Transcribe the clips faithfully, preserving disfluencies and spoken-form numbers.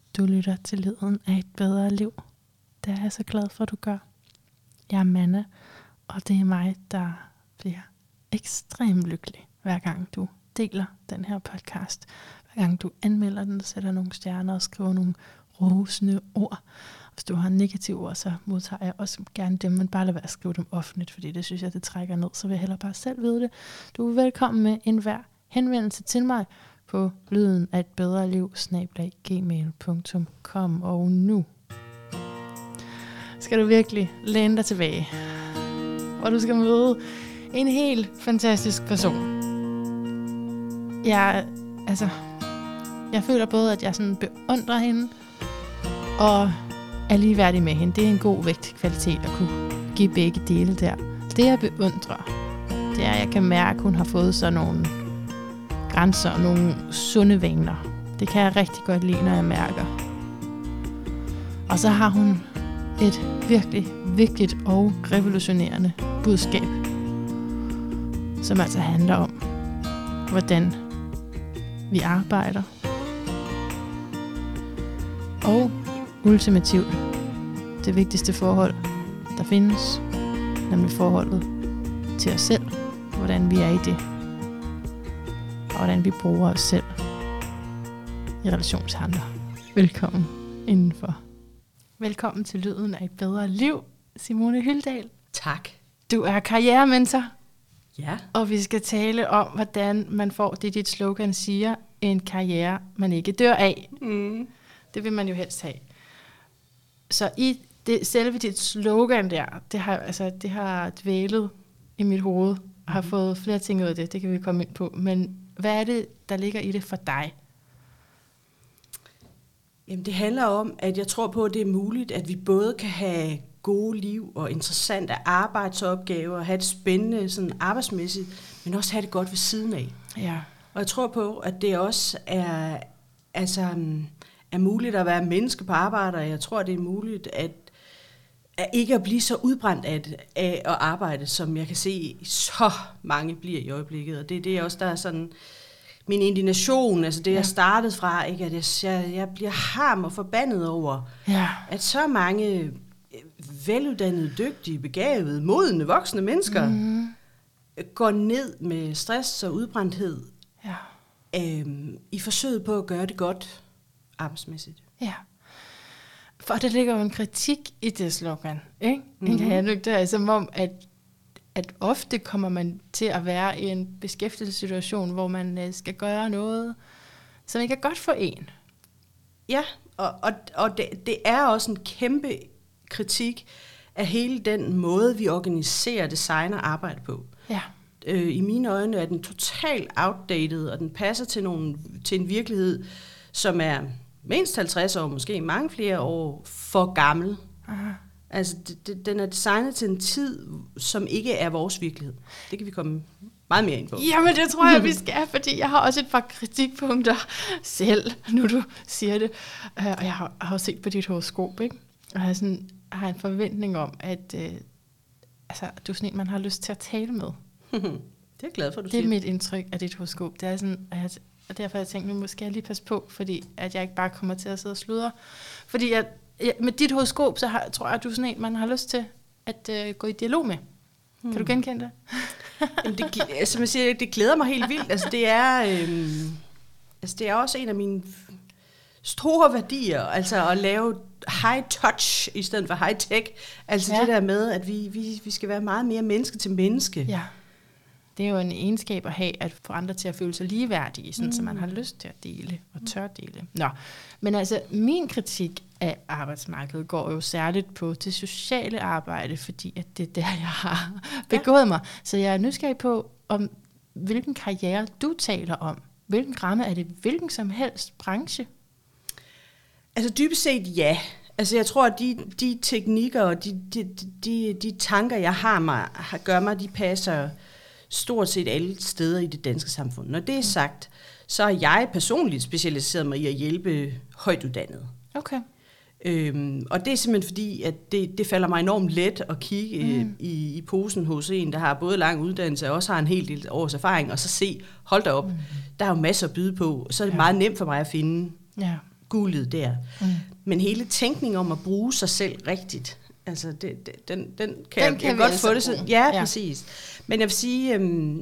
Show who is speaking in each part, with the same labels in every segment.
Speaker 1: Du lytter til lyden af et bedre liv. Det er jeg så glad for, at du gør. Jeg er Manna, og det er mig, der bliver ekstremt lykkelig, hver gang du deler den her podcast. Hver gang du anmelder den, sætter nogle stjerner og skriver nogle rosende ord. Hvis du har negative ord, så modtager jeg også gerne dem, men bare lad være at skrive dem offentligt, fordi det synes jeg, det trækker ned, så vil jeg hellere bare selv vide det. Du er velkommen med enhver henvendelse til mig på lyden af et bedre liv snabel-a gmail punktum com. Og nu skal du virkelig læne dig tilbage, hvor du skal møde en helt fantastisk person. Jeg, altså, jeg føler både, at jeg sådan beundrer hende, og er ligeværdig med hende. Det er en god vægt kvalitet at kunne give begge dele der. Det jeg beundrer, det er, at jeg kan mærke, at hun har fået sådan nogle grænser og nogle sunde vaner. Det kan jeg rigtig godt lide, når jeg mærker. Og så har hun et virkelig vigtigt og revolutionerende budskab, som altså handler om, hvordan vi arbejder. Og ultimativt det vigtigste forhold, der findes, nemlig forholdet til os selv, hvordan vi er i det, og hvordan vi bruger os selv i relation til andre. Velkommen indenfor. Velkommen til lyden af et bedre liv, Simone Hyldal.
Speaker 2: Tak.
Speaker 1: Du er karrierementor,
Speaker 2: Ja.
Speaker 1: og vi skal tale om, hvordan man får det, dit slogan siger, en karriere, man ikke dør af.
Speaker 2: Mm.
Speaker 1: Det vil man jo helst have. Så i det, selve dit slogan der, det har, altså, det har dvælet i mit hoved, og har fået flere ting ud af det, det kan vi komme ind på. Men hvad er det, der ligger i det for dig?
Speaker 2: Jamen, det handler om, at jeg tror på, at det er muligt, at vi både kan have gode liv og interessante arbejdsopgaver, have det spændende sådan arbejdsmæssigt, men også have det godt ved siden af.
Speaker 1: Ja.
Speaker 2: Og jeg tror på, at det også er, altså, er muligt at være menneske på arbejde, og jeg tror, det er muligt at, at ikke at blive så udbrændt af, det, af at arbejde, som jeg kan se så mange bliver i øjeblikket. Og det, det er også der er sådan min indignation, altså det, ja. jeg startede fra, ikke, at jeg, jeg bliver harm og forbandet over,
Speaker 1: Ja.
Speaker 2: at så mange veluddannede, dygtige, begavede, modne, voksne mennesker
Speaker 1: Mm.
Speaker 2: går ned med stress og udbrændthed,
Speaker 1: Ja.
Speaker 2: øhm, i forsøget på at gøre det godt arbejdsmæssigt.
Speaker 1: Ja. For der ligger jo en kritik i det slogan, ikke?
Speaker 2: Mhm.
Speaker 1: Kan jeg ikke? Det er som om, at, at ofte kommer man til at være i en beskæftigelsessituation, hvor man øh, skal gøre noget, som ikke er godt for en.
Speaker 2: Ja, og, og, og det, det er også en kæmpe kritik af hele den måde, vi organiserer, designer arbejde på.
Speaker 1: Ja.
Speaker 2: Øh, I mine øjne er den totalt outdated, og den passer til, nogle, til en virkelighed, som er mindst halvtreds år, måske mange flere år, for gammel.
Speaker 1: Aha.
Speaker 2: Altså, det, det, den er designet til en tid, som ikke er vores virkelighed. Det kan vi komme meget mere ind på.
Speaker 1: Jamen, det tror jeg, vi skal, fordi jeg har også et par kritikpunkter selv, nu du siger det. Uh, og jeg har, har også set på dit horoskop, ikke? Og jeg har, sådan, har en forventning om, at uh, altså, du er sådan en, man har lyst til at tale med.
Speaker 2: Det er jeg glad for, du
Speaker 1: Det
Speaker 2: siger.
Speaker 1: er mit indtryk af dit horoskop. Det er sådan, at jeg, og derfor har jeg tænkt, nu måske jeg lige passe på, fordi at jeg ikke bare kommer til at sidde og sludre. Fordi jeg, jeg, med dit horoskop, så har, tror jeg, at du er sådan en, man har lyst til at uh, gå i dialog med. Hmm. Kan du genkende det?
Speaker 2: Jamen, det, altså, man siger, det glæder mig helt vildt. Altså, det er, øhm, altså, det er også en af mine store værdier, altså at lave high touch i stedet for high tech. Altså
Speaker 1: Ja.
Speaker 2: det der med, at vi, vi, vi skal være meget mere menneske til menneske.
Speaker 1: Ja. Det er jo en egenskab at have, at få andre til at føle sig ligeværdige, sådan, mm. så man har lyst til at dele og tør dele. Nå, men altså, min kritik af arbejdsmarkedet går jo særligt på det sociale arbejde, fordi at det er der, jeg har begået mig. Så jeg er nysgerrig på, om hvilken karriere du taler om. Hvilken ramme er det? Hvilken som helst branche?
Speaker 2: Altså dybest set ja. Altså jeg tror, at de, de teknikker og de, de, de, de tanker, jeg har mig, gør mig, de passer stort set alle steder i det danske samfund. Når det er sagt, så er jeg personligt specialiseret mig i at hjælpe højtuddannede.
Speaker 1: Okay.
Speaker 2: Øhm, og det er simpelthen fordi, at det, det falder mig enormt let at kigge mm. i, i posen hos en, der har både lang uddannelse og også har en hel del års erfaring, og så se, hold da op, mm. der er jo masser at byde på, så er det ja. meget nemt for mig at finde
Speaker 1: ja.
Speaker 2: guldet der.
Speaker 1: Mm.
Speaker 2: Men hele tænkningen om at bruge sig selv rigtigt, altså det, det, den, den kan
Speaker 1: den
Speaker 2: jeg,
Speaker 1: kan
Speaker 2: jeg
Speaker 1: vi
Speaker 2: godt
Speaker 1: altså
Speaker 2: få det. Så,
Speaker 1: bruge.
Speaker 2: ja,
Speaker 1: Ja.
Speaker 2: præcis. Men jeg vil sige, øhm,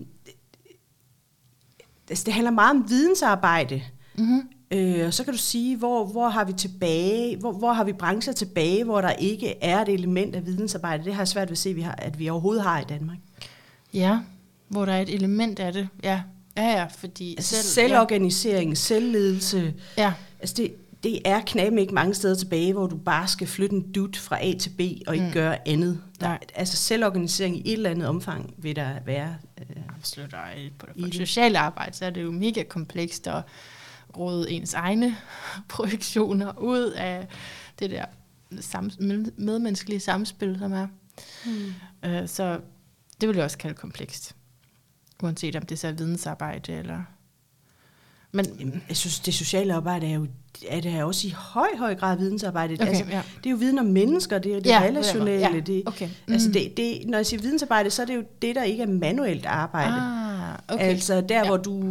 Speaker 2: det, det handler meget om vidensarbejde.
Speaker 1: Mm-hmm.
Speaker 2: Øh, og så kan du sige, hvor, hvor har vi tilbage, hvor, hvor har vi brancher tilbage, hvor der ikke er et element af vidensarbejde. Det har jeg svært ved at se, at vi, har, at vi overhovedet har i Danmark.
Speaker 1: Ja, hvor der er et element af det. Ja, ja, ja fordi
Speaker 2: Altså
Speaker 1: selv,
Speaker 2: selvorganisering, ja. selvledelse.
Speaker 1: Ja.
Speaker 2: Altså det, det er knap ikke mange steder tilbage, hvor du bare skal flytte en dut fra A til B og ikke mm. gøre andet. Der, altså selvorganisering i et eller andet omfang vil der være. Øh,
Speaker 1: Absolut. Og på det sociale arbejde, så er det jo mega komplekst at råde ens egne projektioner ud af det der sams- medmenneskelige samspil, som er. Mm. Øh, så det vil jeg også kalde komplekst. Uanset om det så er vidensarbejde eller... Men
Speaker 2: Jamen, jeg synes, det sociale arbejde er jo er det også i høj, høj grad vidensarbejde.
Speaker 1: Okay,
Speaker 2: altså,
Speaker 1: ja.
Speaker 2: Det er jo viden om mennesker, det er det
Speaker 1: ja,
Speaker 2: relationelle.
Speaker 1: ja,
Speaker 2: det,
Speaker 1: okay. mm.
Speaker 2: altså det, det, når jeg siger vidensarbejde, så er det jo det, der ikke er manuelt arbejde.
Speaker 1: Ah, okay.
Speaker 2: Altså der,
Speaker 1: ja.
Speaker 2: hvor du...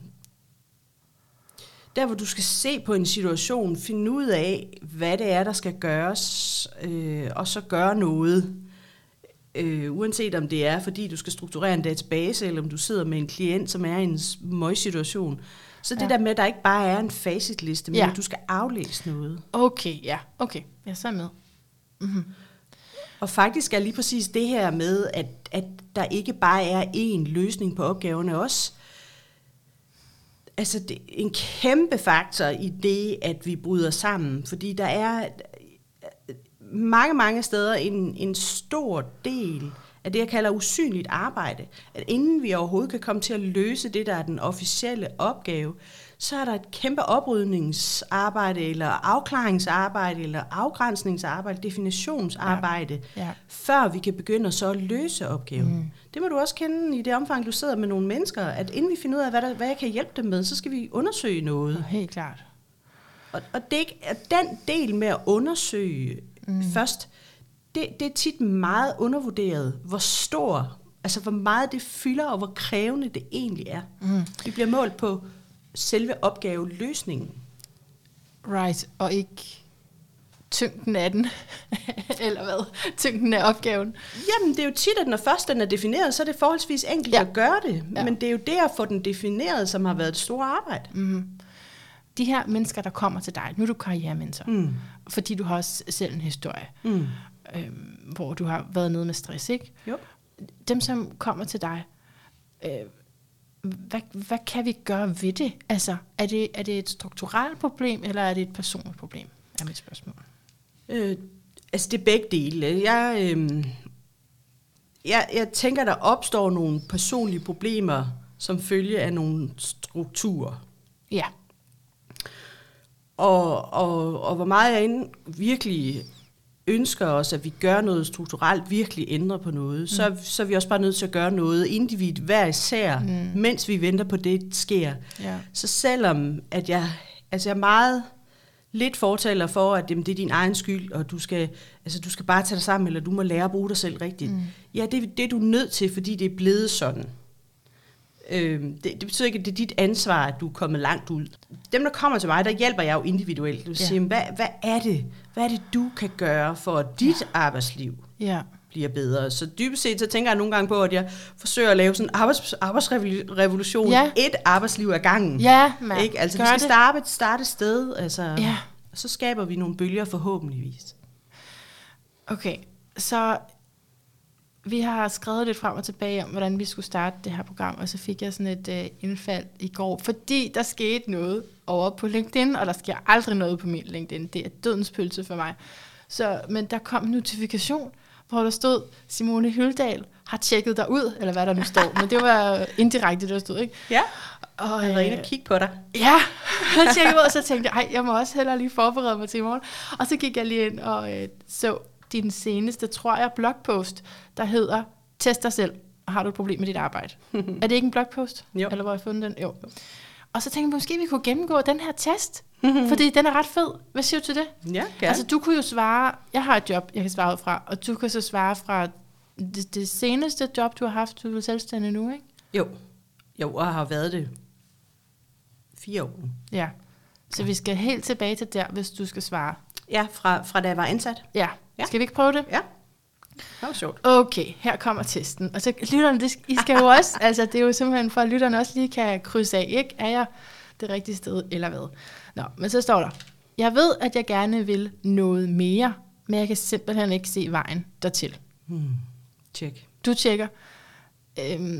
Speaker 2: Der, hvor du skal se på en situation, finde ud af, hvad det er, der skal gøres, øh, og så gøre noget. Øh, uanset om det er, fordi du skal strukturere en database, eller om du sidder med en klient, som er i en møgsituation. Så det ja. der med, at der ikke bare er en facitliste, men ja. at du skal aflæse noget.
Speaker 1: Okay, ja. Okay, jeg er så med. Mm-hmm.
Speaker 2: Og faktisk er lige præcis det her med, at, at der ikke bare er én løsning på opgaverne også. Altså, det er en kæmpe faktor i det, at vi bryder sammen. Fordi der er mange, mange steder en, en stor del af det, jeg kalder usynligt arbejde. At inden vi overhovedet kan komme til at løse det, der er den officielle opgave, så er der et kæmpe oprydningsarbejde, eller afklaringsarbejde, eller afgrænsningsarbejde, definitionsarbejde, ja. Ja. før vi kan begynde så at løse opgaven. Mm. Det må du også kende i det omfang, du sidder med nogle mennesker, at inden vi finder ud af, hvad, der, hvad jeg kan hjælpe dem med, så skal vi undersøge noget.
Speaker 1: Helt klart.
Speaker 2: Og, og det, den del med at undersøge mm. først, det, det er tit meget undervurderet, hvor stor, altså hvor meget det fylder, og hvor krævende det egentlig er. Mm. Det bliver målt på selve opgaveløsningen.
Speaker 1: Right, og ikke tyngden af den, eller hvad? Tyngden af opgaven.
Speaker 2: Jamen, det er jo tit, at når først den er defineret, så er det forholdsvis enkelt ja. at gøre det. Ja. Men det er jo det at få den defineret, som har været et stort arbejde.
Speaker 1: Mm. De her mennesker, der kommer til dig, nu er du karrierementor, mm. fordi du har også selv en historie, mm. øhm, hvor du har været nede med stress, ikke?
Speaker 2: Jo.
Speaker 1: Dem, som kommer til dig, øh, hvad, hvad kan vi gøre ved det? Altså, er det, er det et strukturelt problem, eller er det et personligt problem, er mit spørgsmål.
Speaker 2: Øh, altså, det er begge dele. Jeg, øh, jeg, jeg tænker, der opstår nogle personlige problemer, som følge af nogle strukturer.
Speaker 1: Ja.
Speaker 2: Og, og, og hvor meget jeg inden virkelig ønsker os, at vi gør noget strukturelt, virkelig ændrer på noget, mm. så, så er vi også bare nødt til at gøre noget individuelt hver især, mm. mens vi venter på, det sker. Ja. Så selvom at jeg, altså jeg er meget lidt fortaler for, at jamen, det er din egen skyld, og du skal, altså, du skal bare tage dig sammen, eller du må lære at bruge dig selv rigtigt. Mm. Ja, det, det er du nødt til, fordi det er blevet sådan. Det, det betyder ikke, at det er dit ansvar, at du er kommet langt ud. Dem, der kommer til mig, der hjælper jeg jo individuelt. Du siger, ja. hvad, hvad er det? Hvad er det, du kan gøre, for at dit ja. arbejdsliv ja. bliver bedre? Så dybest set, så tænker jeg nogle gange på, at jeg forsøger at lave sådan en arbejds, arbejdsrevolution. Ja. Et arbejdsliv ad gangen. Ja, man. Ikke? Altså, vi skal starte, starte et sted, altså, ja. og så skaber vi nogle bølger forhåbentligvis.
Speaker 1: Okay, så... Vi har skrevet lidt frem og tilbage om, hvordan vi skulle starte det her program, og så fik jeg sådan et øh, indfald i går, fordi der skete noget over på LinkedIn, og der sker aldrig noget på min LinkedIn. Det er dødens pølse for mig. Så, men der kom en notifikation, hvor der stod, Simone Hyldal har tjekket dig ud, eller hvad der nu står, men det var indirekte, der stod, ikke?
Speaker 2: Ja, og jeg var inde og kigge på dig.
Speaker 1: Ja, jeg tjekkede ud, og så tænkte jeg, ej, jeg må også hellere lige forberede mig til i morgen. Og så gik jeg lige ind og øh, så din seneste, tror jeg, blogpost, der hedder, test dig selv, og har du et problem med dit arbejde. Er det ikke en blogpost? Jo. Eller hvor jeg har fundet den? Jo. Og så tænkte jeg, måske vi kunne gennemgå den her test, fordi den er ret fed. Hvad siger du til det?
Speaker 2: Ja, gerne.
Speaker 1: Altså, du kunne jo svare, jeg har et job, jeg kan svare ud fra, og du kan så svare fra det, det seneste job, du har haft, du er selvstændig nu, ikke?
Speaker 2: Jo. Jo, og har været det fire år.
Speaker 1: Ja. Så vi skal helt tilbage til der, hvis du skal svare.
Speaker 2: Ja, fra, fra da jeg var ansat.
Speaker 1: Ja.
Speaker 2: Ja.
Speaker 1: Skal vi ikke prøve det?
Speaker 2: Ja. Det var sjovt.
Speaker 1: Okay, her kommer testen. Og så lytterne, det, I skal jo også, altså det er jo simpelthen for, at lytterne også lige kan krydse af, ikke? Er jeg det rigtige sted, eller hvad? Nå, men så står der, jeg ved, at jeg gerne vil noget mere, men jeg kan simpelthen ikke se vejen dertil.
Speaker 2: Hmm. Tjek.
Speaker 1: Du tjekker. Øhm,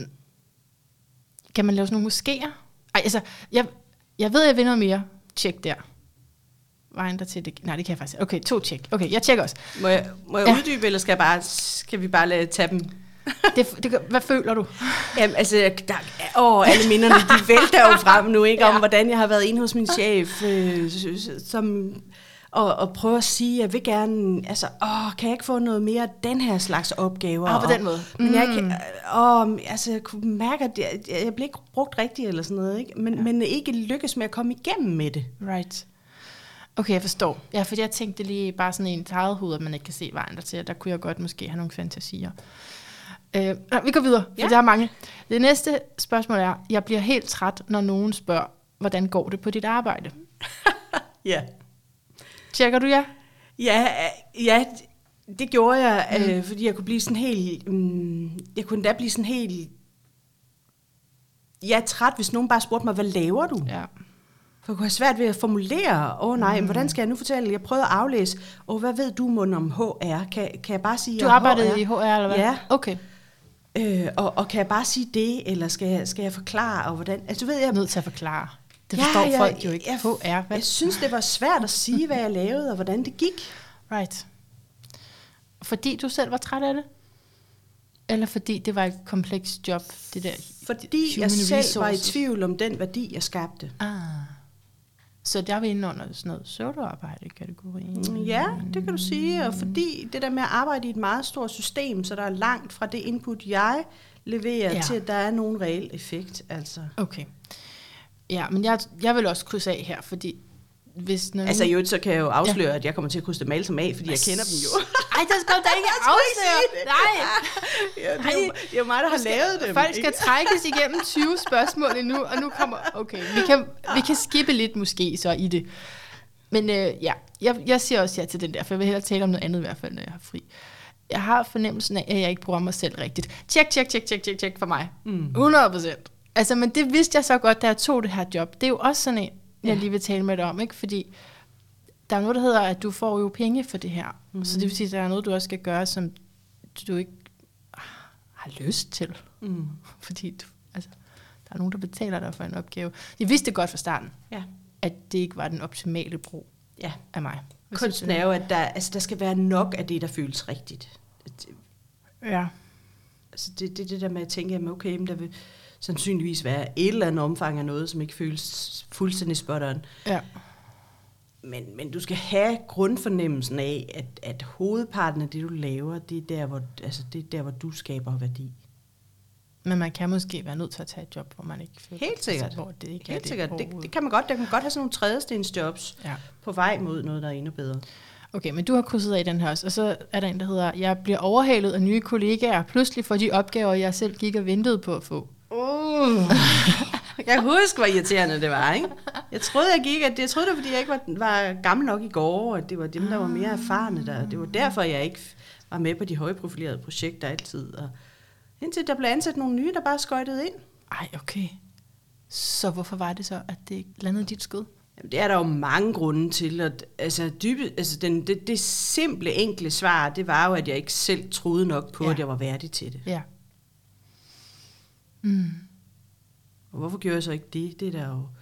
Speaker 1: kan man lave sådan nogle moskéer? Ej, altså, jeg, jeg ved, at jeg vil noget mere. Tjek der. Vejen dertil. Det, nej, det kan jeg faktisk. Okay, to tjek. Okay, jeg tjekker også.
Speaker 2: Må jeg, må jeg
Speaker 1: Ja.
Speaker 2: uddybe, eller skal, jeg bare, skal vi bare lade tage dem?
Speaker 1: Det, det, hvad føler du?
Speaker 2: Jamen, altså, der, åh, alle minderne, de vælter jo frem nu, ikke? Om
Speaker 1: Ja.
Speaker 2: hvordan jeg har været inde hos min chef, øh, som, og, og prøve at sige, jeg vil gerne, altså, åh, kan jeg ikke få noget mere af den her slags opgaver?
Speaker 1: Ah, på den måde.
Speaker 2: Men jeg,
Speaker 1: Mm.
Speaker 2: kan, åh, altså, jeg kunne mærke, at jeg, jeg blev ikke brugt rigtigt, eller sådan noget, ikke? Men, ja. men ikke lykkes med at komme igennem med det.
Speaker 1: Right. Okay, jeg forstår. Ja, for jeg tænkte lige bare sådan i en eget hoved, at man ikke kan se vejen dertil. Der kunne jeg godt måske have nogle fantasier. Øh, nå, vi går videre, for
Speaker 2: Ja.
Speaker 1: der er mange. Det næste spørgsmål er, jeg bliver helt træt, når nogen spørger, hvordan går det på dit arbejde?
Speaker 2: Ja.
Speaker 1: Tjekker du ja?
Speaker 2: Ja, ja, det gjorde jeg, mm. øh, fordi jeg kunne blive sådan helt, mm, jeg kunne da blive sådan helt, jeg er træt, hvis nogen bare spurgte mig, hvad laver du?
Speaker 1: Ja.
Speaker 2: For jeg kunne have svært ved at formulere, åh oh, nej, mm. hvordan skal jeg nu fortælle? Jeg prøvede at aflæse, åh, oh, hvad ved du mon om H R? Kan, kan jeg bare sige,
Speaker 1: Du
Speaker 2: jeg er
Speaker 1: arbejdede
Speaker 2: H R?
Speaker 1: i H R, eller hvad?
Speaker 2: Ja.
Speaker 1: Okay.
Speaker 2: Øh, og, og kan jeg bare sige det, eller skal jeg, skal jeg forklare, og hvordan? Altså, du ved,
Speaker 1: Jeg
Speaker 2: jeg,
Speaker 1: er nødt til at forklare. Det forstår ja, ja, folk jo ikke.
Speaker 2: Jeg,
Speaker 1: H R, hvad?
Speaker 2: jeg synes, det var svært at sige, hvad jeg lavede, og hvordan det gik.
Speaker 1: Right. Fordi du selv var træt af det? Eller fordi det var et komplekst job, det der
Speaker 2: Fordi
Speaker 1: human
Speaker 2: jeg selv
Speaker 1: resources?
Speaker 2: var i tvivl om den værdi, jeg skabte.
Speaker 1: Ah. Så der er vi inde under sådan noget pseudoarbejde i kategorien.
Speaker 2: Ja, det kan du sige. Og fordi det der med at arbejde i et meget stort system, så der er langt fra det input, jeg leverer,
Speaker 1: Ja.
Speaker 2: til at der er nogen reel effekt. Altså,
Speaker 1: Okay. Ja, men jeg, jeg vil også krydse af her, fordi hvis nogen...
Speaker 2: altså jo, så kan jeg jo afsløre, ja. at jeg kommer til at krydse dem alle som af, fordi jeg kender dem jo.
Speaker 1: Ej, der skal du da ikke afsløre. Nej.
Speaker 2: Ja, det, er jo, det er jo mig, der har lavet dem.
Speaker 1: Folk skal trækkes igennem tyve spørgsmål endnu, og nu kommer... Okay, vi kan, vi kan skippe lidt måske så i det. Men øh, ja, jeg, jeg siger også ja til den der, for jeg vil hellere tale om noget andet i hvert fald, når jeg har fri. Jeg har fornemmelsen af, at jeg ikke bruger mig selv rigtigt. Tjek, tjek, tjek, tjek, tjek, tjek for mig.
Speaker 2: Mm.
Speaker 1: hundrede procent. Altså, men det vidste jeg så godt, da jeg tog det her job. Det er jo også sådan en, jeg
Speaker 2: Ja.
Speaker 1: lige vil tale med dig om, ikke? Fordi der er noget, der hedder, at du får jo penge for det her. Mm. Så det vil sige, at der er noget, du også skal gøre, som du ikke har lyst til.
Speaker 2: Mm.
Speaker 1: Fordi du, altså, der er nogen, der betaler dig for en opgave. Jeg vidste godt fra starten,
Speaker 2: Ja.
Speaker 1: at det ikke var den optimale brug
Speaker 2: Ja.
Speaker 1: af mig. Hvad
Speaker 2: Kunsten
Speaker 1: synes
Speaker 2: er jo, at der, altså, der skal være nok af det, der føles rigtigt.
Speaker 1: du? Ja.
Speaker 2: Altså det, det, det der med at tænke, at okay, men der vil sandsynligvis være et eller andet omfang af noget, som ikke føles fuldstændig spot on.
Speaker 1: Ja.
Speaker 2: Men, men du skal have grundfornemmelsen af, at, at hovedparten af det, du laver, det er, der, hvor, altså, det er der, hvor du skaber værdi.
Speaker 1: Men man kan måske være nødt til at tage et job, hvor man ikke føler,
Speaker 2: Helt sikkert.
Speaker 1: hvor det ikke er
Speaker 2: Helt
Speaker 1: det.
Speaker 2: sikkert. Det,
Speaker 1: overhovedet.
Speaker 2: det kan man godt. Der kan man godt have sådan nogle trædestensjobs
Speaker 1: Ja.
Speaker 2: på vej mod noget, der er endnu bedre.
Speaker 1: Okay, men du har krydset af den her også, og så er der en, der hedder, jeg bliver overhalet af nye kollegaer, pludselig for de opgaver, jeg selv gik og ventede på at få.
Speaker 2: Uh. Jeg kan huske, hvor irriterende det var, ikke? Jeg troede, jeg gik, at jeg troede, det var, fordi jeg ikke var, var gammel nok i går, og det var dem, der var mere erfarne der. Det var derfor, jeg ikke var med på de højprofilerede projekter altid. Og indtil der blev ansat nogle nye, der bare skøjtede ind.
Speaker 1: Ej, okay. Så hvorfor var det så, at det ikke landede dit skød?
Speaker 2: Jamen, det er der jo mange grunde til. At, altså, dybe, altså den, det, det simple, enkle svar, det var jo, at jeg ikke selv troede nok på, ja. at jeg var værdig til det.
Speaker 1: Ja. Mm.
Speaker 2: Og hvorfor gjorde jeg så ikke det? Det er der jo...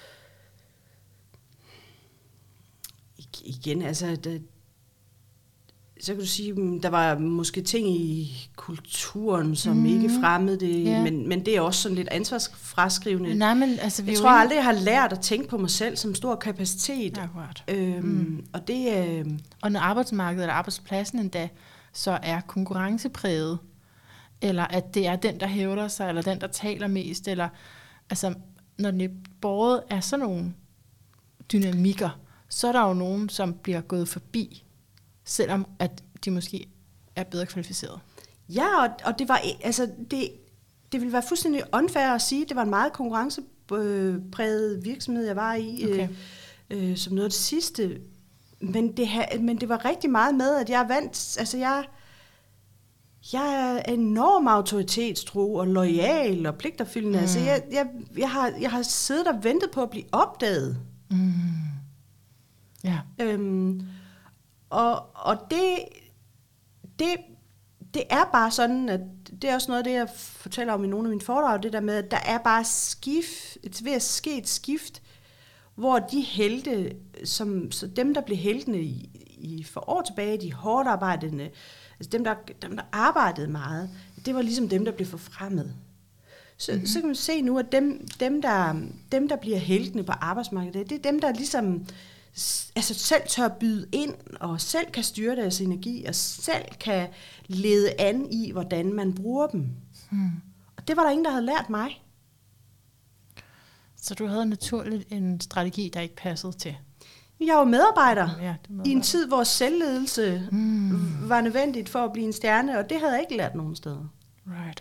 Speaker 2: I- Igen, altså... Der, så kan du sige, der var måske ting i kulturen, som mm. ikke fremmede det,
Speaker 1: Ja.
Speaker 2: men, men det er også sådan lidt ansvarsfraskrivende.
Speaker 1: Nej, men altså, vi
Speaker 2: Jeg
Speaker 1: er
Speaker 2: tror
Speaker 1: jo
Speaker 2: aldrig, jeg har lært at tænke på mig selv som stor kapacitet.
Speaker 1: Akkurat.
Speaker 2: Øhm,
Speaker 1: Mm.
Speaker 2: Og det... Øhm,
Speaker 1: Og når arbejdsmarkedet eller arbejdspladsen endda, så er konkurrencepræget, eller at det er den, der hævder sig, eller den, der taler mest, eller altså, når den er båret af sådan nogle dynamikker, så er der jo nogen, som bliver gået forbi, selvom at de måske er bedre kvalificeret.
Speaker 2: Ja, og, og det var altså det, det ville være fuldstændig unfair at sige, at det var en meget konkurrencepræget virksomhed, jeg var i.
Speaker 1: Okay.
Speaker 2: øh, som noget af det sidste. Men det, men det var rigtig meget med, at jeg er vant, altså jeg, jeg er enormt autoritetstro og loyal og pligtopfyldende. Mm. Altså jeg, jeg, jeg, har, jeg har siddet og ventet på at blive opdaget.
Speaker 1: Mm. Ja.
Speaker 2: Øhm, og og det, det, det er bare sådan, at det er også noget af det, jeg fortæller om i nogle af mine foredrag, det der med, at der er bare skift, et, ved at ske et skift, hvor de helte, som, så dem, der blev heltene i, i for år tilbage, de hårdt arbejdende, altså dem der, dem, der arbejdede meget, det var ligesom dem, der blev forfremmet. Så, mm-hmm. så kan man se nu, at dem, dem, der, dem, der bliver heltene på arbejdsmarkedet, det er dem, der ligesom altså selv tør byde ind, og selv kan styre deres energi, og selv kan lede an i, hvordan man bruger dem. Mm. Og det var der ingen, der havde lært mig.
Speaker 1: Så du havde naturligt en strategi, der ikke passede til?
Speaker 2: Jeg var medarbejder,
Speaker 1: ja,
Speaker 2: medarbejder. i en tid, hvor selvledelse mm. var nødvendigt for at blive en stjerne, og det havde jeg ikke lært nogen steder.
Speaker 1: Right.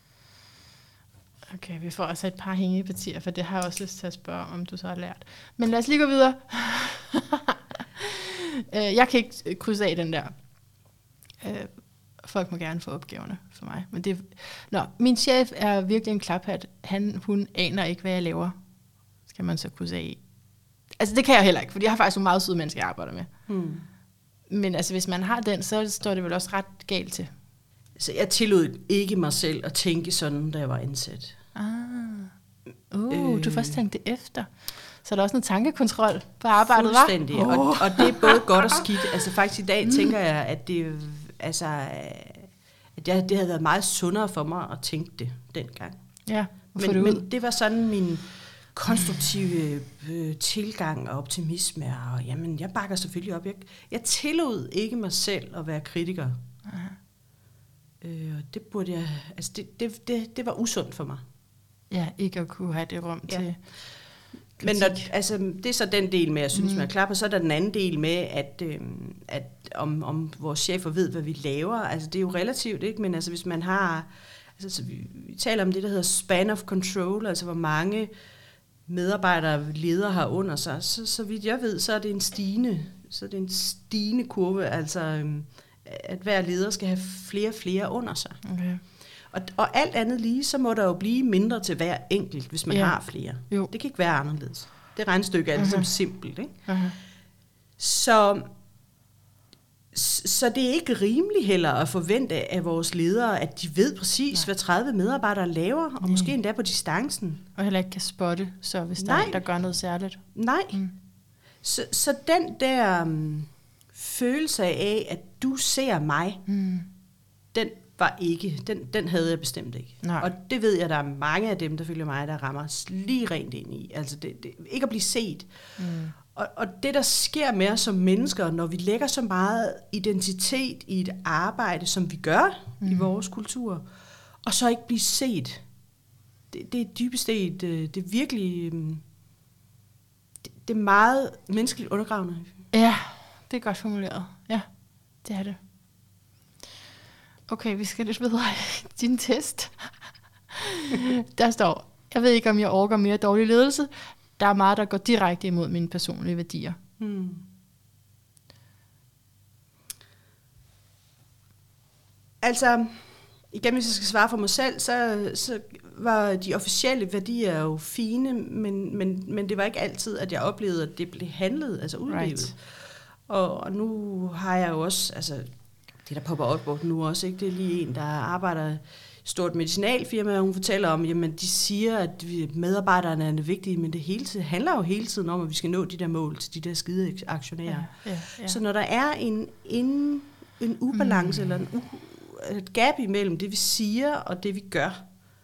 Speaker 1: Okay, vi får også et par hængepartier, for det har jeg også lyst til at spørge, om du så har lært. Men lad os lige gå videre. Jeg kan ikke krydse af den der. Folk må gerne få opgaverne for mig. Men det, nå, min chef er virkelig en klaphat. Han, hun aner ikke, hvad jeg laver. Skal man så krydse af i. Altså det kan jeg heller ikke, for jeg har faktisk nogle meget søde mennesker, jeg arbejder med. Hmm. Men altså hvis man har den, så står det vel også ret galt til.
Speaker 2: Så jeg tillod ikke mig selv at tænke sådan, da jeg var ansat.
Speaker 1: Ah. Uh, øh. Du først tænkte det efter. Så er der også noget tankekontrol på arbejdet, hva'?
Speaker 2: Fuldstændig, oh. og, og det er både godt og skidt. Altså faktisk i dag mm. tænker jeg, at det, altså, at det, det havde været meget sundere for mig at tænke det dengang.
Speaker 1: Ja,
Speaker 2: men, det men det var sådan min konstruktive øh, tilgang og optimisme, og jamen, jeg bakker selvfølgelig op. Jeg, jeg tillod ikke mig selv at være kritiker. Aha. Øh, det burde jeg, altså det, det, det, det var usundt for mig.
Speaker 1: Ja, ikke at kunne have det rum ja. til kritik.
Speaker 2: Men når, altså, det er så den del med, jeg synes, mm. man er klar på. Så er der den anden del med, at, øh, at om, om vores chefer ved, hvad vi laver. Altså, det er jo relativt, ikke? Men altså, hvis man har... Altså, så vi, vi taler om det, der hedder span of control, altså hvor mange medarbejdere, ledere har under sig. Så, så vidt jeg ved, så er det en stigende, så er det en stigende kurve, altså øh, at hver leder skal have flere og flere under sig. Okay. Og, og alt andet lige, så må der jo blive mindre til hver enkelt, hvis man ja. har flere. Jo. Det kan ikke være anderledes. Det regnestykke er uh-huh. ligesom simpelt. Ikke? Uh-huh. Så, så det er ikke rimeligt heller at forvente af vores ledere, at de ved præcis, Nej. hvad tredive medarbejdere laver, og Nej. måske endda på distancen.
Speaker 1: Og heller ikke kan spotte, så hvis der er en, der gør noget særligt.
Speaker 2: Nej. Mm. Så, så den der um, følelse af, at du ser mig, mm. den var ikke, den, den havde jeg bestemt ikke. Nej. Og det ved jeg, der er mange af dem, der følger mig, der rammer lige rent ind i. Altså det, det, ikke at blive set. Mm. Og, og det, der sker med os som mennesker, når vi lægger så meget identitet i et arbejde, som vi gør mm. i vores kultur, og så ikke blive set, det, det er dybest set, det, det er virkelig, det, det er meget menneskeligt undergravende.
Speaker 1: Ja, det er godt formuleret. Ja, det er det. Okay, vi skal lidt videre i din test. Der står, jeg ved ikke, om jeg orker mere dårlig ledelse. Der er meget, der går direkte imod mine personlige værdier. Hmm.
Speaker 2: Altså, igen, hvis jeg skal svare for mig selv, så, så var de officielle værdier jo fine, men, men, men det var ikke altid, at jeg oplevede, at det blev handlet, altså udlevet. Right. Og, og nu har jeg jo også, altså det der popper op nu også, ikke? Det er lige en, der arbejder i et stort medicinalfirma, og hun fortæller om, jamen de siger, at vi, medarbejderne er vigtige, men det hele tiden, handler jo hele tiden om, at vi skal nå de der mål til de der skide aktionærer. Ja, ja, ja. Så når der er en, en, en ubalance, mm. eller en u, et gap imellem det, vi siger, og det, vi gør,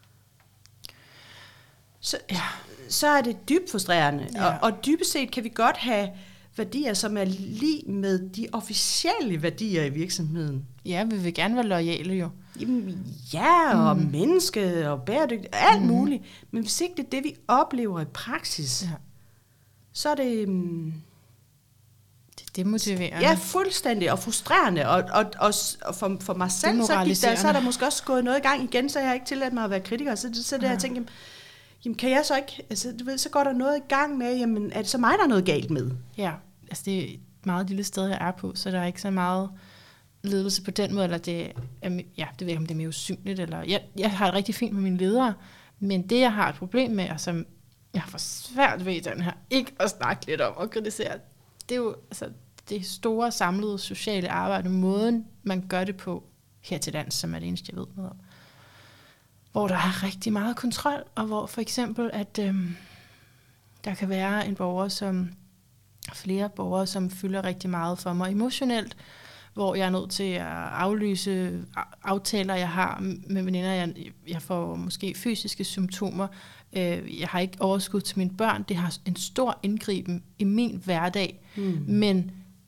Speaker 2: så, ja. så er det dybt frustrerende. Ja. Og, og dybest set kan vi godt have værdier, som er lige med de officielle værdier i virksomheden.
Speaker 1: Ja, vi vil gerne være loyale jo.
Speaker 2: Jamen, ja, og mm. menneske og bæredygtig, alt mm. muligt. Men hvis ikke det er det, vi oplever i praksis, ja. så er det... Um,
Speaker 1: det er demotiverende.
Speaker 2: Ja, fuldstændig, og frustrerende. Og, og, og, og for, for mig selv, så, der, så er der måske også gået noget i gang igen, så jeg har ikke tilladt mig at være kritiker. Så, så det, ja. jeg tænker, jamen kan jeg så ikke, altså du ved, så går der noget i gang med, jamen er det så mig, der er noget galt med?
Speaker 1: Ja, altså det er et meget lille sted, jeg er på, så der er ikke så meget ledelse på den måde, eller det er, ja, det ved jeg om det er mere usynligt, eller jeg, jeg har det rigtig fint med mine ledere, men det jeg har et problem med, og som jeg har for svært ved den her, ikke at snakke lidt om og kritisere, det er jo altså, det store samlede sociale arbejde, måden man gør det på her til lands, som er det eneste, jeg ved noget om. Hvor der er rigtig meget kontrol, og hvor for eksempel, at øhm, der kan være en borger, som flere borgere, som fylder rigtig meget for mig emotionelt, hvor jeg er nødt til at aflyse aftaler, jeg har med veninder. Jeg, jeg får måske fysiske symptomer. Jeg har ikke overskud til mine børn. Det har en stor indgriben i min hverdag. Mm. Men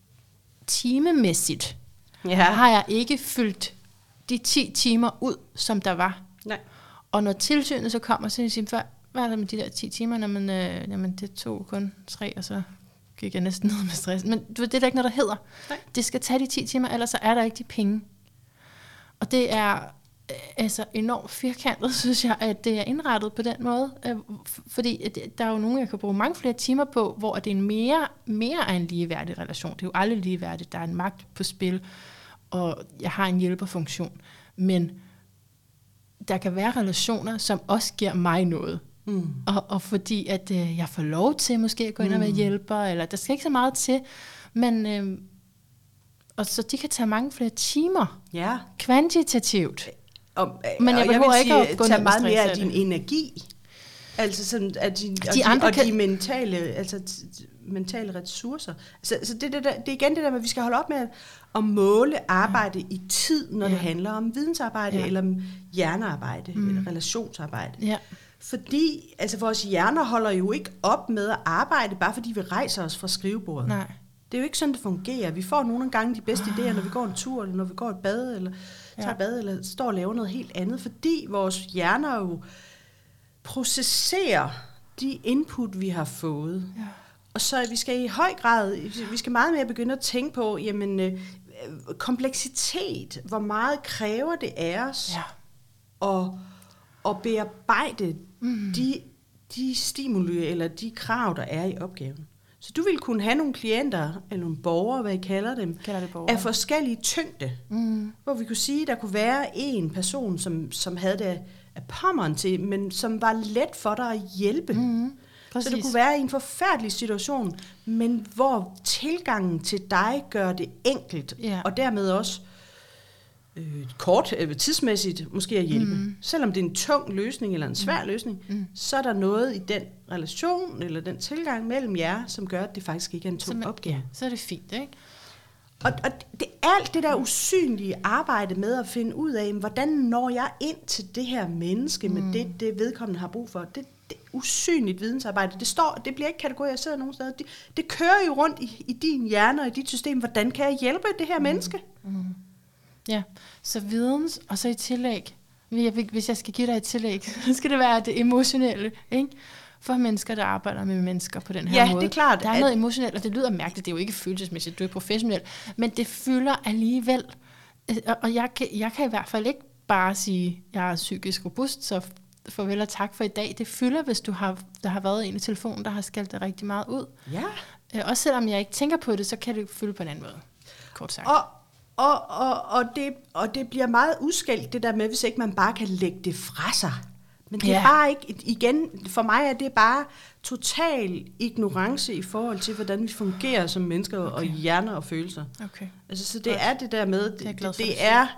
Speaker 1: timemæssigt ja. har jeg ikke fyldt de ti timer ud, som der var. Nej. Og når tilsynet så kommer, så siger jeg, hvad er der med de der ti timer? Jamen, øh, jamen det tog kun tre, og så gik jeg næsten ned med stress. Men det er der ikke noget, der hedder. Nej. Det skal tage de ti timer, ellers så er der ikke de penge. Og det er øh, altså enormt firkantet, synes jeg, at det er indrettet på den måde. Øh, fordi at der er jo nogen, jeg kan bruge mange flere timer på, hvor det er en mere, mere af en ligeværdig relation. Det er jo aldrig ligeværdigt. Der er en magt på spil, og jeg har en hjælperfunktion. Men der kan være relationer, som også giver mig noget. Mm. Og, og fordi at øh, jeg får lov til måske at gå ind og være hjælper, eller der skal ikke så meget til, men øh, og så de kan tage mange flere timer, ja. kvantitativt.
Speaker 2: Og, og, men jeg behøver ikke sige, at gå tage meget mere af din energi, altså sådan at din, de og, de, og kan... de mentale, altså mentale ressourcer. Så, så det, det, det er igen det der med, at vi skal holde op med at, at måle arbejde ja. i tid, når ja. det handler om vidensarbejde ja. eller om hjernearbejde mm. eller relationsarbejde. Ja. Fordi altså vores hjerner holder jo ikke op med at arbejde, bare fordi vi rejser os fra skrivebordet. Nej. Det er jo ikke sådan, det fungerer. Vi får nogle gange de bedste idéer, når vi går en tur, eller når vi går et bad, eller tager et bad, eller står og laver noget helt andet. Fordi vores hjerner jo processerer de input, vi har fået. Ja. Og så vi skal i høj grad, vi skal meget mere begynde at tænke på, jamen, øh, kompleksitet. Hvor meget kræver det af os ja. at, at bearbejde mm. de, de stimuli, eller de krav, der er i opgaven. Så du vil kunne have nogle klienter, eller nogle borgere, hvad I kalder dem, kalder det borgere. Af forskellige tyngde. Mm. Hvor vi kunne sige, at der kunne være en person, som, som havde det af pommeren til, men som var let for dig at hjælpe. Mm. Så det kunne være i en forfærdelig situation, men hvor tilgangen til dig gør det enkelt, ja. og dermed også øh, kort, øh, tidsmæssigt måske at hjælpe. Mm. Selvom det er en tung løsning eller en svær mm. løsning, mm. så er der noget i den relation eller den tilgang mellem jer, som gør, at det faktisk ikke er en tung opgave. Ja,
Speaker 1: så er det fint, ikke?
Speaker 2: Og, og det er alt det der usynlige arbejde med at finde ud af, hvordan når jeg ind til det her menneske med mm. det, det vedkommende har brug for. Det, det usynligt vidensarbejde, det står, det bliver ikke kategoriseret nogen steder. Det, det kører jo rundt i, i din hjerne og i dit system. Hvordan kan jeg hjælpe det her mm. menneske?
Speaker 1: Mm. Ja, så videns, og så i tillæg, hvis jeg skal give dig et tillæg, så skal det være det emotionelle, ikke? For mennesker, der arbejder med mennesker på den her
Speaker 2: ja,
Speaker 1: måde.
Speaker 2: Det er klart.
Speaker 1: Der er noget emotionelt, og det lyder mærkeligt, det er jo ikke følelsesmæssigt, du er professionel, men det fylder alligevel. Og jeg kan, jeg kan i hvert fald ikke bare sige, at jeg er psykisk robust, så farvel og tak for i dag. Det fylder, hvis du har, der har været en i telefonen, der har skældt det rigtig meget ud. Ja. Også selvom jeg ikke tænker på det, så kan det fylde på en anden måde, kort sagt.
Speaker 2: Og, og, og, og, det, og det bliver meget udskældt, det der med, hvis ikke man bare kan lægge det fra sig. Men det er ja. bare ikke, igen, for mig er det bare total ignorance i forhold til, hvordan vi fungerer som mennesker okay. og hjerner og følelser. Okay. Altså, så det er det der med, det, det, det, det er,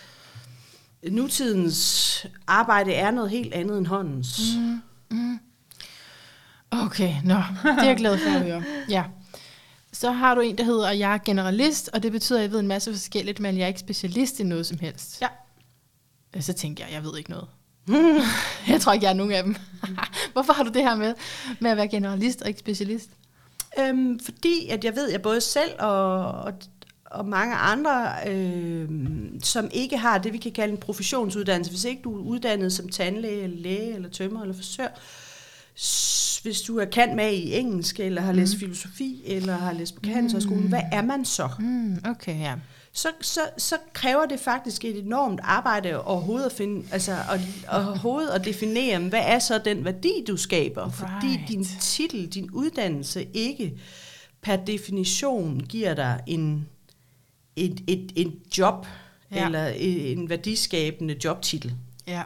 Speaker 2: nutidens arbejde er noget helt andet end håndens.
Speaker 1: Mm. Mm. Okay, nå, det er jeg glad for at høre. Ja. Så har du en, der hedder, jeg er generalist, og det betyder, at jeg ved en masse forskelligt, men jeg er ikke specialist i noget som helst. Ja. Så tænker jeg, jeg ved ikke noget. Jeg tror ikke, jeg er nogen af dem. Hvorfor har du det her med, med at være generalist og ikke specialist?
Speaker 2: Øhm, fordi at jeg ved, at jeg både selv og, og, og mange andre, øh, som ikke har det, vi kan kalde en professionsuddannelse, hvis ikke du er uddannet som tandlæge, eller læge, eller tømrer, eller frisør, hvis du er kendt med i engelsk, eller har læst mm. filosofi, eller har læst på Handelshøjskolen, mm. hvad er man så?
Speaker 1: Mm, okay, ja.
Speaker 2: så, så, så kræver det faktisk et enormt arbejde overhovedet at, finde, altså, at, overhovedet at definere, hvad er så den værdi, du skaber. Right. Fordi din titel, din uddannelse ikke per definition giver dig en, et, et, et job, ja. Eller en værdiskabende jobtitel.
Speaker 1: Ja.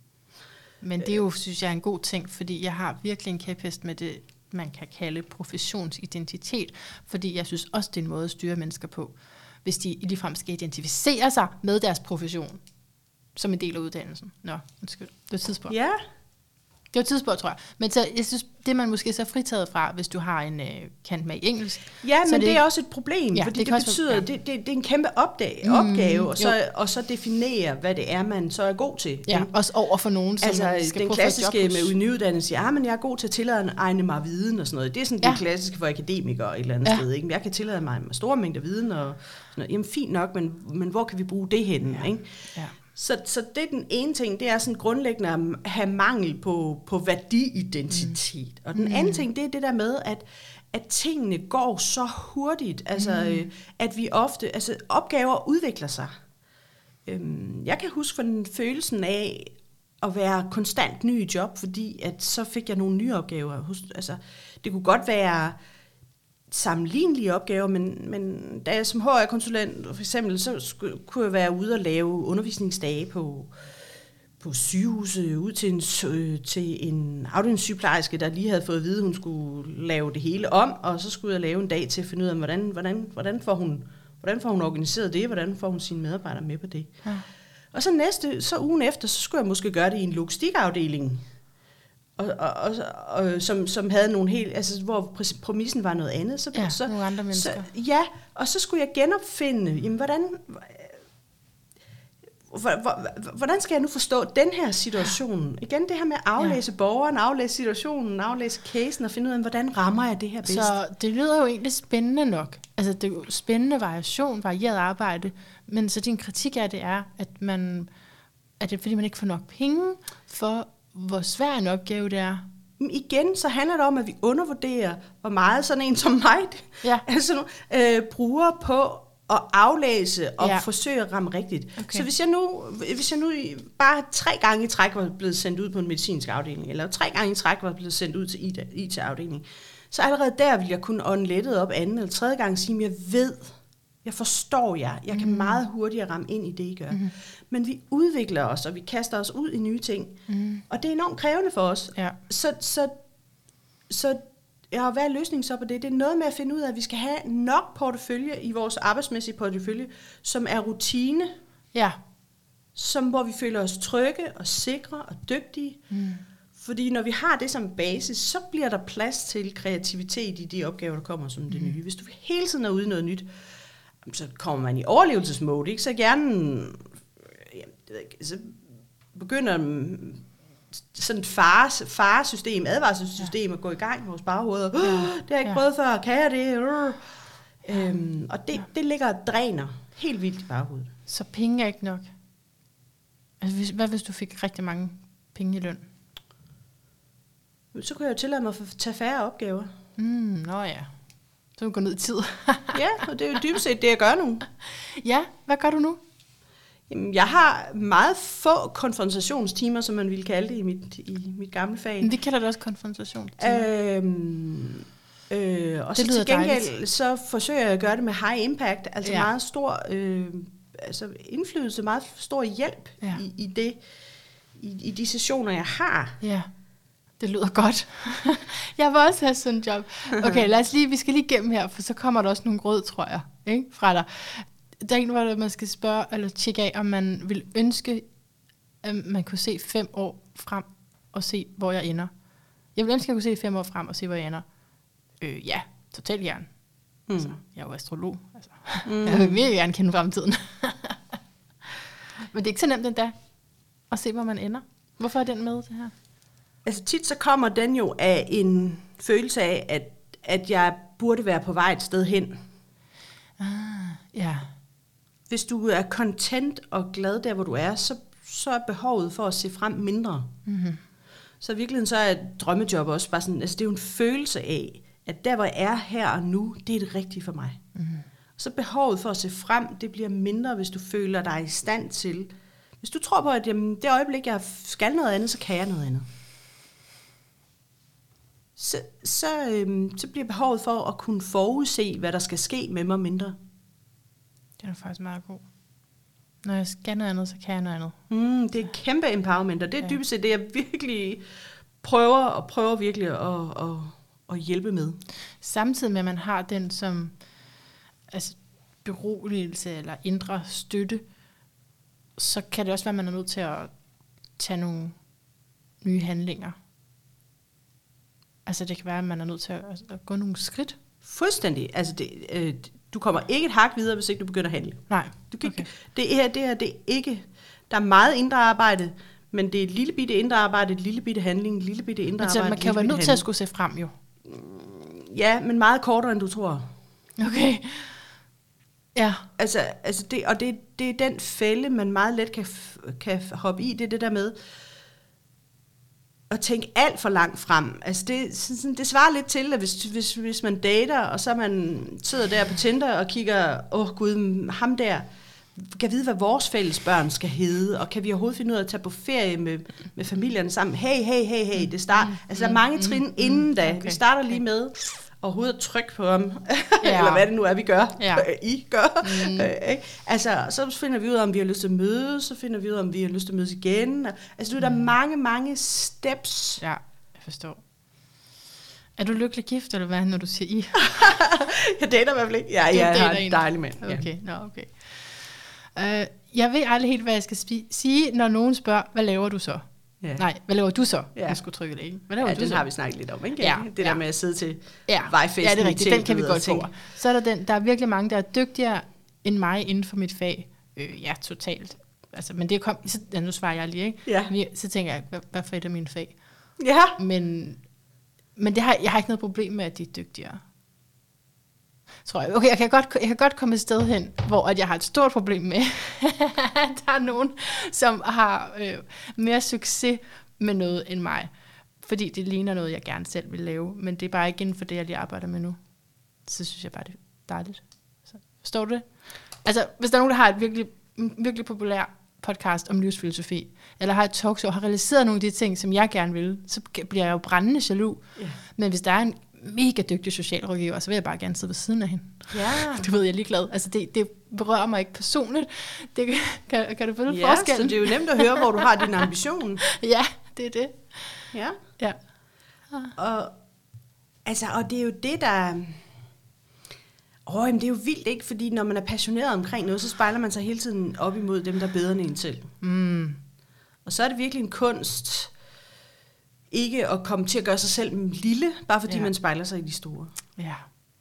Speaker 1: Men det er jo, synes jeg, er en god ting, fordi jeg har virkelig en kæphest med det, man kan kalde professionsidentitet, fordi jeg synes også, det er en måde at styre mennesker på, hvis de ligefrem skal identificere sig med deres profession, som en del af uddannelsen. Nå, undskyld. Det er et tidspunkt.
Speaker 2: Ja.
Speaker 1: Det er et tidspunkt, tror jeg. Men så, jeg synes, det er man måske så fritaget fra, hvis du har en øh, kant med i engelsk.
Speaker 2: Ja, men det,
Speaker 1: det
Speaker 2: er også et problem, ja, fordi det, det betyder, at ja. det, det, det er en kæmpe opdag, mm, opgave, og så, og så definere, hvad det er, man så er god til.
Speaker 1: Ja, også over for nogen, som
Speaker 2: altså,
Speaker 1: skal
Speaker 2: den
Speaker 1: prøve
Speaker 2: klassiske med nyuddannelse siger, ah, men jeg er god til at tillade egne mig viden og sådan noget. Det er sådan ja. det klassiske for akademikere et eller andet ja. sted. Ikke? Jeg kan tillade mig store mængder viden, og sådan noget. Jamen fint nok, men, men hvor kan vi bruge det henne?
Speaker 1: Ja.
Speaker 2: Ikke?
Speaker 1: Ja.
Speaker 2: Så, så det er den ene ting, det er sådan grundlæggende at have mangel på, på værdiidentitet. Mm. Og den anden mm. ting, det er det der med, at, at tingene går så hurtigt, altså mm. øh, at vi ofte, altså opgaver udvikler sig. Øhm, jeg kan huske for den følelsen af at være konstant ny i job, fordi at så fik jeg nogle nye opgaver. Altså, det kunne godt være sammenlignelige opgaver, men, men da jeg som H R-konsulent for eksempel, så skulle, kunne jeg være ude og lave undervisningsdage på, på sygehuse, ud til en, til en afdelingssygeplejerske, der lige havde fået at vide, at hun skulle lave det hele om, og så skulle jeg lave en dag til at finde ud af, hvordan, hvordan, hvordan, får, hun, hvordan får hun organiseret det, hvordan får hun sine medarbejdere med på det. Ja. Og så næste, så ugen efter, så skulle jeg måske gøre det i en logistikafdeling, Og, og, og, og, som, som havde nogle helt, altså hvor præmissen var noget andet. Så,
Speaker 1: ja,
Speaker 2: så,
Speaker 1: nogle andre mennesker.
Speaker 2: Så, ja, og så skulle jeg genopfinde, jamen hvordan, hvordan skal jeg nu forstå den her situation? Igen det her med at aflæse ja. borgeren, aflæse situationen, aflæse casen og finde ud af, hvordan rammer jeg det her bedst?
Speaker 1: Så det lyder jo egentlig spændende nok. Altså det er jo spændende variation, varieret arbejde, men så din kritik af det er, at man, er det fordi man ikke får nok penge for hvor svær en opgave det er?
Speaker 2: Igen, så handler det om, at vi undervurderer, hvor meget sådan en som mig ja. altså, øh, bruger på at aflæse og ja. forsøge at ramme rigtigt. Okay. Så hvis jeg, nu, hvis jeg nu bare tre gange i træk var blevet sendt ud på en medicinsk afdeling, eller tre gange i træk var blevet sendt ud til I T-afdeling, så allerede der ville jeg kunne ånde lettet op anden eller tredje gang og sige, at jeg ved, jeg forstår jer, jeg kan mm. meget hurtigere ramme ind i det, I gør. Mm. Men vi udvikler os, og vi kaster os ud i nye ting. Mm. Og det er enormt krævende for os. Ja. Så, så, så ja, hvad er løsningen så på det? Det er noget med at finde ud af, at vi skal have nok portefølje i vores arbejdsmæssige portefølje, som er rutine,
Speaker 1: ja.
Speaker 2: som, hvor vi føler os trygge og sikre og dygtige. Mm. Fordi når vi har det som basis, så bliver der plads til kreativitet i de opgaver, der kommer som det mm. nye. Hvis du hele tiden er ude i noget nyt, så kommer man i overlevelsesmode, ikke? Så gerne så begynder sådan et fare, faresystem, advarselssystem ja. at gå i gang i vores baghoveder. Uh, ja. Det har jeg ikke ja. prøvet før, kan jeg det? Uh. Ja. Øhm, og det, det ligger og dræner helt vildt i baghovedet.
Speaker 1: Så penge er ikke nok? Altså, hvis, hvad hvis du fik rigtig mange penge i løn?
Speaker 2: Så kunne jeg jo tillade mig at tage færre opgaver.
Speaker 1: Mm, nå ja. Så du går ned i tid.
Speaker 2: Ja, og det er jo dybest set det, jeg gør nu.
Speaker 1: Ja, hvad gør du nu?
Speaker 2: Jamen, jeg har meget få konfrontationstimer, som man ville kalde det i mit, i mit gamle fag.
Speaker 1: Men vi kalder det også konfrontationstimer.
Speaker 2: Øhm, øh, og det så til gengæld, dejligt. Så forsøger jeg at gøre det med high impact, altså ja. meget stor øh, altså indflydelse, meget stor hjælp ja. i, i, det, i, i de sessioner, jeg har. Ja.
Speaker 1: Det lyder godt. Jeg vil også have sådan en job. Okay, lad os lige, vi skal lige igennem her, for så kommer der også nogle råd, tror jeg, ikke, fra dig. Der er en, hvor man skal spørge, eller tjekke af, om man vil ønske, at man kunne se fem år frem, og se, hvor jeg ender. Jeg vil ønske, at jeg kunne se fem år frem, og se, hvor jeg ender. Øh, ja, totalt gerne. Mm. Altså, jeg er jo astrolog. Altså. Mm. Jeg vil virkelig gerne kende fremtiden. Men det er ikke så nemt endda, at se, hvor man ender. Hvorfor er den med, det her?
Speaker 2: Altså tit så kommer den jo af en følelse af, at, at jeg burde være på vej et sted hen.
Speaker 1: Ah, ja.
Speaker 2: Hvis du er content og glad der, hvor du er, så, så er behovet for at se frem mindre. Mm-hmm. Så i virkeligheden så er et drømmejob også bare sådan, altså det er jo en følelse af, at der hvor jeg er her og nu, det er det rigtige for mig. Mm-hmm. Så behovet for at se frem, det bliver mindre, hvis du føler dig i stand til. Hvis du tror på, at jamen, det øjeblik, jeg skal noget andet, så kan jeg noget andet. Så, så, øhm, så bliver behovet for at kunne forudse, hvad der skal ske med mig mindre.
Speaker 1: Det er faktisk meget god. Når jeg skal noget andet, så kan jeg noget andet.
Speaker 2: Mm, det er et kæmpe empowerment, og det er
Speaker 1: Ja.
Speaker 2: dybest set det, jeg virkelig prøver, og prøver virkelig at, at, at hjælpe med.
Speaker 1: Samtidig med, at man har den som altså, beroligelse eller indre støtte, så kan det også være, at man er nødt til at tage nogle nye handlinger. Altså det kan være, at man er nødt til at, at gå nogle skridt.
Speaker 2: Fuldstændig. Altså det, øh, du kommer ikke et hak videre, hvis ikke du begynder at handle.
Speaker 1: Nej.
Speaker 2: Du kan
Speaker 1: Okay.
Speaker 2: ikke, det her, det her, det er ikke. Der er meget indre arbejde, men det er et lille bitte indre arbejde, et lille bitte handling, et lille bitte indre
Speaker 1: Men så
Speaker 2: arbejde.
Speaker 1: man kan jo være nødt til at skulle se frem jo.
Speaker 2: Ja, men meget kortere, end du tror.
Speaker 1: Okay. Ja.
Speaker 2: Altså, altså det, og det, det er den fælde, man meget let kan, kan hoppe i. Det er det der med at tænke alt for langt frem. Altså det, sådan, det svarer lidt til, at hvis, hvis, hvis man dater, og så man sidder der på Tinder og kigger, åh oh, gud, ham der, kan vide, hvad vores fælles børn skal hedde, og kan vi overhovedet finde ud af at tage på ferie med, med familierne sammen? Hey, hey, hey, hey, det starter. Mm, altså der er mange trin mm, inden da. Okay, vi starter lige med overhovedet at trykke på ham, ja. Eller hvad det nu er, vi gør, ja. I gør. Mm. Øh, ikke? Altså, så finder vi ud af, om vi har lyst til at mødes, så finder vi ud af, om vi har lyst til at mødes igen. Altså, du er der mm. mange, mange steps.
Speaker 1: Ja, jeg forstår. Er du lykkelig gift, eller hvad, når du siger I?
Speaker 2: Jeg dater i hvert fald ikke. Ja, jeg har en dejlig mand.
Speaker 1: Okay, ja. Nå, okay. Uh, jeg ved aldrig helt, hvad jeg skal spi- sige, når nogen spørger, hvad laver du så? Ja. Nej, hvad laver du så?
Speaker 2: Ja.
Speaker 1: Jeg skulle trykke det, ikke? Hvad laver
Speaker 2: ja,
Speaker 1: du
Speaker 2: den
Speaker 1: så?
Speaker 2: har vi snakket lidt om, ikke?
Speaker 1: Ja.
Speaker 2: Det
Speaker 1: ja.
Speaker 2: der med at sidde til
Speaker 1: ja.
Speaker 2: vejfesten.
Speaker 1: Ja, det er rigtigt. Den kan vi godt
Speaker 2: tænke.
Speaker 1: over. Så er der den, der er virkelig mange, der er dygtigere end mig inden for mit fag. Øh, ja, totalt. Altså, men det kom, så, ja, nu svarer jeg lige, ikke?
Speaker 2: Ja.
Speaker 1: Men, så tænker jeg, hvad, hvad for et af mine fag?
Speaker 2: Ja.
Speaker 1: Men, men det har, jeg har ikke noget problem med, at de er dygtigere. Tror jeg. Okay, jeg kan, godt, jeg kan godt komme et sted hen, hvor at jeg har et stort problem med, at der er nogen, som har øh, mere succes med noget end mig. Fordi det ligner noget, jeg gerne selv vil lave. Men det er bare ikke inden for det, jeg lige arbejder med nu. Så synes jeg bare, det er dejligt. Så, forstår du det? Altså, hvis der er nogen, der har et virkelig, virkelig populær podcast om livsfilosofi, eller har et talkshow, har realiseret nogle af de ting, som jeg gerne vil, så bliver jeg jo brændende jaloux. Yeah. Men hvis der er en mega dygtig socialrådgiver, så vil jeg bare gerne sidde ved siden af hende.
Speaker 2: Ja.
Speaker 1: Du ved, jeg er ligeglad. Altså, det, det berører mig ikke personligt. Det, kan, kan du føle
Speaker 2: ja,
Speaker 1: forskel?
Speaker 2: så det er jo nemt at høre, hvor du har din ambition.
Speaker 1: Ja, det er det.
Speaker 2: Ja.
Speaker 1: Ja.
Speaker 2: Og, altså, og det er jo det, der... Åh, jamen det er jo vildt, ikke? Fordi når man er passioneret omkring noget, så spejler man sig hele tiden op imod dem, der er bedre end en selv.
Speaker 1: Mm.
Speaker 2: Og så er det virkelig en kunst ikke at komme til at gøre sig selv lille, bare fordi ja. man spejler sig i de store.
Speaker 1: Ja.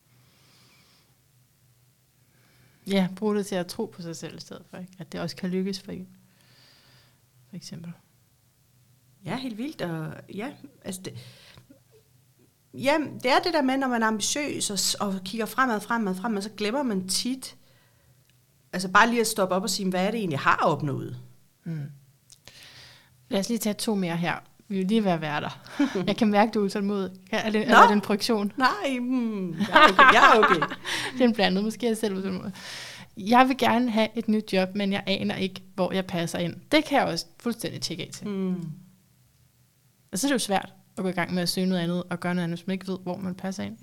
Speaker 1: Ja, brug det til at tro på sig selv i stedet for, ikke? At det også kan lykkes for en. For eksempel.
Speaker 2: Ja, helt vildt. Og ja, altså det, ja, det er det der med, når man er ambitiøs og, og kigger fremad, fremad, fremad, så glemmer man tit, altså bare lige at stoppe op og sige, hvad er det egentlig, jeg har opnået?
Speaker 1: Mm. Lad os lige tage to mere her. Vi vil lige være værter. Jeg kan mærke, du er utålmodig. Er det, er det en projektion?
Speaker 2: Nej, mm, jeg er okay. Jeg er okay.
Speaker 1: Det er en blandet. Måske er jeg selv utålmodig. Jeg vil gerne have et nyt job, men jeg aner ikke, hvor jeg passer ind. Det kan jeg også fuldstændig tjekke af til.
Speaker 2: Mm.
Speaker 1: Og så er det jo svært at gå i gang med at søge noget andet og gøre noget andet, hvis man ikke ved, hvor man passer ind.
Speaker 2: Ja.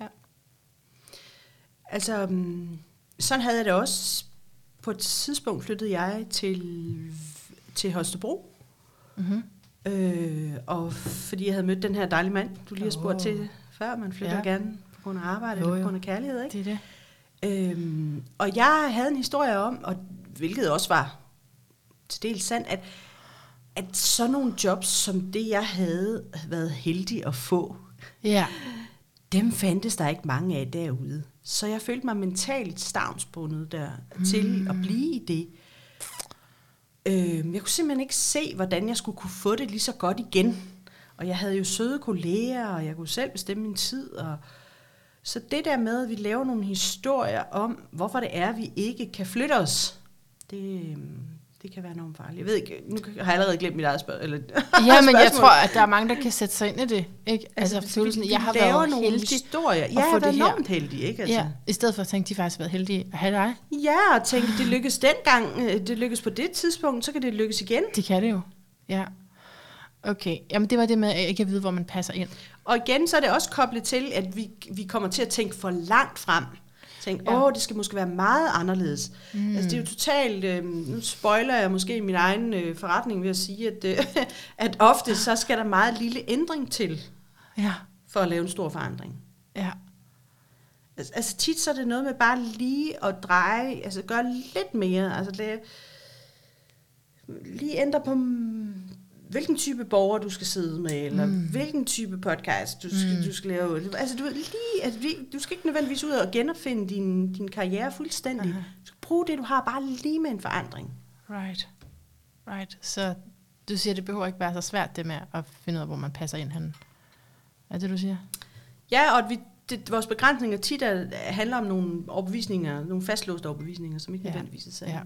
Speaker 2: Altså, sådan havde jeg det også. På et tidspunkt flyttede jeg til, til Holstebro.
Speaker 1: Mm-hmm.
Speaker 2: Øh, og fordi jeg havde mødt den her dejlige mand, du lige har spurgt oh. til før, man flytter ja. gerne på grund af arbejde, eller på grund af kærlighed, ikke?
Speaker 1: Det er det.
Speaker 2: Øhm, og jeg havde en historie om, og hvilket også var til dels sandt, at, at sådan nogle jobs, som det jeg havde været heldig at få,
Speaker 1: ja.
Speaker 2: dem fandtes der ikke mange af derude. Så jeg følte mig mentalt stavnsbundet der mm. til at blive i det. Øh, jeg kunne simpelthen ikke se, hvordan jeg skulle kunne få det lige så godt igen. Og jeg havde jo søde kolleger, og jeg kunne selv bestemme min tid. Og så det der med, at vi laver nogle historier om, hvorfor det er, at vi ikke kan flytte os, det, Det kan være enormt farligt. Jeg ved ikke, nu har jeg allerede glemt mit eget spørgsmål. Eller
Speaker 1: ja, men jeg tror, at der er mange, der kan sætte sig ind i det. Ikke? Altså,
Speaker 2: altså
Speaker 1: følelsen,
Speaker 2: vi,
Speaker 1: jeg har
Speaker 2: vi
Speaker 1: været
Speaker 2: nogle
Speaker 1: heldig
Speaker 2: historier.
Speaker 1: at
Speaker 2: Ja,
Speaker 1: få
Speaker 2: jeg har
Speaker 1: det
Speaker 2: været enormt
Speaker 1: her.
Speaker 2: heldig, ikke? Altså.
Speaker 1: Ja, i stedet for at tænke, at de faktisk har været heldige at have dig.
Speaker 2: Ja, og tænke, det lykkes dengang, det lykkes på det tidspunkt, så kan det lykkes igen.
Speaker 1: Det kan det jo, ja. Okay, jamen det var det med, at jeg ikke kan vide, hvor man passer ind.
Speaker 2: Og igen, så er det også koblet til, at vi, vi kommer til at tænke for langt frem. Tænke, ja. åh, det skal måske være meget anderledes. Mm. Altså det er jo totalt, øh, nu spoiler jeg måske min egen øh, forretning ved at sige, at, øh, at ofte så skal der meget lille ændring til,
Speaker 1: ja.
Speaker 2: for at lave en stor forandring.
Speaker 1: Ja.
Speaker 2: Altså, altså tit så er det noget med bare lige at dreje, altså gøre lidt mere, altså det, lige ændre på, hvilken type borger du skal sidde med, eller mm. hvilken type podcast du skal, mm. du skal lave. Altså du ved, lige, altså, du skal ikke nødvendigvis ud og genopfinde din, din karriere fuldstændig. Uh-huh. Du skal bruge det, du har, bare lige med en forandring.
Speaker 1: Right. Right. Så du siger, det behøver ikke være så svært, det med at finde ud af, hvor man passer ind hen. Er det, du siger?
Speaker 2: Ja, og vi, det, vores begrænsninger tit er, handler om nogle overbevisninger, nogle fastlåste overbevisninger, som ikke ja. nødvendigvis er sande.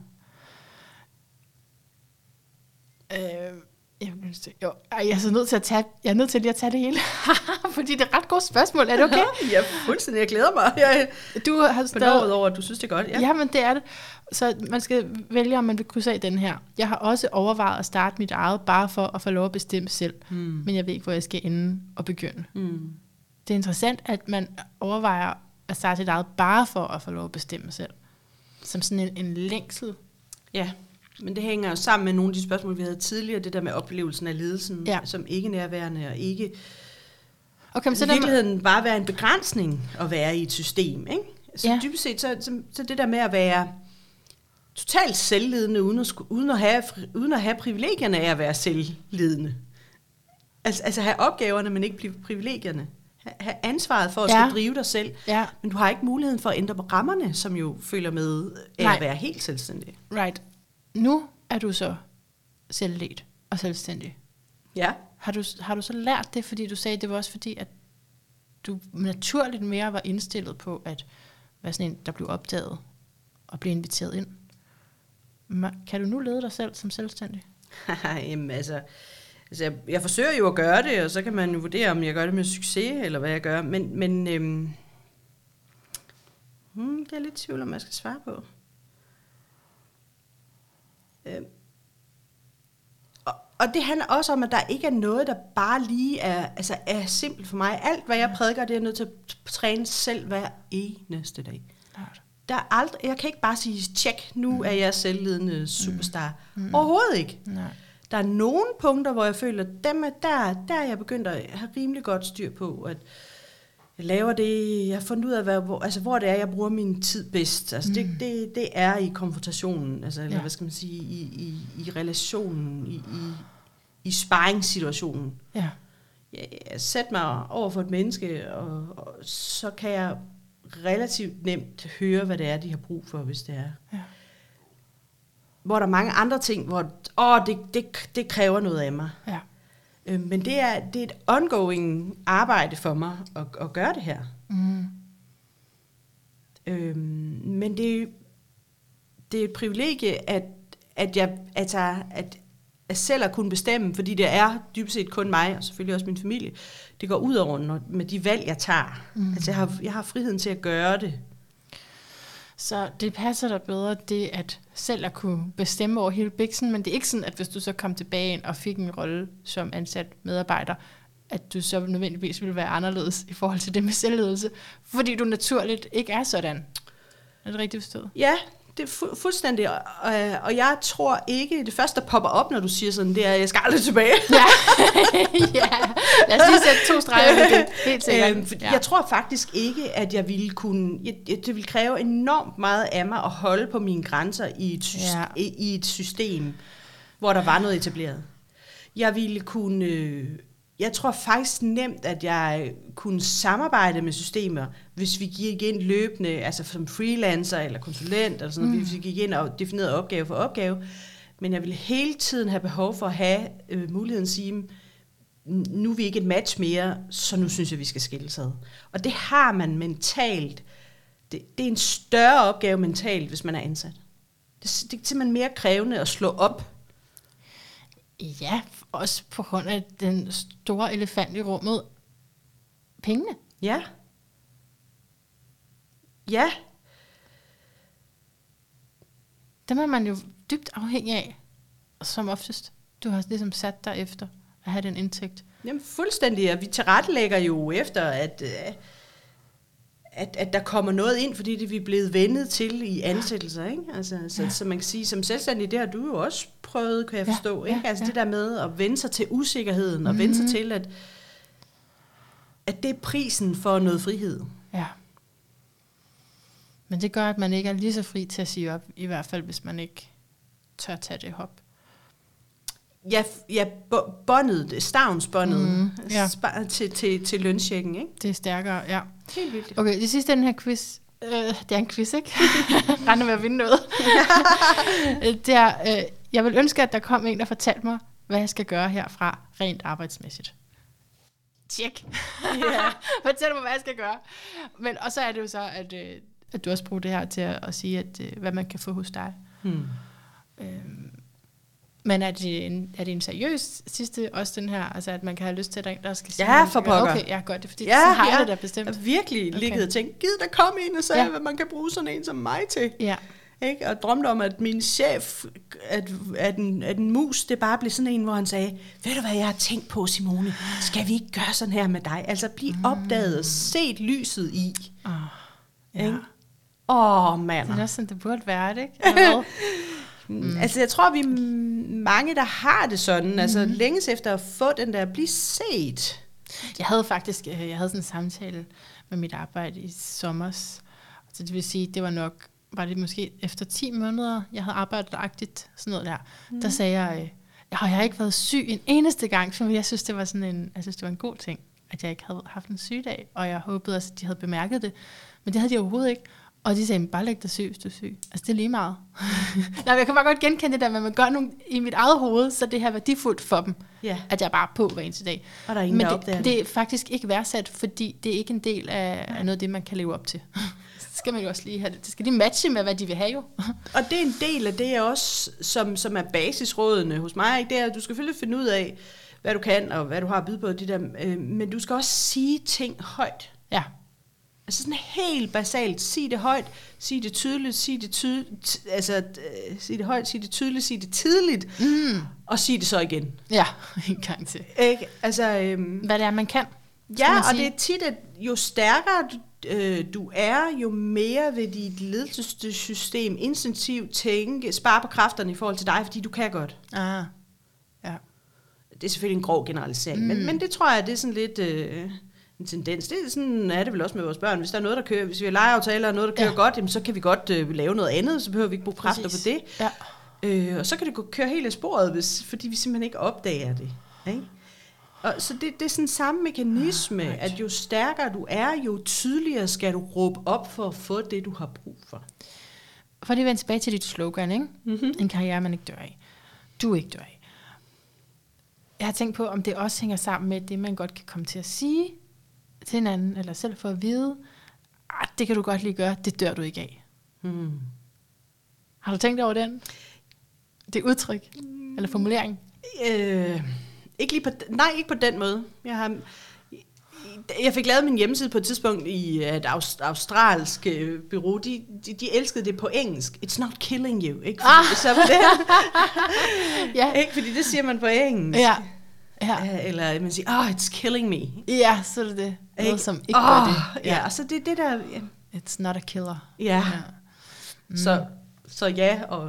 Speaker 1: Ja. Øh... Jeg, jo, jeg er så nødt til at tage, jeg er nødt til lige at tage det hele, fordi det er et ret godt spørgsmål. Er det okay?
Speaker 2: Ja, fuldstændig. Jeg glæder mig. Jeg,
Speaker 1: du har
Speaker 2: stadig over, at du synes, det er godt. Ja.
Speaker 1: ja, men det er det. Så man skal vælge, om man vil krydse af den her. Jeg har også overvejet at starte mit eget, bare for at få lov at bestemme selv. Mm. Men jeg ved ikke, hvor jeg skal ende og begynde. Mm. Det er interessant, at man overvejer at starte sit eget, bare for at få lov at bestemme selv. Som sådan en, en længsel.
Speaker 2: Ja. Men det hænger jo sammen med nogle af de spørgsmål, vi havde tidligere, det der med oplevelsen af ledelsen, ja. som ikke nærværende og ikke okay, så i virkeligheden man... bare være en begrænsning at være i et system. Ikke? Så ja. dybest set, så, så, så det der med at være totalt selvledende, uden at, uden at, have, uden at have privilegierne af at være selvledende. Altså, altså have opgaverne, men ikke privilegierne. Have ansvaret for at ja. skal drive dig selv, ja. men du har ikke muligheden for at ændre på rammerne, som jo følger med af Nej. at være helt selvstændig.
Speaker 1: Right. Nu er du så selvledt og selvstændig.
Speaker 2: Ja.
Speaker 1: Har du, har du så lært det, fordi du sagde, det var også fordi, at du naturligt mere var indstillet på, at være sådan en, der blev opdaget og blev inviteret ind? Kan du nu lede dig selv som selvstændig?
Speaker 2: Jamen altså, altså jeg, jeg forsøger jo at gøre det, og så kan man jo vurdere, om jeg gør det med succes, eller hvad jeg gør. Men, men øhm, hmm, det er lidt tvivl, om jeg skal svare på. Øhm. Og, og det handler også om, at der ikke er noget, der bare lige er, altså er simpelt for mig. Alt, hvad jeg prædiker, det er jeg nødt til at træne selv hver eneste dag. Der er aldrig, jeg kan ikke bare sige, tjek, nu mm. er jeg selvledende superstar. Mm. Overhovedet ikke. Nej. Der er nogle punkter, hvor jeg føler, dem er der, der er jeg begyndt at have rimelig godt styr på, at jeg laver det, jeg har fundet ud af, hvad, hvor, altså, hvor det er, jeg bruger min tid bedst. Altså, mm. det, det, det er i konfrontationen, altså, eller ja. hvad skal man sige, i, i, i relationen, i, i, i sparringssituationen. Ja. Jeg, jeg sætter mig over for et menneske, og, og så kan jeg relativt nemt høre, hvad det er, de har brug for, hvis det er. Ja. Hvor der er mange andre ting, hvor åh, det, det, det kræver noget af mig. Ja. Øh, men det er, det er et ongoing arbejde for mig at, at gøre det her. Mm. Øh, men det, det er et privilegie, at, at jeg at, at, at selv at kunne bestemme, fordi det er dybest set kun mig, og selvfølgelig også min familie, det går ud over når, med de valg, jeg tager. Mm. Altså jeg har, jeg har friheden til at gøre det.
Speaker 1: Så det passer dig bedre, det at selv at kunne bestemme over hele biksen, men det er ikke sådan, at hvis du så kom tilbage ind og fik en rolle som ansat medarbejder, at du så nødvendigvis ville være anderledes i forhold til det med selvledelse, fordi du naturligt ikke er sådan. Er det rigtigt forstået? Ja, det er fu- fuldstændig, og, og jeg tror ikke, det første, der popper op, når du siger sådan, det er, at jeg skal aldrig tilbage. Ja, ja. Lad os lige sætte to streger med det, helt sikkert. Øhm, ja. Jeg tror faktisk ikke, at jeg ville kunne, jeg, det ville kræve enormt meget af mig at holde på mine grænser i et, syst- ja. i, i et system, hvor der var noget etableret. Jeg ville kunne, øh, jeg tror faktisk nemt, at jeg kunne samarbejde med systemer, hvis vi gik ind løbende, altså som freelancer eller konsulent, eller sådan, mm. hvis vi gik ind og definerede opgave for opgave. Men jeg ville hele tiden have behov for at have øh, muligheden at sige, nu er vi ikke et match mere, så nu synes jeg, vi skal skilles ad. Og det har man mentalt. Det, det er en større opgave mentalt, hvis man er ansat.
Speaker 2: Det, det er simpelthen mere krævende at slå op.
Speaker 1: Ja, også på grund af den store elefant i rummet. Pengene.
Speaker 2: Ja. Ja.
Speaker 1: Dem er man jo dybt afhængig af, som oftest. Du har ligesom sat dig efter at have den indtægt.
Speaker 2: Jamen fuldstændig, og vi tilrettelægger jo efter, at, at, at der kommer noget ind, fordi det vi er blevet vendet til i ansættelser, ikke? Altså, så, ja. så man kan sige, som selvstændig, det har du jo også prøvet, kan jeg
Speaker 1: ja,
Speaker 2: forstå,
Speaker 1: ja,
Speaker 2: ikke? Altså
Speaker 1: ja.
Speaker 2: det der med at vende sig til usikkerheden, og mm-hmm. vende sig til, at, at det er prisen for noget frihed.
Speaker 1: Ja. Men det gør, at man ikke er lige så fri til at sige op, i hvert fald hvis man ikke tør tage det hop.
Speaker 2: Ja, ja båndet, stavnsbåndet
Speaker 1: mm, ja.
Speaker 2: sp- til, til, til lønchecken, ikke?
Speaker 1: Det er stærkere, ja.
Speaker 2: Helt vildt.
Speaker 1: Okay, det sidste af den her quiz, øh, det er en quiz, ikke? Render med at vinde noget. det er, øh, jeg vil ønske, at der kom en, der fortalte mig, hvad jeg skal gøre herfra, rent arbejdsmæssigt. Tjek. Yeah. Fortæl mig, hvad jeg skal gøre. Men, og så er det jo så, at, øh, at du også bruger det her til at, at sige, at, øh, hvad man kan få hos dig. Hmm. Øhm, Men er det, en, er det en seriøs sidste, også den her, altså at man kan have lyst til, at der, der skal sige,
Speaker 2: ja, for pokker.
Speaker 1: Okay, ja, godt, det, fordi
Speaker 2: ja,
Speaker 1: så har
Speaker 2: ja,
Speaker 1: jeg det der bestemt.
Speaker 2: Jeg har virkelig
Speaker 1: okay.
Speaker 2: ligget og tænkt, giv der komme ind og sagde,
Speaker 1: ja.
Speaker 2: hvad man kan bruge sådan en som mig til.
Speaker 1: Ja.
Speaker 2: Ikke? Og drømte om, at min chef, at, at, en, at en mus, det bare blev sådan en, hvor han sagde, ved du hvad jeg har tænkt på, Simone, skal vi ikke gøre sådan her med dig? Altså blive mm. opdaget og set lyset i.
Speaker 1: Åh, oh, ja.
Speaker 2: Åh, mand.
Speaker 1: Det er også sådan, det burde være, det, ikke?
Speaker 2: Mm. Altså jeg tror vi er mange der har det sådan, mm. altså længes efter at få den der blive set.
Speaker 1: Jeg havde faktisk jeg havde sådan en samtale med mit arbejde i sommers, så det vil sige det var nok var det måske efter ti måneder jeg havde arbejdet agtigt sådan noget der. Mm. Der sagde jeg jeg har jeg ikke været syg en eneste gang, for jeg synes det var sådan en jeg synes det var en god ting at jeg ikke havde haft en sygedag, og jeg håbede også at de havde bemærket det, men det havde de overhovedet ikke. Og de sagde, bare læg dig syg, hvis du er syg. Altså, det er lige meget. Nej, jeg kan bare godt genkende det der, at man gør nogle i mit eget hoved, så det her er værdifuldt for dem,
Speaker 2: yeah.
Speaker 1: at jeg er bare på hver eneste dag.
Speaker 2: Og der er ingen,
Speaker 1: men
Speaker 2: der
Speaker 1: det, det. det er faktisk ikke værdsat, fordi det er ikke en del af, af noget af det, man kan leve op til. Så skal man jo også lige have det. Det skal lige matche med, hvad de vil have jo.
Speaker 2: Og det er en del af det også, som, som er basisrådene hos mig. Ikke? Det er, at du skal selvfølgelig finde ud af, hvad du kan, og hvad du har at byde på. De der, øh, men du skal også sige ting højt.
Speaker 1: Ja.
Speaker 2: Altså sådan helt basalt, sig det højt, sig det tydeligt, sig det tydeligt, altså øh, sig det højt, sig det tydeligt, sig det tidligt, mm. og sig det så igen.
Speaker 1: Ja, en gang til.
Speaker 2: Ikke? Altså, øhm,
Speaker 1: hvad det er, man kan.
Speaker 2: Ja, og det er tit, at jo stærkere du, øh, du er, jo mere vil dit ledelsessystem instinktivt tænke, spare på kræfterne i forhold til dig, fordi du kan godt.
Speaker 1: Ah, ja.
Speaker 2: Det er selvfølgelig en grov generalisering, mm. men, men det tror jeg, det er sådan lidt... Øh, en tendens. Det er sådan er det vel også med vores børn. Hvis der er noget, der kører, hvis vi har legeaftaler og noget, der kører ja. godt, jamen, så kan vi godt øh, lave noget andet, så behøver vi ikke bruge kræfter på det.
Speaker 1: Ja.
Speaker 2: Øh, og så kan det gå, køre helt af sporet, hvis, fordi vi simpelthen ikke opdager det. Ikke? Og så det, det er sådan samme mekanisme, ah, at jo stærkere du er, jo tydeligere skal du råbe op for at få det, du har brug for.
Speaker 1: For lige at vende tilbage til dit slogan, ikke? Mm-hmm. En karriere, man ikke dør af. Du ikke dør af. Jeg har tænkt på, om det også hænger sammen med det, man godt kan komme til at sige til hinanden, eller selv for at vide, ah, det kan du godt lige gøre, det dør du ikke af. Hmm. Har du tænkt over den? Det udtryk, mm. eller formulering?
Speaker 2: Øh, ikke lige på, nej, ikke på den måde. Jeg har... Jeg fik lavet min hjemmeside på et tidspunkt i et australsk bureau. De, de, de elskede det på engelsk. It's not killing you. Ikke fordi, ah. så det, ja. Ikke fordi det siger man på engelsk.
Speaker 1: Ja. Ja.
Speaker 2: Eller man siger, oh, it's killing me.
Speaker 1: Ja, så er det det. Noget,
Speaker 2: ikke?
Speaker 1: som ikke
Speaker 2: oh,
Speaker 1: gør det.
Speaker 2: Ja, ja, så det er det der... Ja.
Speaker 1: It's not a killer.
Speaker 2: Ja. ja. Mm. Så, så ja, og...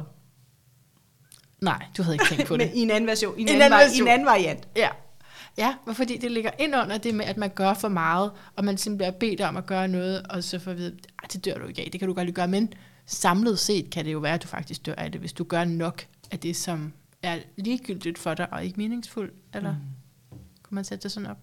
Speaker 1: Nej, du havde ikke tænkt på det.
Speaker 2: I en anden version. I en,
Speaker 1: en,
Speaker 2: anden,
Speaker 1: anden,
Speaker 2: i en anden variant.
Speaker 1: Ja. Ja, fordi det ligger ind under det med, at man gør for meget, og man simpelthen bliver bedt om at gøre noget, og så får at vide, det dør du ikke af, det kan du godt lige gøre, men samlet set kan det jo være, at du faktisk dør af det, hvis du gør nok af det, som er ligegyldigt for dig, og ikke meningsfuldt, eller mm. kunne man sætte det sådan op?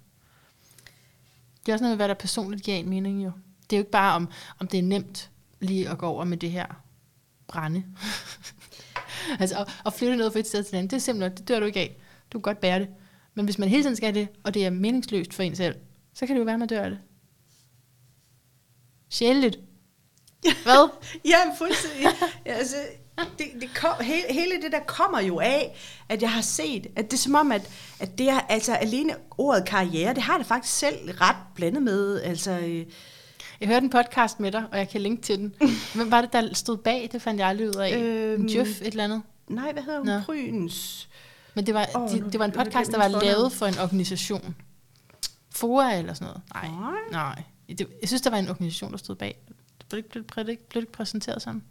Speaker 1: Det er også noget med, hvad der personligt giver en mening jo. Det er jo ikke bare, om, om det er nemt lige at gå over med det her brænde. altså at, at flytte noget fra et sted til et andet, det er simpelthen, det dør du ikke af. Du kan godt bære det. Men hvis man hele tiden skal det, og det er meningsløst for en selv, så kan det jo være, at man dør af det. Sjældent. Hvad?
Speaker 2: Ja, fuldstændig. Ja, altså, det, det kom, hele, hele det der kommer jo af, at jeg har set, at det er som om, at, at det er, altså alene ordet karriere, det har jeg da faktisk selv ret blandet med. Altså, øh.
Speaker 1: Jeg hørte en podcast med dig, og jeg kan linke til den. Hvem var det, der stod bag? Det fandt jeg aldrig ud af.
Speaker 2: Øhm,
Speaker 1: en Djøf, et eller andet?
Speaker 2: Nej, hvad hedder hun?
Speaker 1: Nå.
Speaker 2: Pryns.
Speaker 1: Men det var,
Speaker 2: oh,
Speaker 1: de, det var en podcast, der var lavet for en organisation. Fora eller sådan noget? Nej.
Speaker 2: Nej.
Speaker 1: Nej. Det, jeg synes, der var en organisation, der stod bag. Blev det ikke, blev det ikke præsenteret sådan?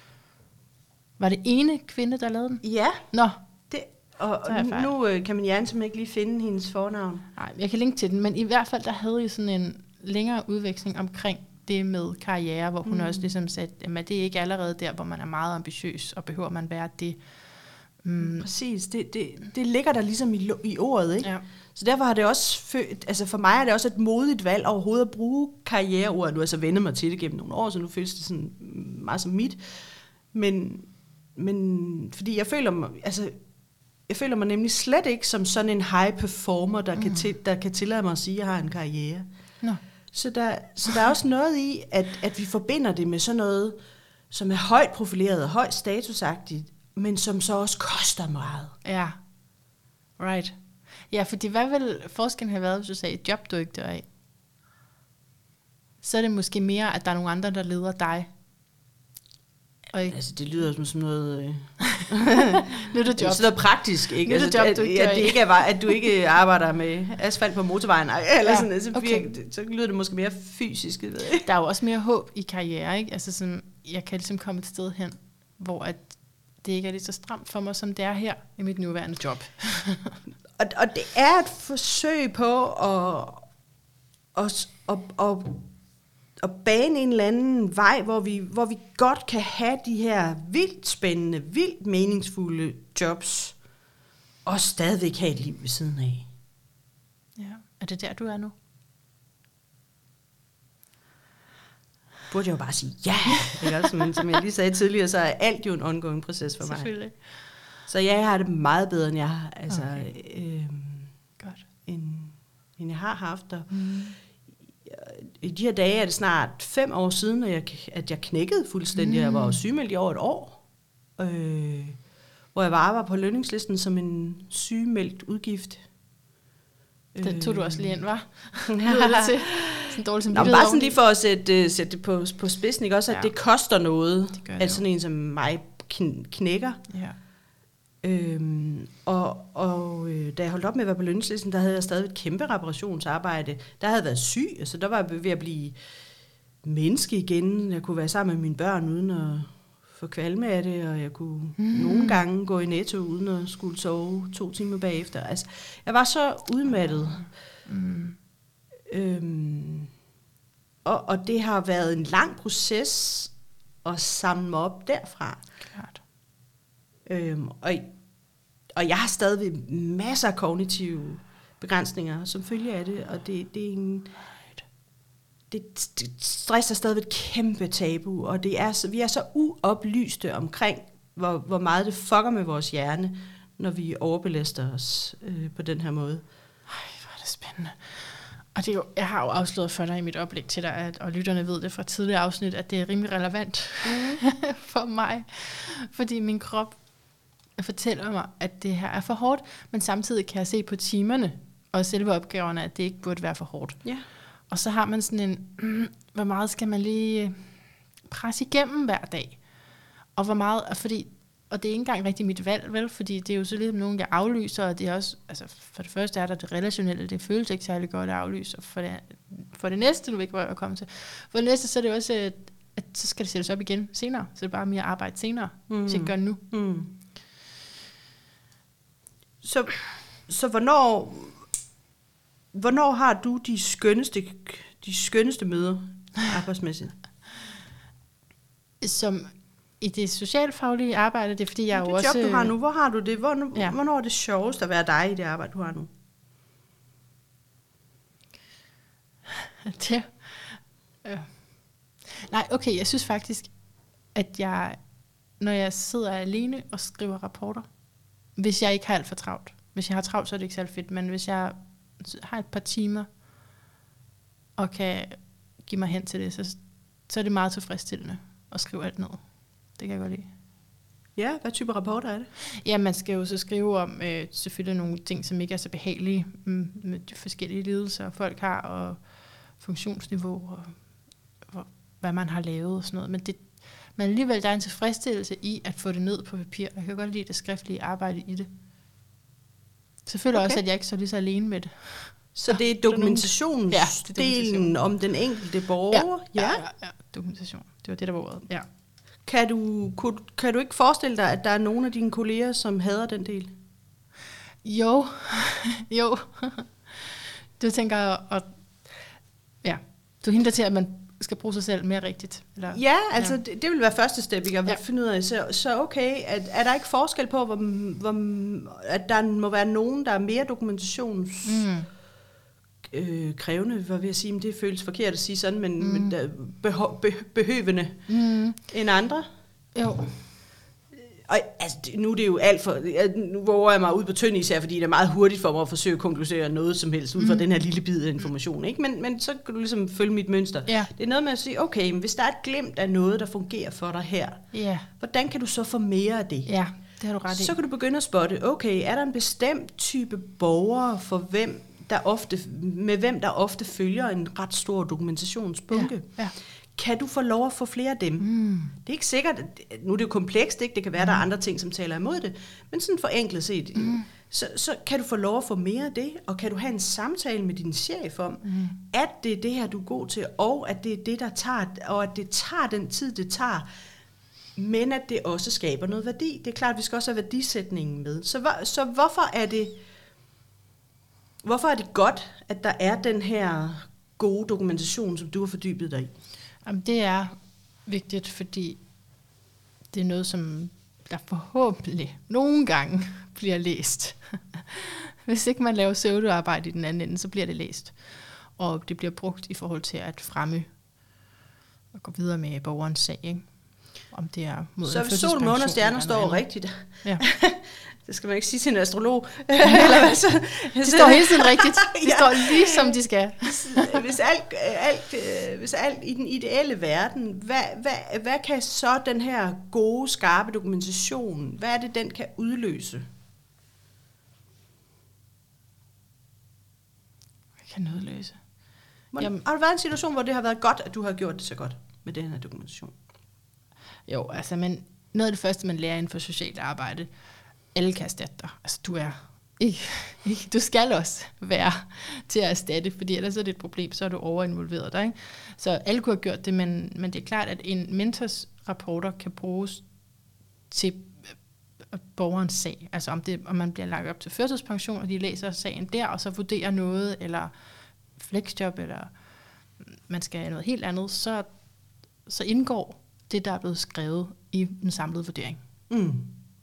Speaker 1: Var det ene kvinde, der lavede den?
Speaker 2: Ja.
Speaker 1: Nå.
Speaker 2: Det, og nu øh, kan man gerne simpelthen ikke lige finde hendes fornavn.
Speaker 1: Nej, jeg kan linke til den, men i hvert fald, der havde I sådan en længere udveksling omkring det med karriere, hvor hun mm. også ligesom sagde, at det er ikke allerede der, hvor man er meget ambitiøs, og behøver man være det.
Speaker 2: Mm. Præcis, det, det, det ligger der ligesom i, i ordet, ikke?
Speaker 1: Ja.
Speaker 2: Så derfor har det også født, altså for mig er det også et modigt valg overhovedet at bruge karriereordet. Nu har jeg så vendt mig til det gennem nogle år, så nu føles det sådan meget som mit. Men, men fordi jeg føler mig, altså jeg føler mig nemlig slet ikke som sådan en high performer, der, mm. kan, til, der kan tillade mig at sige, at jeg har en karriere.
Speaker 1: No.
Speaker 2: Så, der, så der er også noget i, at, at vi forbinder det med sådan noget, som er højt profileret og højt statusagtigt, men som så også koster meget.
Speaker 1: Ja, right. Ja, fordi hvad vil forskellen have været, hvis du sagde et job, du ikke dør af? Så er det måske mere, at der er nogle andre, der leder dig. Og ikke...
Speaker 2: Altså, det lyder som sådan noget... Øh...
Speaker 1: Nyttejob.
Speaker 2: Sådan noget praktisk, ikke?
Speaker 1: Altså, job,
Speaker 2: at,
Speaker 1: du ikke
Speaker 2: at, det ikke er, at du ikke arbejder med asfalt på motorvejen, eller ja, sådan, så,
Speaker 1: okay.
Speaker 2: virker, så lyder det måske mere fysisk. Ved jeg.
Speaker 1: Der er jo også mere håb i karriere, ikke? Altså sådan, jeg kan ligesom komme et sted hen, hvor at det ikke er lige så stramt for mig, som det er her i mit nuværende job.
Speaker 2: og, og det er et forsøg på at, at, at, at, at bane en eller anden vej, hvor vi, hvor vi godt kan have de her vildt spændende, vildt meningsfulde jobs, og stadigvæk have et liv ved siden af.
Speaker 1: Ja. Er det der, du er nu?
Speaker 2: Burde jeg jo bare sige ja. Ikke? Men som jeg lige sagde tidligere, så er alt jo en ongoing proces for mig. Så ja, jeg har det meget bedre, end jeg har, altså, okay. øhm,
Speaker 1: Godt.
Speaker 2: End, end jeg har haft. Og mm. I de her dage er det snart fem år siden, at jeg, at jeg knækkede fuldstændig. Mm. Jeg var jo sygemeldt i over et år, øh, hvor jeg var, var på lønningslisten som en sygemeldt udgift.
Speaker 1: Den tog du også lige ind, var? Ja. Til. Sådan dårlig som
Speaker 2: Nå, bare sådan lige for at sætte, sætte det på, på spidsen, ikke? Også, at ja. Det koster noget, det det at sådan en som mig knækker.
Speaker 1: Ja.
Speaker 2: Øhm, og og øh, da jeg holdt op med at være på lønningslisten, der havde jeg stadig et kæmpe reparationsarbejde. Der havde jeg været syg, altså der var jeg ved at blive menneske igen. Jeg kunne være sammen med mine børn uden at få kvalme af det, og jeg kunne mm. nogle gange gå i Netto uden at skulle sove to timer bagefter. Altså, jeg var så udmattet. Mm. Øhm, og, og det har været en lang proces at samle mig op derfra.
Speaker 1: Klart.
Speaker 2: Øhm, og, og jeg har stadig masser af kognitive begrænsninger som følge af det, og det, det er en... Det, det stress er stadig et kæmpe tabu, og det er så, vi er så uoplyste omkring, hvor, hvor meget det fucker med vores hjerne, når vi overbelaster os øh, på den her måde.
Speaker 1: Ej, hvor er det spændende. Og det er jo, jeg har jo afsløret for dig i mit oplæg til dig, at, og lytterne ved det fra tidligere afsnit, at det er rimelig relevant mm. for mig, fordi min krop fortæller mig, at det her er for hårdt, men samtidig kan jeg se på timerne og selve opgaverne, at det ikke burde være for hårdt.
Speaker 2: Ja.
Speaker 1: Og så har man sådan en, mm, hvor meget skal man lige presse igennem hver dag? Og hvor meget, fordi, og det er ikke engang rigtig mit valg, vel? Fordi det er jo så lidt nogen, jeg aflyser, og det er også, altså for det første er der det relationelle, det føles ikke særlig godt at aflyse, og for det, for det næste, du ved ikke, hvor jeg kommer til, for det næste, så er det også, at, at så skal det sættes op igen senere, så det er bare mere arbejde senere, mm. hvis jeg ikke gør det nu.
Speaker 2: Mm. Så, så hvornår... Hvornår har du de skønneste, de skønneste møder arbejdsmæssigt?
Speaker 1: Som i det socialfaglige arbejde, det er fordi, jeg
Speaker 2: jo
Speaker 1: det
Speaker 2: også...
Speaker 1: job,
Speaker 2: du har nu, hvor har du det? Hvor,
Speaker 1: ja.
Speaker 2: Hvornår er det sjovest at være dig i det arbejde, du har nu?
Speaker 1: Det... Øh. Nej, okay, jeg synes faktisk, at jeg, når jeg sidder alene og skriver rapporter, hvis jeg ikke har alt for travlt. Hvis jeg har travlt, så er det ikke særlig fedt, men hvis jeg har et par timer og kan give mig hen til det, så, så er det meget tilfredsstillende at skrive alt ned. Det kan jeg godt lide.
Speaker 2: Ja, hvad type rapporter er det?
Speaker 1: Ja, man skal jo så skrive om øh, selvfølgelig nogle ting, som ikke er så behagelige mm, med de forskellige lidelser, folk har, og funktionsniveau, og, og hvad man har lavet og sådan noget. Men, det, men alligevel, der er en tilfredsstillelse i at få det ned på papir. Jeg kan godt lide det skriftlige arbejde i det. Selvfølgelig okay. også, at jeg ikke så lige så alene med det.
Speaker 2: Så det er dokumentationsdelen ja, om den enkelte borger?
Speaker 1: Ja, ja, ja, ja, dokumentation. Det var det, der var ordet. Ja.
Speaker 2: Kan du, kunne, kan du ikke forestille dig, at der er nogle af dine kolleger, som hader den del?
Speaker 1: Jo, jo. Du tænker, og, ja, du hindrer til, at man skal bruge sig selv mere rigtigt. Eller?
Speaker 2: Ja, altså ja. Det, det vil være første step, ikke? At ja. finde ud af. Så, så okay, at, er der ikke forskel på, hvor, hvor, at der må være nogen, der er mere dokumentations... Mm. Øh, krævende, hvad vil jeg sige, men det føles forkert at sige sådan, men, mm. men der, beho- be- behøvende mm. end andre.
Speaker 1: Jo.
Speaker 2: Og altså, nu er det jo alt for, nu våger jeg mig ud på tynd is her, fordi det er meget hurtigt for mig at forsøge at konkludere noget som helst ud fra mm. den her lille bid af information, ikke? Men, men så kan du ligesom følge mit mønster. Ja. Det er noget med at sige, okay, men hvis der er et glimt af noget, der fungerer for dig her, ja. hvordan kan du så få mere af det?
Speaker 1: Ja, det har du ret i.
Speaker 2: Så kan du begynde at spotte, okay, er der en bestemt type borgere, for hvem der ofte, med hvem der ofte følger en ret stor dokumentationsbunke. Ja, ja. Kan du få lov at få flere af dem? Mm. Det er ikke sikkert, nu er det jo komplekst, ikke? Det kan være, mm. der er andre ting, som taler imod det, men sådan forenklet set, mm. så, så kan du få lov at få mere af det, og kan du have en samtale med din chef om, mm. at det er det her, du er god til, og at det er det, der tager, og at det tager den tid, det tager, men at det også skaber noget værdi. Det er klart, at vi skal også have værdisætningen med. Så, hvor, så hvorfor er det Hvorfor er det godt, at der er den her gode dokumentation, som du har fordybet dig i?
Speaker 1: Jamen, det er vigtigt, fordi det er noget, som der forhåbentlig nogle gange bliver læst. Hvis ikke man laver pseudoarbejde i den anden ende, så bliver det læst. Og det bliver brugt i forhold til at fremme og gå videre med borgerens sag, ikke? Om det er mod
Speaker 2: så hvis sol, måne og stjerner står rigtigt, ja. Det skal man ikke sige til en astrolog.
Speaker 1: Eller hvad så? Det står hele tiden rigtigt. Det ja. står lige som de skal.
Speaker 2: Hvis alt, alt, hvis alt i den ideelle verden, hvad, hvad, hvad kan så den her gode, skarpe dokumentation, hvad er det, den kan udløse?
Speaker 1: Hvad kan den udløse?
Speaker 2: Jamen, har du været i en situation, hvor det har været godt, at du har gjort det så godt med den her dokumentation?
Speaker 1: Jo, altså, men noget af det første, man lærer inden for socialt arbejde, alle kan erstatte dig. Altså, du er ikke, ikke, du skal også være til at erstatte, fordi ellers er det et problem, så er du overinvolveret dig, ikke? Så alle kunne have gjort det, men, men det er klart, at en mentors rapporter kan bruges til borgerens sag. Altså om, det, om man bliver lagt op til førtidspension, og de læser sagen der, og så vurderer noget, eller flexjob, eller man skal have noget helt andet, så, så indgår det, der er blevet skrevet i den samlede vurdering. Mm.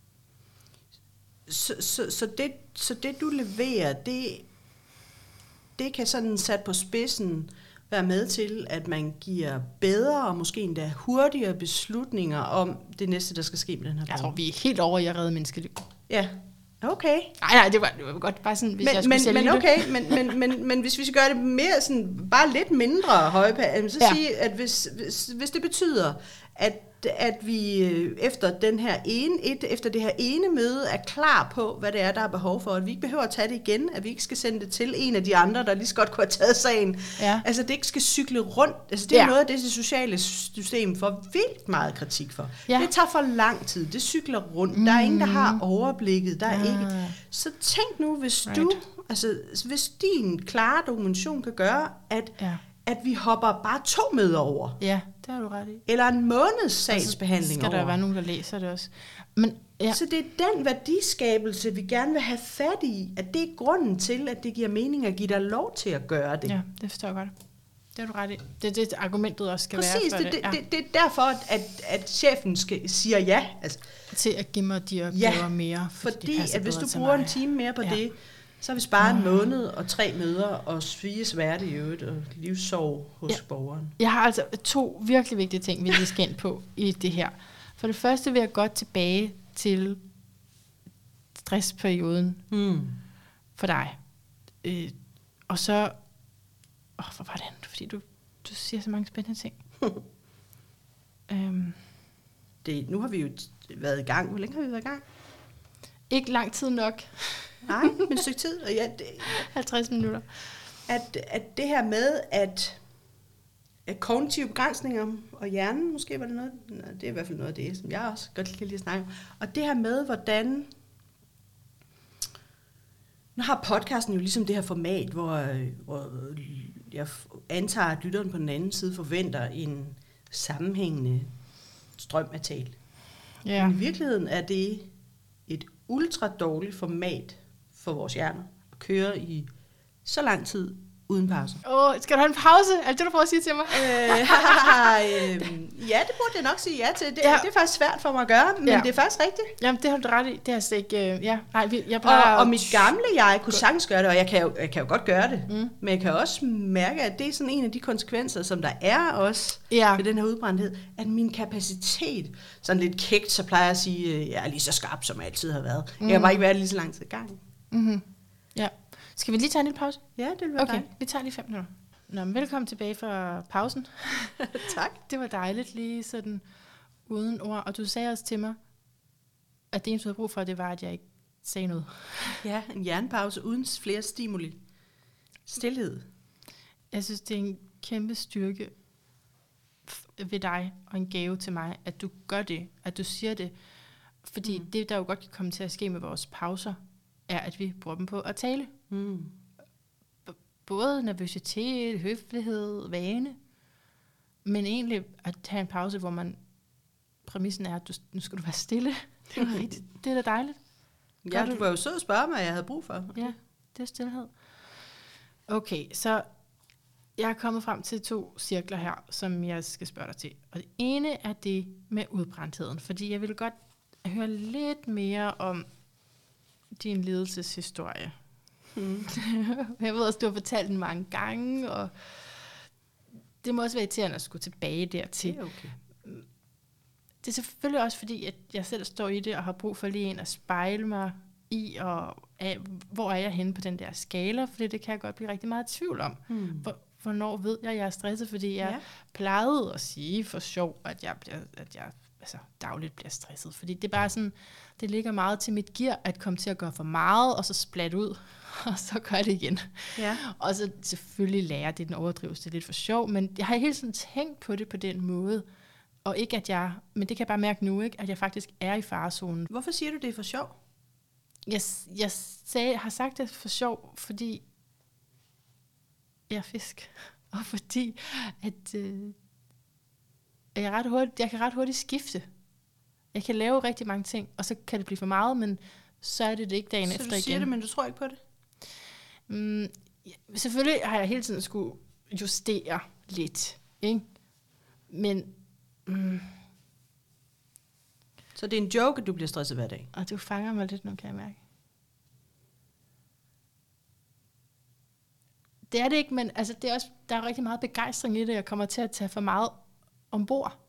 Speaker 2: Så, så, så, det, så det, du leverer, det, det kan sådan sat på spidsen være med til, at man giver bedre og måske endda hurtigere beslutninger om det næste, der skal ske med den her borger.
Speaker 1: Jeg tror, vi er helt over i at redde menneskeliv.
Speaker 2: Ja, okay.
Speaker 1: Nej, nej, det var, det var godt bare sådan, hvis
Speaker 2: men,
Speaker 1: jeg skulle
Speaker 2: men,
Speaker 1: sælge
Speaker 2: men okay, det. Men, men, men, men hvis vi skal gøre det mere sådan, bare lidt mindre højpæ, så ja. sige, at hvis, hvis, hvis det betyder, at at vi efter den her ene, et, efter det her ene møde er klar på, hvad det er, der er behov for, at vi ikke behøver at tage det igen, at vi ikke skal sende det til en af de andre, der lige så godt kunne have taget sagen. Ja. Altså det ikke skal cykle rundt. Altså det er ja. noget af det, det sociale system får vildt meget kritik for. Ja. Det tager for lang tid. Det cykler rundt. Mm. Der er ingen, der har overblikket. Der er ja. ikke. Så tænk nu, hvis right. du, altså hvis din klare dokumentation kan gøre, at ja. at vi hopper bare to møder over.
Speaker 1: Ja, det har du ret i.
Speaker 2: Eller en måneds sagsbehandling over.
Speaker 1: Så skal der være nogen, der læser det også. Men, ja.
Speaker 2: Så det er den værdiskabelse, vi gerne vil have fat i, at det er grunden til, at det giver mening at give dig lov til at gøre det.
Speaker 1: Ja, det forstår jeg godt. Det har du ret i. Det er det, argumentet også skal
Speaker 2: Præcis,
Speaker 1: være for
Speaker 2: det.
Speaker 1: det.
Speaker 2: Ja. Det, det, det er derfor, at, at chefen skal, siger ja. Altså,
Speaker 1: til at give mig de opgaver ja, mere.
Speaker 2: For fordi at hvis du bruger en time mere på ja. det, så har vi sparet en måned og tre møder og fire smerte i øvrigt og livssorg hos ja. borgeren.
Speaker 1: Jeg har altså to virkelig vigtige ting, vi lige skal ind på i det her. For det første vil jeg godt tilbage til stressperioden mm. for dig. Øh, og så... Åh, hvor var det? Fordi du, du siger så mange spændende ting. øhm,
Speaker 2: det, nu har vi jo været i gang. Hvor længe har vi været i gang?
Speaker 1: Ikke lang tid nok.
Speaker 2: Nej, men et stykke tid. Og ja, det,
Speaker 1: halvtreds minutter.
Speaker 2: At, at det her med, at, at kognitive begrænsninger og hjernen, måske var det noget, det er i hvert fald noget af det, som jeg også godt kan lide at snakke om. Og det her med, hvordan... Nu har podcasten jo ligesom det her format, hvor, hvor jeg antager, at lytteren på den anden side forventer en sammenhængende strøm af tale.
Speaker 1: Ja.
Speaker 2: Men i virkeligheden er det et ultra dårligt format for vores hjerner at køre i så lang tid uden pause.
Speaker 1: Åh, oh, skal du have en pause? Er det det, du prøver at sige til mig?
Speaker 2: øh, øh, ja, det burde jeg nok sige ja til. Det, ja. det er faktisk svært for mig at gøre, men ja. det er faktisk rigtigt.
Speaker 1: Jamen, det har du ret i. Det er altså ikke... Øh, ja. Nej, vi, jeg plejer...
Speaker 2: og, og mit gamle jeg kunne sagtens gøre det, og jeg kan jo, jeg kan jo godt gøre det. Mm. Men jeg kan også mærke, at det er sådan en af de konsekvenser, som der er også ja. ved den her udbrændthed, at min kapacitet, sådan lidt kægt, så plejer jeg at sige, at jeg er lige så skarp, som jeg altid har været. Mm. Jeg kan bare ikke være lige så lang tid i gang.
Speaker 1: Mm-hmm. Ja. Skal vi lige tage en lille pause?
Speaker 2: Ja, det vil være
Speaker 1: okay,
Speaker 2: dejligt.
Speaker 1: Vi tager lige fem minutter. Nå, men velkommen tilbage fra pausen.
Speaker 2: Tak.
Speaker 1: Det var dejligt lige sådan uden ord. Og du sagde også til mig, at det eneste, du havde brug for, det var, at jeg ikke sagde noget.
Speaker 2: Ja, en hjernepause uden flere stimuli. Stilhed.
Speaker 1: Jeg synes, det er en kæmpe styrke ved dig, og en gave til mig, at du gør det, at du siger det. Fordi mm. det, der jo godt kan komme til at ske med vores pauser, er, at vi bruger dem på at tale. Mm. Både nervøsitet, høflighed, vane, men egentlig at have en pause, hvor man præmissen er, at du, nu skal du være stille. Det er rigtigt. Det er da dejligt.
Speaker 2: Ja, du var jo sød at spørge mig, hvad jeg havde brug for.
Speaker 1: Okay. Ja, det er stillhed. Okay, så jeg er kommet frem til to cirkler her, som jeg skal spørge dig til. Og det ene er det med udbrændtheden, fordi jeg vil godt høre lidt mere om din lidelseshistorie. Mm. Jeg ved også, du har fortalt den mange gange, og det må også være irriterende at skulle tilbage dertil.
Speaker 2: Det er okay.
Speaker 1: Det er selvfølgelig også fordi, at jeg selv står i det, og har brug for lige en at spejle mig i, og af, hvor er jeg henne på den der skala, fordi det kan jeg godt blive rigtig meget i tvivl om. Mm. Hvor, hvornår ved jeg, at jeg er stresset, fordi jeg ja. plejede at sige for sjov, at jeg, bliver, at jeg altså, dagligt bliver stresset. Fordi det er bare sådan, det ligger meget til mit gear, at komme til at gøre for meget, og så splat ud, og så gør det igen. Ja. Og så selvfølgelig lærer det den overdrivelse, det er lidt for sjov, men jeg har hele tiden tænkt på det på den måde, og ikke at jeg, men det kan jeg bare mærke nu, ikke, at jeg faktisk er i farezonen.
Speaker 2: Hvorfor siger du det er for sjov?
Speaker 1: Jeg, jeg sagde, har sagt det for sjov, fordi jeg er fisk, og fordi at øh, jeg, er ret hurtigt, jeg kan ret hurtigt skifte. Jeg kan lave rigtig mange ting, og så kan det blive for meget, men så er det det ikke dagen
Speaker 2: så
Speaker 1: efter igen. Så
Speaker 2: du siger det, men du tror ikke på det?
Speaker 1: Mm, ja, selvfølgelig har jeg hele tiden skulle justere lidt, ikke? Men mm,
Speaker 2: så det er en joke, at du bliver stresset hver dag?
Speaker 1: Og du fanger mig lidt nu, kan jeg mærke. Det er det ikke, men altså, det er også, der er rigtig meget begejstring i det, jeg kommer til at tage for meget ombord.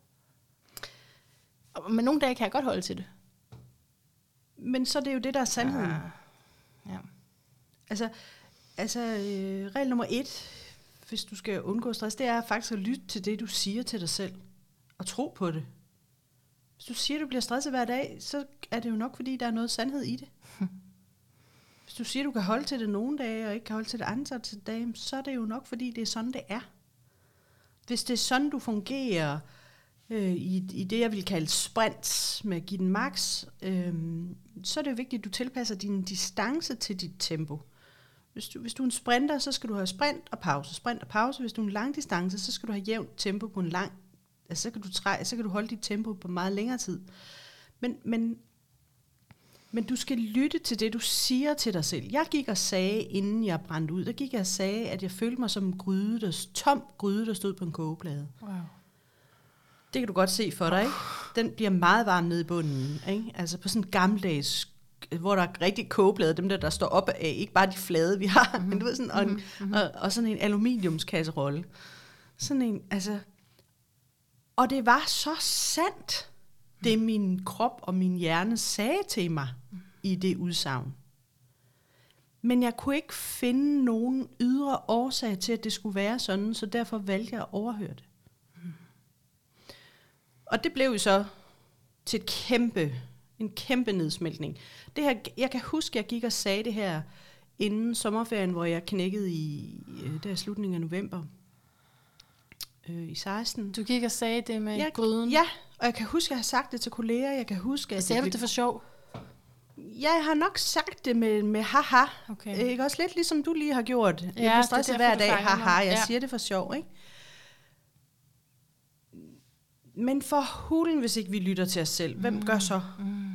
Speaker 1: Men nogle dage kan jeg godt holde til det.
Speaker 2: Men så er det jo det, der er sandheden.
Speaker 1: Ja. Ja.
Speaker 2: Altså, altså øh, regel nummer et, hvis du skal undgå stress, det er faktisk at lytte til det, du siger til dig selv. Og tro på det. Hvis du siger, at du bliver stresset hver dag, så er det jo nok, fordi der er noget sandhed i det. Hvis du siger, at du kan holde til det nogle dage, og ikke kan holde til det andre dage, så er det jo nok, fordi det er sådan, det er. Hvis det er sådan, du fungerer øh, i, i det, jeg vil kalde sprint med at give den max, øh, så er det jo vigtigt, at du tilpasser din distance til dit tempo. Hvis du, hvis du er en sprinter, så skal du have sprint og pause, sprint og pause. Hvis du er en lang distance, så skal du have jævnt tempo på en lang, altså så kan du, træ, så kan du holde dit tempo på meget længere tid. Men, men, men du skal lytte til det, du siger til dig selv. Jeg gik og sagde, inden jeg brændte ud, der gik jeg og sagde, at jeg følte mig som en gryde, der, tom gryde, der stod på en kogeplade. Wow. Det kan du godt se for dig, ikke? Den bliver meget varm nede i bunden, ikke? Altså på sådan en gammeldags, hvor der er rigtig kogeplade, dem der, der står op af, ikke bare de flade, vi har, mm-hmm. men du ved sådan, og, mm-hmm. og, og sådan en aluminiumskasserolle. Sådan en, altså, og det var så sandt, det min krop og min hjerne sagde til mig i det udsagn. Men jeg kunne ikke finde nogen ydre årsag til, at det skulle være sådan, så derfor valgte jeg at overhøre det. Og det blev jo så til et kæmpe, en kæmpe nedsmeltning. Det her, jeg kan huske, jeg gik og sagde det her inden sommerferien, hvor jeg knækkede i der slutningen af november øh, i seksten.
Speaker 1: Du gik og sagde det med
Speaker 2: jeg,
Speaker 1: gryden?
Speaker 2: Ja, og jeg kan huske, at jeg har sagt det til kolleger. Jeg kan huske, at
Speaker 1: sagde du det for sjov?
Speaker 2: Ja, jeg har nok sagt det med, med haha.
Speaker 1: Okay.
Speaker 2: Ikke også lidt ligesom du lige har gjort.
Speaker 1: Ja,
Speaker 2: jeg bliver stresset hver dag, haha. Jeg
Speaker 1: ja.
Speaker 2: siger det for sjov, ikke? Men for hulen, hvis ikke vi lytter til os selv, hvem mm. gør så?
Speaker 1: Mm.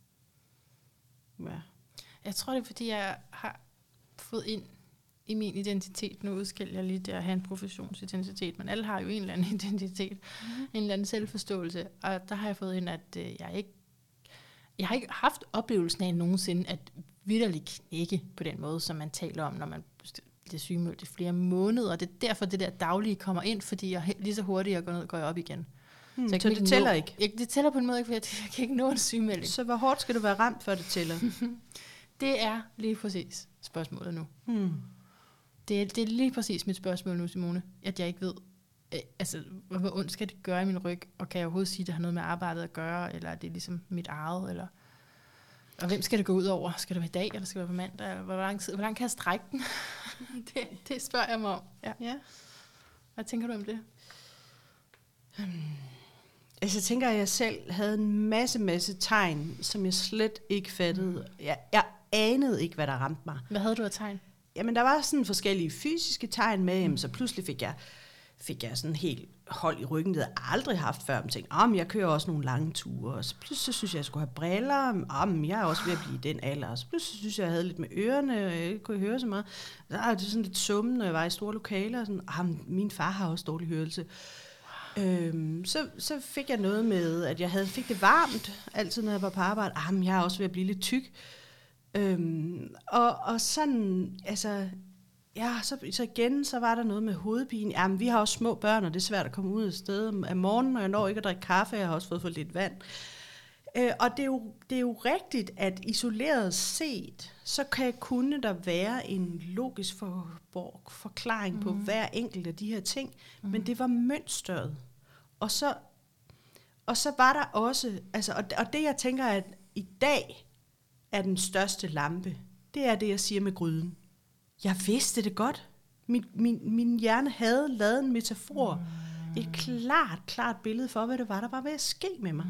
Speaker 2: Ja.
Speaker 1: Jeg tror, det er, fordi jeg har fået ind i min identitet. Nu udskiller jeg lige det at have en professionsidentitet, men alle har jo en eller anden identitet. Mm. En eller anden selvforståelse. Og der har jeg fået ind, at øh, jeg ikke jeg har ikke haft oplevelsen af nogensinde at vitterligt knække på den måde, som man taler om, når man bliver sygemeldt i flere måneder. Og det er derfor, det der daglige kommer ind, fordi jeg lige så hurtigt jeg går ned, går jeg op igen.
Speaker 2: Hmm, så, så det tæller
Speaker 1: nå,
Speaker 2: ikke?
Speaker 1: Jeg, det tæller på en måde ikke, for jeg, jeg kan ikke nå en sygemelding.
Speaker 2: Så hvor hårdt skal du være ramt, før det tæller?
Speaker 1: Det er lige præcis spørgsmålet nu.
Speaker 2: Hmm.
Speaker 1: Det, er, det er lige præcis mit spørgsmål nu, Simone, at jeg ikke ved, øh, altså, hvor, hvor ondt skal det gøre i min ryg, og kan jeg overhovedet sige, at det har noget med arbejdet at gøre, eller er det ligesom mit eget, eller... Og hvem skal det gå ud over? Skal det være i dag, eller skal det være på mandag? Eller hvor lang tid? Hvor langt kan jeg strække den? det, det spørger jeg mig om. Ja.
Speaker 2: Ja.
Speaker 1: Hvad tænker du om det?
Speaker 2: Hmm. Altså, jeg tænker, at jeg selv havde en masse, masse tegn, som jeg slet ikke fattede. Jeg, jeg anede ikke, hvad der ramte mig.
Speaker 1: Hvad havde du af tegn?
Speaker 2: Jamen, der var sådan forskellige fysiske tegn med, mm. så pludselig fik jeg, fik jeg sådan helt hold i ryggen, det havde jeg aldrig haft før. Jeg tænkte, ah, jeg kører også nogle lange ture, og så pludselig synes jeg, jeg skulle have briller. Ah, jeg er også ved at blive den alder. Og så pludselig synes jeg, jeg havde lidt med ørerne, og jeg kunne høre så meget. Så ah, det er sådan lidt summen, når jeg var i store lokaler. Og sådan, ah, min far har også dårlig hørelse. Øhm, så, så fik jeg noget med, at jeg havde, fik det varmt, altid når jeg var på arbejde. Ah, jeg er også ved at blive lidt tyk. Øhm, og, og sådan, altså, ja, så, så igen, så var der noget med hovedpine. Jamen, vi har også små børn, og det er svært at komme ud af sted af morgenen, og jeg når ikke at drikke kaffe, jeg har også fået for lidt vand. Øh, og det er, jo, det er jo rigtigt, at isoleret set, så kan kunne der være en logisk for, for, forklaring mm. på hver enkelt af de her ting, mm. men det var mønstret. Og så, og så var der også, altså, og, og det jeg tænker, at i dag er den største lampe, det er det, jeg siger med gryden. Jeg vidste det godt. Min, min, min hjerne havde lavet en metafor. Mm. Et klart, klart billede for, hvad det var, der var ved at ske med mig. Mm.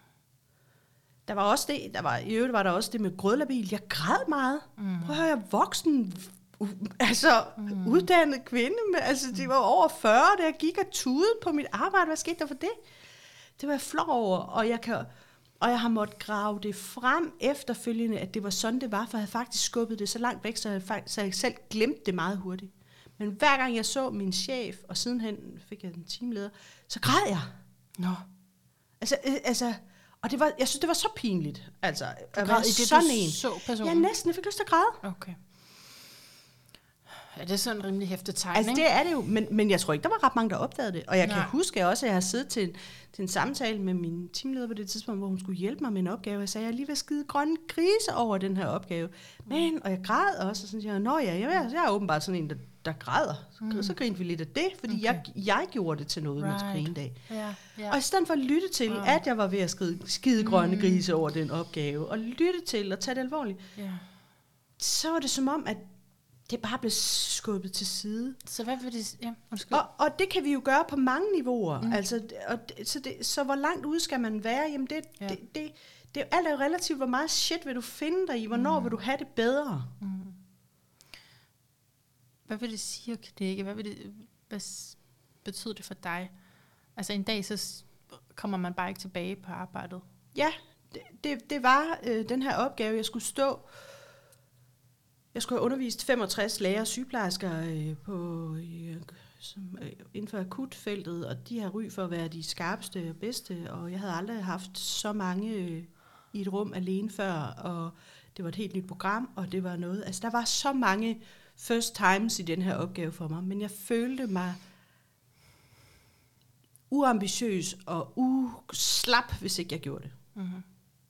Speaker 2: Der var også det, der var, i øvrigt var der også det med grødlabil. Jeg græd meget. Mm. Prøv at høre, jeg er voksen, uh, altså mm. uddannet kvinde. Med, altså, det var over fyrre, da jeg gik og tudede på mit arbejde. Hvad skete der for det? Det var jeg flov over, og jeg kan... Og jeg har måttet grave det frem efterfølgende, at det var sådan, det var, for jeg havde faktisk skubbet det så langt væk, så jeg, faktisk, så jeg selv glemte det meget hurtigt. Men hver gang jeg så min chef, og sidenhen fik jeg en teamleder, så græd jeg. Nå. Altså, øh, altså, og det var, jeg synes, det var så pinligt. Altså, at være sådan en.
Speaker 1: Så personen?
Speaker 2: Ja, næsten. Jeg fik lyst til at græde.
Speaker 1: Okay. Ja, det er sådan en rimelig hæftet tegn,
Speaker 2: altså, det er det jo, men, men jeg tror ikke, der var ret mange, der opdagede det. Og jeg Nej. kan huske også, at jeg har siddet til en, til en samtale med min teamleder på det tidspunkt, hvor hun skulle hjælpe mig med en opgave. Jeg sagde, jeg er lige ved at skide grønne grise over den her opgave. Men, og jeg græd også, og så siger jeg, nå ja, jeg, jeg er åbenbart sådan en, der, der græder. Så, mm. så grinte vi lidt af det, fordi okay. jeg, jeg gjorde det til noget, right. man grine af. Yeah, yeah. Og i stedet for at lytte til, wow. at jeg var ved at skide, skide grønne mm. grise over den opgave, og lytte til og tage det alvorligt, yeah. så var det som om, at det bare blev skubbet til side.
Speaker 1: Så hvad vil det... Ja,
Speaker 2: og, og det kan vi jo gøre på mange niveauer. Mm. Altså, og det, så, det, så hvor langt ude skal man være? Jamen det, ja. det, det, det alt er jo relativt, hvor meget shit vil du finde dig i? Hvornår mm. vil du have det bedre? Mm.
Speaker 1: Hvad vil det sige, det ikke? Hvad, vil det, hvad betyder det for dig? Altså en dag, så kommer man bare ikke tilbage på arbejdet.
Speaker 2: Ja, det, det, det var øh, den her opgave, jeg skulle stå... Jeg skulle have undervist femogtres læger og sygeplejersker øh, på, øh, som, øh, inden for akutfeltet, og de har ry for at være de skarpeste og bedste, og jeg havde aldrig haft så mange øh, i et rum alene før, og det var et helt nyt program, og det var noget, altså der var så mange first times i den her opgave for mig, men jeg følte mig uambitiøs og uslap, hvis ikke jeg gjorde det. Mm-hmm.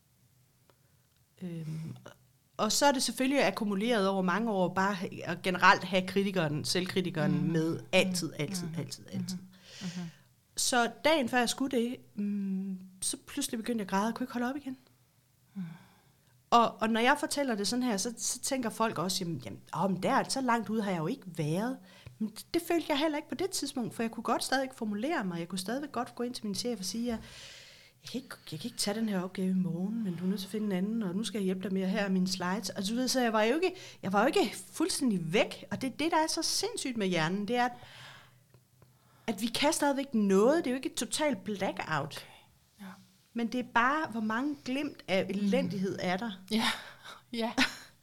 Speaker 2: Øhm, Og så er det selvfølgelig akkumuleret over mange år, bare at generelt have kritikeren, selvkritikeren mm. med altid, altid, altid, altid. Mm-hmm. så dagen før jeg skulle det, mm, så pludselig begyndte jeg at græde, og kunne ikke holde op igen. Mm. Og, og når jeg fortæller det sådan her, så, så tænker folk også, jamen, jamen åh, men der, så langt ude har jeg jo ikke været. Men det, det følte jeg heller ikke på det tidspunkt, for jeg kunne godt stadig formulere mig. Jeg kunne stadig godt gå ind til min chef og sige, at jeg kan, ikke, jeg kan ikke tage den her opgave i morgen, men du er nødt til at finde en anden, og nu skal jeg hjælpe dig med her mine slides. Og du ved, så jeg var jo ikke, jeg var jo ikke fuldstændig væk. Og det er det, der er så sindssygt med hjernen, det er, at, at vi kan stadigvæk noget. Det er jo ikke et totalt blackout. Okay. Ja. Men det er bare, hvor mange glimt af elendighed er der.
Speaker 1: Ja, ja.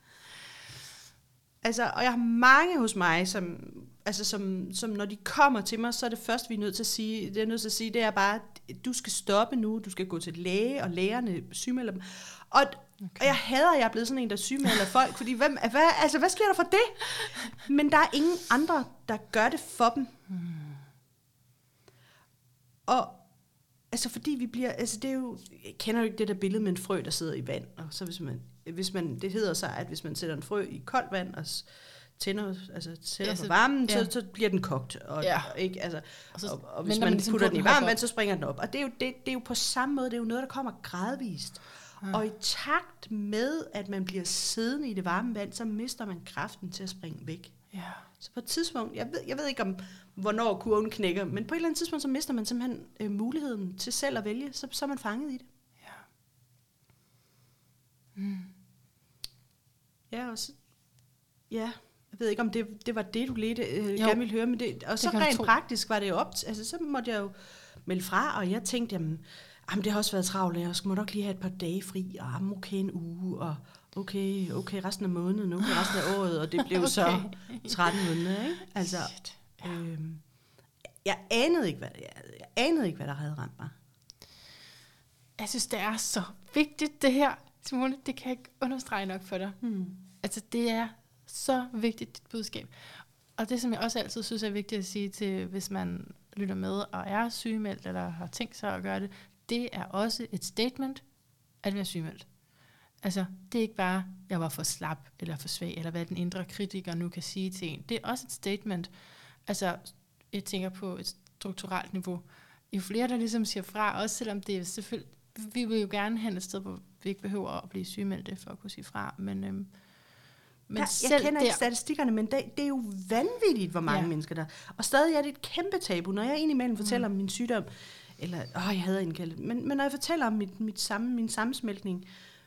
Speaker 2: Altså, og jeg har mange hos mig, som, altså, som, som når de kommer til mig, så er det først, vi er nødt til at sige, det er nødt til at sige, det er bare, du skal stoppe nu, du skal gå til læge, og lægerne sygemelder dem. Og, okay. og jeg hader, at jeg er blevet sådan en, der sygemelder folk, fordi hvem, hvad, altså, hvad sker der for det? Men der er ingen andre, der gør det for dem. Hmm. Og altså, fordi vi bliver, altså det er jo, jeg kender jo ikke det der billede med en frø, der sidder i vand, og så hvis man, hvis man, det hedder sig, at hvis man sætter en frø i koldt vand, og tænder, altså sætter ja, på varmen, ja. så, så bliver den kogt. Og, ja. og, ikke, altså, og, så, og, og hvis man, man ligesom putter den i varmt vand, så springer den op. Og det er, jo, det, det er jo på samme måde, det er jo noget, der kommer gradvist. Ja. Og i takt med, at man bliver siddende i det varme vand, så mister man kraften til at springe væk. Ja. Så på et tidspunkt, jeg ved, jeg ved ikke om, hvornår kurven knækker, men på et eller andet tidspunkt, så mister man simpelthen øh, muligheden til selv at vælge, så, så er man fanget i det. Ja. Mm. Ja, og så, ja, jeg ved ikke, om det, det var det, du ledte, øh, gerne ville høre, men det, og det så rent praktisk var det jo op, altså så måtte jeg jo melde fra, og jeg tænkte, jamen, jamen det har også været travlt, jeg må nok lige have et par dage fri, og jamen, okay en uge, og okay, okay resten af måneden, okay resten af året, og det blev okay. så tretten måneder, ikke? Altså, øhm, jeg anede ikke, hvad, jeg, jeg anede ikke, hvad der havde ramt mig.
Speaker 1: Jeg synes, det er så vigtigt, det her, Simone, det kan jeg ikke understrege nok for dig. Hmm. Altså, det er så vigtigt, dit budskab. Og det, som jeg også altid synes er vigtigt at sige til, hvis man lytter med og er sygemeldt, eller har tænkt sig at gøre det, det er også et statement at være sygemeldt. Altså, det er ikke bare, jeg var for slap, eller for svag, eller hvad den indre kritiker nu kan sige til en. Det er også et statement. Altså, jeg tænker på et strukturelt niveau. Jo flere, der ligesom siger fra, også selvom det er selvfølgelig, vi vil jo gerne hen et sted, hvor vi ikke behøver at blive sygemeldte for at kunne sige fra, men... Øhm,
Speaker 2: men ja, selv jeg kender der, ikke statistikkerne, men det, det er jo vanvittigt, hvor mange ja. mennesker der. Og stadig er det et kæmpe tabu, når jeg indimellem fortæller mm. om min sygdom, eller, åh, jeg hader indkaldet, men, men når jeg fortæller om mit, mit samme, min sammensmeltning,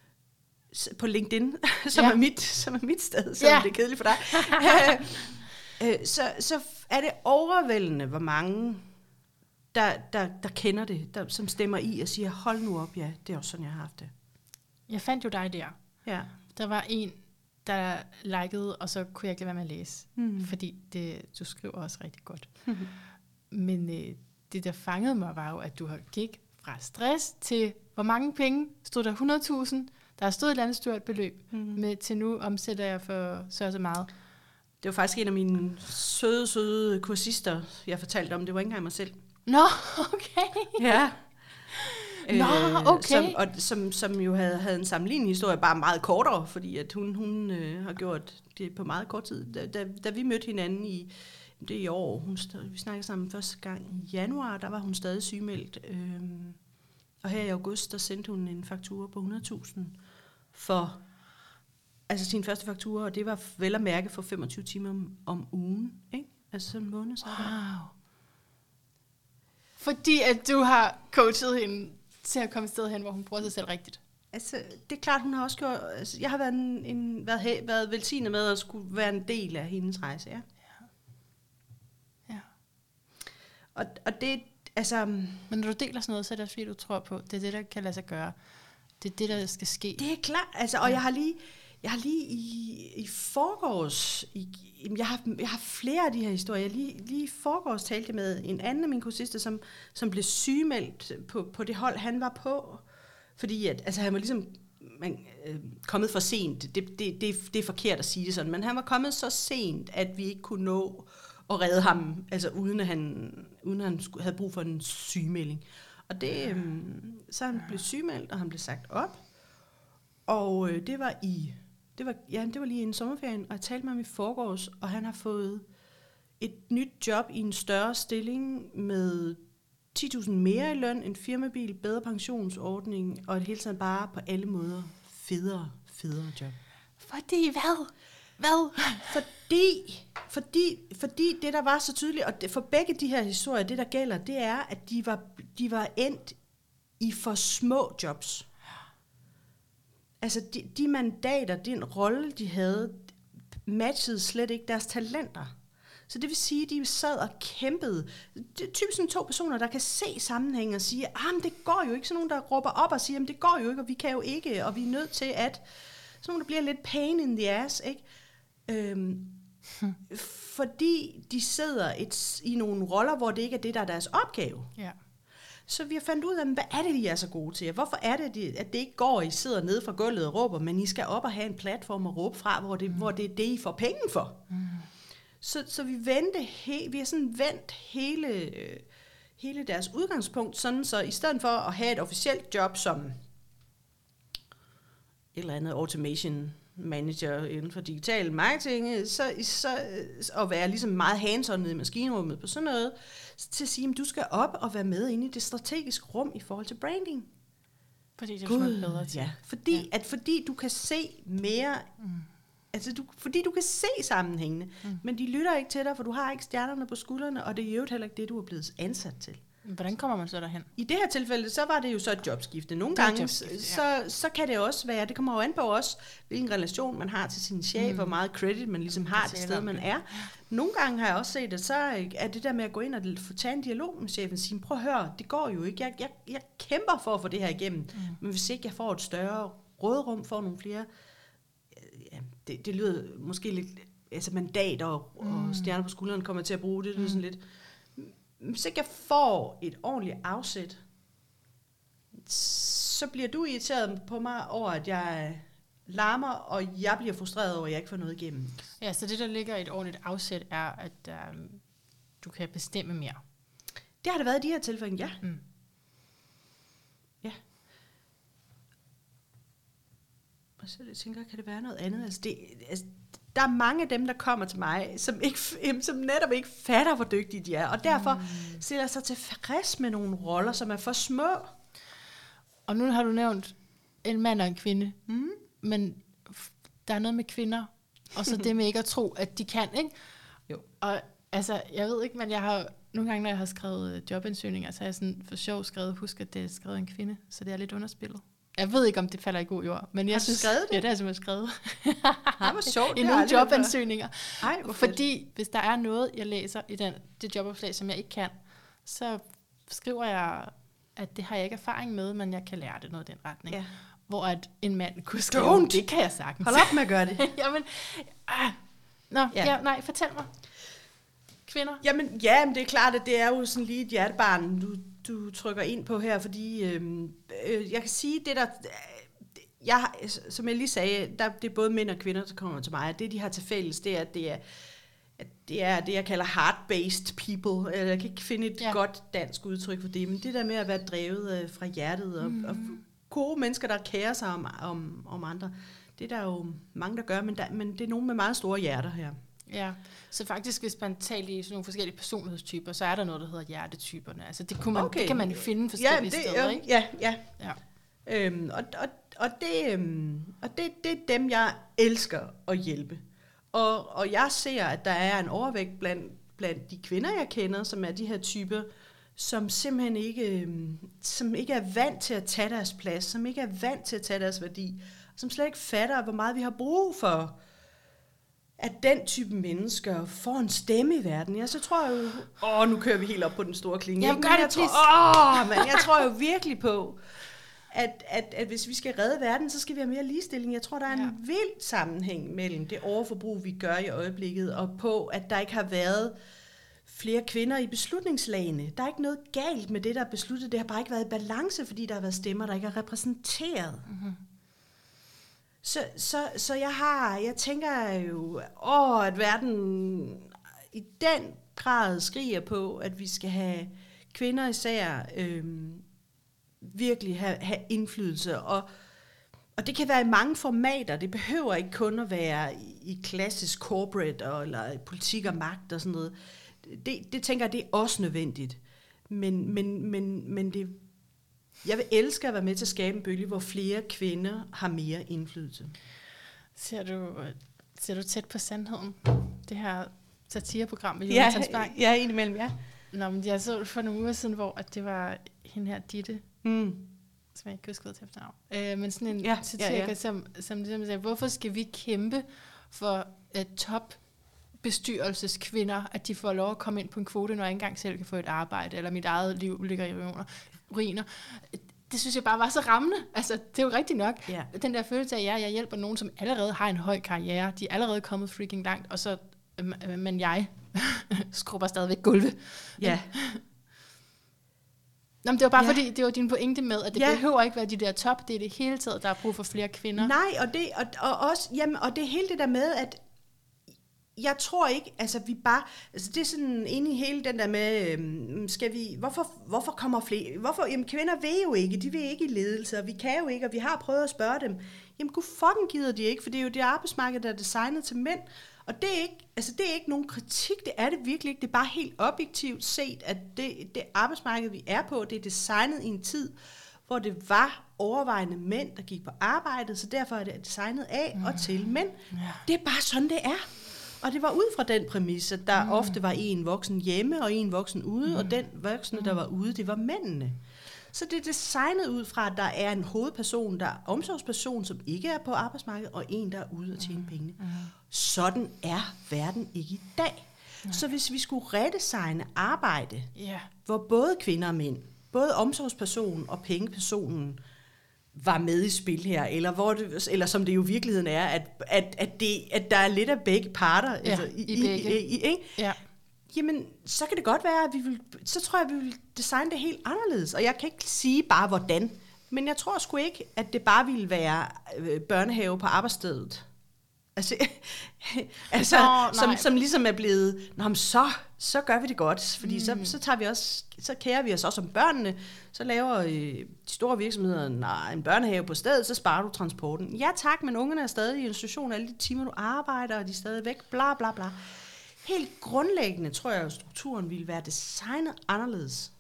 Speaker 2: på LinkedIn, som, ja. er mit, som er mit sted, så ja. det er kedeligt for dig, øh, så, så er det overvældende, hvor mange, der, der, der kender det, der, som stemmer i og siger, hold nu op, ja, det er også sådan, jeg har haft det.
Speaker 1: Jeg fandt jo dig der.
Speaker 2: Ja.
Speaker 1: Der var en, der likede, og så kunne jeg ikke lade være med at læse, mm. fordi det, du skriver også rigtig godt. Mm-hmm. Men øh, det, der fangede mig, var jo, at du gik fra stress til, hvor mange penge stod der? hundrede tusind. Der er stået et eller andet stort beløb, mm-hmm. med, til nu omsætter jeg for så og så meget.
Speaker 2: Det var faktisk en af mine søde, søde kursister, jeg fortalte om. Det var ikke engang mig selv.
Speaker 1: Nå, okay.
Speaker 2: Ja.
Speaker 1: Nå, okay.
Speaker 2: Som, og som, som jo havde, havde en sammenlignende historie, bare meget kortere, fordi at hun, hun øh, har gjort det på meget kort tid. Da, da, da vi mødte hinanden i det i år, hun stod, vi snakkede sammen første gang i januar, der var hun stadig sygemeldt. Øh, og her i august, der sendte hun en faktura på hundrede tusind for altså sin første faktura, og det var vel at mærke for femogtyve timer om, om ugen, ikke? Altså sådan en måned. Så
Speaker 1: wow. Fordi at du har coachet hende til at komme et sted hen, hvor hun bruger sig selv rigtigt.
Speaker 2: Altså, det er klart, hun har også gjort, altså, jeg har været, en, en, været, været velsignet med at skulle være en del af hendes rejse, ja. Ja.
Speaker 1: ja.
Speaker 2: Og, og det, altså...
Speaker 1: Men når du deler sådan noget, så er det også fordi, du tror på, det er det, der kan lade sig gøre. Det er det, der skal ske.
Speaker 2: Det er klart, altså, og ja. jeg har lige, jeg har lige i, i forgårs, i, jeg, har, jeg har flere af de her historier, lige, lige i forgårs talte jeg med en anden af mine kursister, som, som blev sygemeldt på, på det hold, han var på, fordi at, altså, han var ligesom man, øh, kommet for sent, det, det, det, det er forkert at sige det sådan, men han var kommet så sent, at vi ikke kunne nå at redde ham, altså uden at han, uden at han skulle, havde brug for en sygemelding. Og det, øh, så han blev sygemeldt, og han blev sagt op. Og øh, det var i, det var, ja, det var lige inden sommerferien, og jeg talte med ham i forgårs, og han har fået et nyt job i en større stilling med ti tusind mere i løn, en firmabil, bedre pensionsordning, og et hele taget bare på alle måder federe, federe job.
Speaker 1: Fordi hvad? Hvad?
Speaker 2: Fordi, fordi, fordi det, der var så tydeligt, og det, for begge de her historier, det der gælder, det er, at de var, de var endt i for små jobs. Altså, de, de mandater, den rolle, de havde, matchede slet ikke deres talenter. Så det vil sige, at de sad og kæmpede. Det er typisk sådan to personer, der kan se sammenhæng og sige, ah, men det går jo ikke. Sådan nogen, der råber op og siger, men det går jo ikke, og vi kan jo ikke, og vi er nødt til at... Sådan nogen, der bliver lidt pain in the ass, ikke? Øhm, hmm. Fordi de sidder et, i nogle roller, hvor det ikke er det, der er deres opgave.
Speaker 1: Ja.
Speaker 2: Så vi har fandt ud af, hvad er det, de er så gode til? Hvorfor er det, at det ikke går, at I sidder nede fra gulvet og råber, men I skal op og have en platform at råbe fra, hvor det, mm. hvor det er det, I får penge for? Mm. Så, så vi, vendte he, vi har sådan vendt hele, øh, hele deres udgangspunkt, sådan så i stedet for at have et officielt job som et eller andet automation manager inden for digital marketing, så, så at være ligesom meget hands-on nede i maskinrummet på sådan noget, til at sige, at du skal op og være med inde i det strategiske rum i forhold til branding.
Speaker 1: Fordi det er God, bedre til.
Speaker 2: Ja, fordi, ja. At fordi du kan se mere, mm. altså du, fordi du kan se sammenhængene, mm. men de lytter ikke til dig, for du har ikke stjernerne på skuldrene, og det er jo heller ikke det, du er blevet ansat til.
Speaker 1: Hvordan kommer man så derhen?
Speaker 2: I det her tilfælde, så var det jo så et jobskifte. Nogle gange, jobskifte, ja. så, så kan det også være, det kommer jo an på også, hvilken relation man har til sin chef, mm. hvor meget credit man ligesom har det sted, man er. Nogle gange har jeg også set, at så er det der med at gå ind og få tage en dialog med chefen og sige, prøv at høre, det går jo ikke. Jeg, jeg, jeg kæmper for at få det her igennem, mm. men hvis ikke jeg får et større rådrum, får nogle flere, ja, det, det lyder måske lidt, altså mandater og, mm. og stjerner på skulderen kommer til at bruge det, det er sådan lidt... Hvis ikke jeg får et ordentligt afsæt, så bliver du irriteret på mig over, at jeg larmer, og jeg bliver frustreret over, at jeg ikke får noget igennem.
Speaker 1: Ja, så det, der ligger i et ordentligt afsæt, er, at øh, du kan bestemme mere.
Speaker 2: Det har det været i de her tilfælde, ja. Mm. Ja. Og så jeg tænker, kan det være noget andet? Altså, det, altså, der er mange af dem, der kommer til mig, som, ikke, som netop ikke fatter, hvor dygtige de er, og derfor mm. stiller sig tilfreds med nogle roller, som er for små.
Speaker 1: Og nu har du nævnt en mand og en kvinde, mm. men der er noget med kvinder, og så det med ikke at tro, at de kan, ikke?
Speaker 2: Jo.
Speaker 1: Og altså, jeg ved ikke, men jeg har nogle gange, når jeg har skrevet jobansøgninger, så har jeg sådan for sjov skrevet, husk at det er skrevet en kvinde, så det er lidt underspillet. Jeg ved ikke, om det falder i god jord, men jeg
Speaker 2: har du
Speaker 1: synes,
Speaker 2: skrevet det?
Speaker 1: Ja, det har jeg simpelthen skrevet.
Speaker 2: Ej, hvor sjovt.
Speaker 1: I nogle jobansøgninger.
Speaker 2: Ej,
Speaker 1: fordi hvis der er noget, jeg læser i den, det jobopslag, som jeg ikke kan, så skriver jeg, at det har jeg ikke erfaring med, men jeg kan lære det noget i den retning. Ja. Hvor at en mand kunne skrive,
Speaker 2: Don't.
Speaker 1: det kan jeg sagtens.
Speaker 2: Hold op med at gøre det.
Speaker 1: Jamen, ah. Nå, ja. Ja, nej, fortæl mig. Kvinder?
Speaker 2: Jamen, ja, men det er klart, at det er jo sådan lige et hjertebarn, du, du trykker ind på her, fordi øh, øh, jeg kan sige, det der, jeg, som jeg lige sagde, der, det er både mænd og kvinder, der kommer til mig, det de har til fælles, det er, at det er, at det er det, jeg kalder heart-based people. Jeg kan ikke finde et ja. godt dansk udtryk for det, men det der med at være drevet fra hjertet, og, mm. og gode mennesker, der kærer sig om, om, om andre, det er der jo mange, der gør, men, der, men det er nogen med meget store hjerter her.
Speaker 1: Ja, så faktisk hvis man taler i sådan nogle forskellige personlighedstyper, så er der noget, der hedder hjertetyperne. Altså det, kunne man, okay. det kan man jo finde forskellige ja, det, steder, ikke?
Speaker 2: Ja, ja. ja. Øhm, og og, og, det, øhm, og det, det er dem, jeg elsker at hjælpe. Og, og jeg ser, at der er en overvægt blandt, blandt de kvinder, jeg kender, som er de her typer, som simpelthen ikke, øhm, som ikke er vant til at tage deres plads, som ikke er vant til at tage deres værdi, som slet ikke fatter, hvor meget vi har brug for, at den type mennesker får en stemme i verden. Ja, så tror jeg jo... Åh, nu kører vi helt op på den store klinge.
Speaker 1: Jamen, gør det,
Speaker 2: jeg tror, åh, men jeg tror jo virkelig på, at, at, at hvis vi skal redde verden, så skal vi have mere ligestilling. Jeg tror, der er en ja. vild sammenhæng mellem det overforbrug, vi gør i øjeblikket, og på, at der ikke har været flere kvinder i beslutningslagene. Der er ikke noget galt med det, der er besluttet. Det har bare ikke været i balance, fordi der har været stemmer, der ikke er repræsenteret. Mm-hmm. Så, så, så jeg har, jeg tænker jo, åh, at verden i den grad skriger på, at vi skal have kvinder især øhm, virkelig have, have indflydelse. Og, og det kan være i mange formater. Det behøver ikke kun at være i, i klassisk corporate og, eller politik og magt og sådan noget. Det, det tænker jeg, det er også nødvendigt. Men, men, men, men det, jeg vil elske at være med til at skabe en bølge, hvor flere kvinder har mere indflydelse.
Speaker 1: Ser du, ser du Tæt på sandheden? Det her satireprogram med
Speaker 2: Ja,
Speaker 1: Jonathan Spang?
Speaker 2: ja, indimellem, ja.
Speaker 1: Nå, men jeg så for nogle uger siden, hvor at det var hende her, Ditte,
Speaker 2: Mm.
Speaker 1: som jeg ikke husker hvad til efternavn. Øh, men sådan en
Speaker 2: Ja,
Speaker 1: satiriker,
Speaker 2: ja, ja.
Speaker 1: som, som ligesom sagde, hvorfor skal vi kæmpe for uh, topbestyrelseskvinder, at de får lov at komme ind på en kvote, når jeg ikke engang selv kan få et arbejde, eller mit eget liv ligger i ruiner. ruiner. Det synes jeg bare var så rammende. Altså, det er jo rigtigt nok.
Speaker 2: Ja.
Speaker 1: Den der følelse af, at ja, jeg hjælper nogen, som allerede har en høj karriere, de er allerede kommet freaking langt, og så, øh, men jeg skrubber stadigvæk gulve.
Speaker 2: Ja.
Speaker 1: Nå, men det var bare
Speaker 2: Ja.
Speaker 1: fordi, det var din pointe med, at det
Speaker 2: Ja.
Speaker 1: behøver ikke være de der top, det er det hele taget, der er brug for flere kvinder.
Speaker 2: Nej, og det, og, og også, jamen, og det er hele det der med, at jeg tror ikke, altså vi bare, altså det er sådan inde i hele den der med, øhm, skal vi, hvorfor, hvorfor kommer flere, hvorfor, jamen kvinder vil jo ikke, de vil ikke i ledelse, og vi kan jo ikke, og vi har prøvet at spørge dem, jamen gud fucking gider de ikke, for det er jo det arbejdsmarked, der er designet til mænd, og det er ikke, altså det er ikke nogen kritik, det er det virkelig ikke, det er bare helt objektivt set, at det, det arbejdsmarked, vi er på, det er designet i en tid, hvor det var overvejende mænd, der gik på arbejdet, så derfor er det designet af og til mænd.
Speaker 1: Ja.
Speaker 2: Det er bare sådan, det er. Og det var ud fra den præmis, at der mm. ofte var en voksen hjemme og en voksen ude, mm. og den voksne, der var ude, det var mændene. Så det er designet ud fra, at der er en hovedperson, der er omsorgsperson, som ikke er på arbejdsmarkedet, og en, der er ude og tjene penge. Mm. Sådan er verden ikke i dag. Mm. Så hvis vi skulle redesigne arbejde,
Speaker 1: Yeah.
Speaker 2: hvor både kvinder og mænd, både omsorgspersonen og pengepersonen, var med i spil her, eller, hvor det, eller som det jo i virkeligheden er, at, at, at, det, at der er lidt af begge parter.
Speaker 1: Ja,
Speaker 2: altså,
Speaker 1: i, i begge.
Speaker 2: I, i, ikke?
Speaker 1: Ja.
Speaker 2: Jamen, så kan det godt være, at vi vil, så tror jeg, at vi vil designe det helt anderledes. Og jeg kan ikke sige bare, hvordan. Men jeg tror sgu ikke, at det bare ville være øh, børnehave på arbejdsstedet. Altså, altså
Speaker 1: Nå,
Speaker 2: som,
Speaker 1: nej.
Speaker 2: som ligesom er blevet, nå, men så, så gør vi det godt, fordi mm. så, så, tager vi også, så kærer vi os også om børnene, så laver øh, de store virksomheder nej, en børnehave på stedet, så sparer du transporten. Ja tak, men ungerne er stadig i institution, alle de timer, du arbejder, og de er stadig væk, bla bla bla. Helt grundlæggende tror jeg, at strukturen ville være designet anderledes,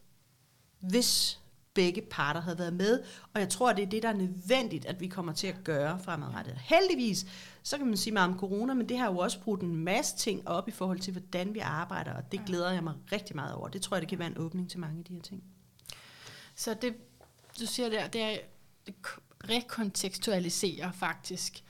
Speaker 2: hvis begge parter havde været med, og jeg tror, det er det, der er nødvendigt, at vi kommer til at gøre fremadrettet. Heldigvis, så kan man sige meget om corona, men det har jo også brugt en masse ting op i forhold til, hvordan vi arbejder, og det glæder jeg mig rigtig meget over. Det tror jeg, det kan være en åbning til mange af de her ting.
Speaker 1: Så det, du siger der, det er det rekontekstualiserer faktisk,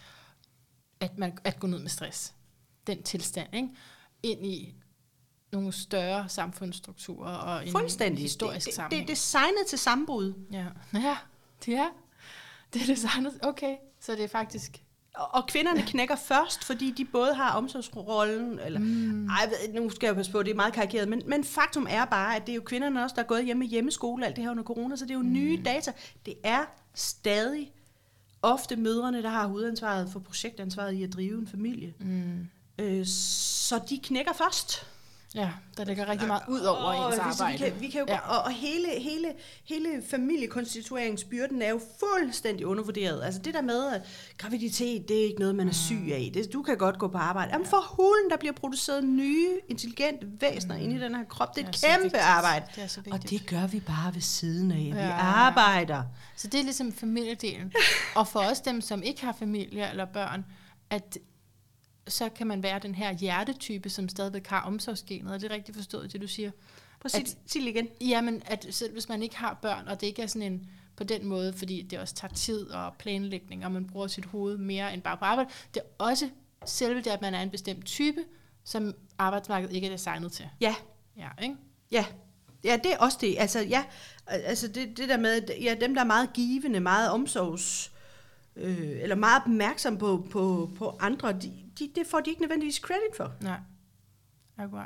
Speaker 1: at man at gå ned med stress. Den tilstand, ikke? Ind i nogle større samfundsstrukturer og en
Speaker 2: Fuldstændig.
Speaker 1: historisk
Speaker 2: det, det,
Speaker 1: sammenhæng.
Speaker 2: det er designet til sammenbrud.
Speaker 1: Ja. Ja, det er. Det er designet. Okay, så det er faktisk...
Speaker 2: Og, og kvinderne knækker først, fordi de både har omsorgsrollen, eller, mm. ej, nu skal jeg passe på, det er meget karikeret, men, men faktum er bare, at det er jo kvinderne også, der er gået hjemme med hjemmeskole, alt det her under corona, så det er jo mm. nye data. Det er stadig ofte mødrene, der har hovedansvaret for projektansvaret i at drive en familie. Mm. Øh, så de knækker først.
Speaker 1: Ja, der ligger rigtig meget ud over oh, ens arbejde.
Speaker 2: Vi kan, vi kan jo, ja. og, og hele, hele, hele familiekonstitueringsbyrden er jo fuldstændig undervurderet. Altså det der med, at graviditet, det er ikke noget, man er syg af. Det, du kan godt gå på arbejde. Jamen for hulen, der bliver produceret nye, intelligente væsener mm. inde i den her krop. Det er et
Speaker 1: det er
Speaker 2: kæmpe
Speaker 1: vigtigt.
Speaker 2: arbejde.
Speaker 1: Det er så
Speaker 2: og det gør vi bare ved siden af. Vi
Speaker 1: ja.
Speaker 2: arbejder.
Speaker 1: Så det er ligesom familiedelen. Og for os dem, som ikke har familie eller børn, at så kan man være den her hjertetype, som stadigvæk har omsorgsgenet. Er det rigtigt forstået, det du siger?
Speaker 2: Prøv at sige, sig igen.
Speaker 1: Jamen, at selv hvis man ikke har børn, og det ikke er sådan en på den måde, fordi det også tager tid og planlægning, og man bruger sit hoved mere end bare på arbejde, det er også selve det, at man er en bestemt type, som arbejdsmarkedet ikke er designet til.
Speaker 2: Ja.
Speaker 1: Ja, ikke?
Speaker 2: Ja. Ja, det er også det. Altså, ja, altså det, det der med, ja, dem, der er meget givende, meget omsorgs, øh, eller meget opmærksom på, på, på andre, de, de, det får de ikke nødvendigvis credit for.
Speaker 1: Nej, akkurat.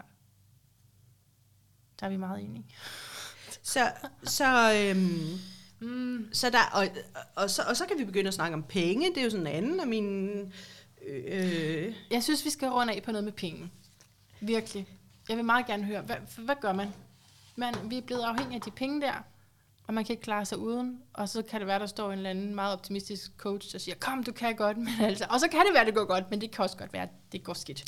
Speaker 1: Der er vi meget enige.
Speaker 2: Så, så, øhm, mm. så der, og, og, så, og så kan vi begynde at snakke om penge, det er jo sådan en anden af mine... Øh,
Speaker 1: Jeg synes, vi skal runde af på noget med penge. Virkelig. Jeg vil meget gerne høre, hvad, hvad gør man? man? Vi er blevet afhængige af de penge der, og man kan ikke klare sig uden, og så kan det være, der står en eller anden meget optimistisk coach, der siger, kom, du kan godt, men altså, og så kan det være, det går godt, men det kan også godt være, at det går skidt.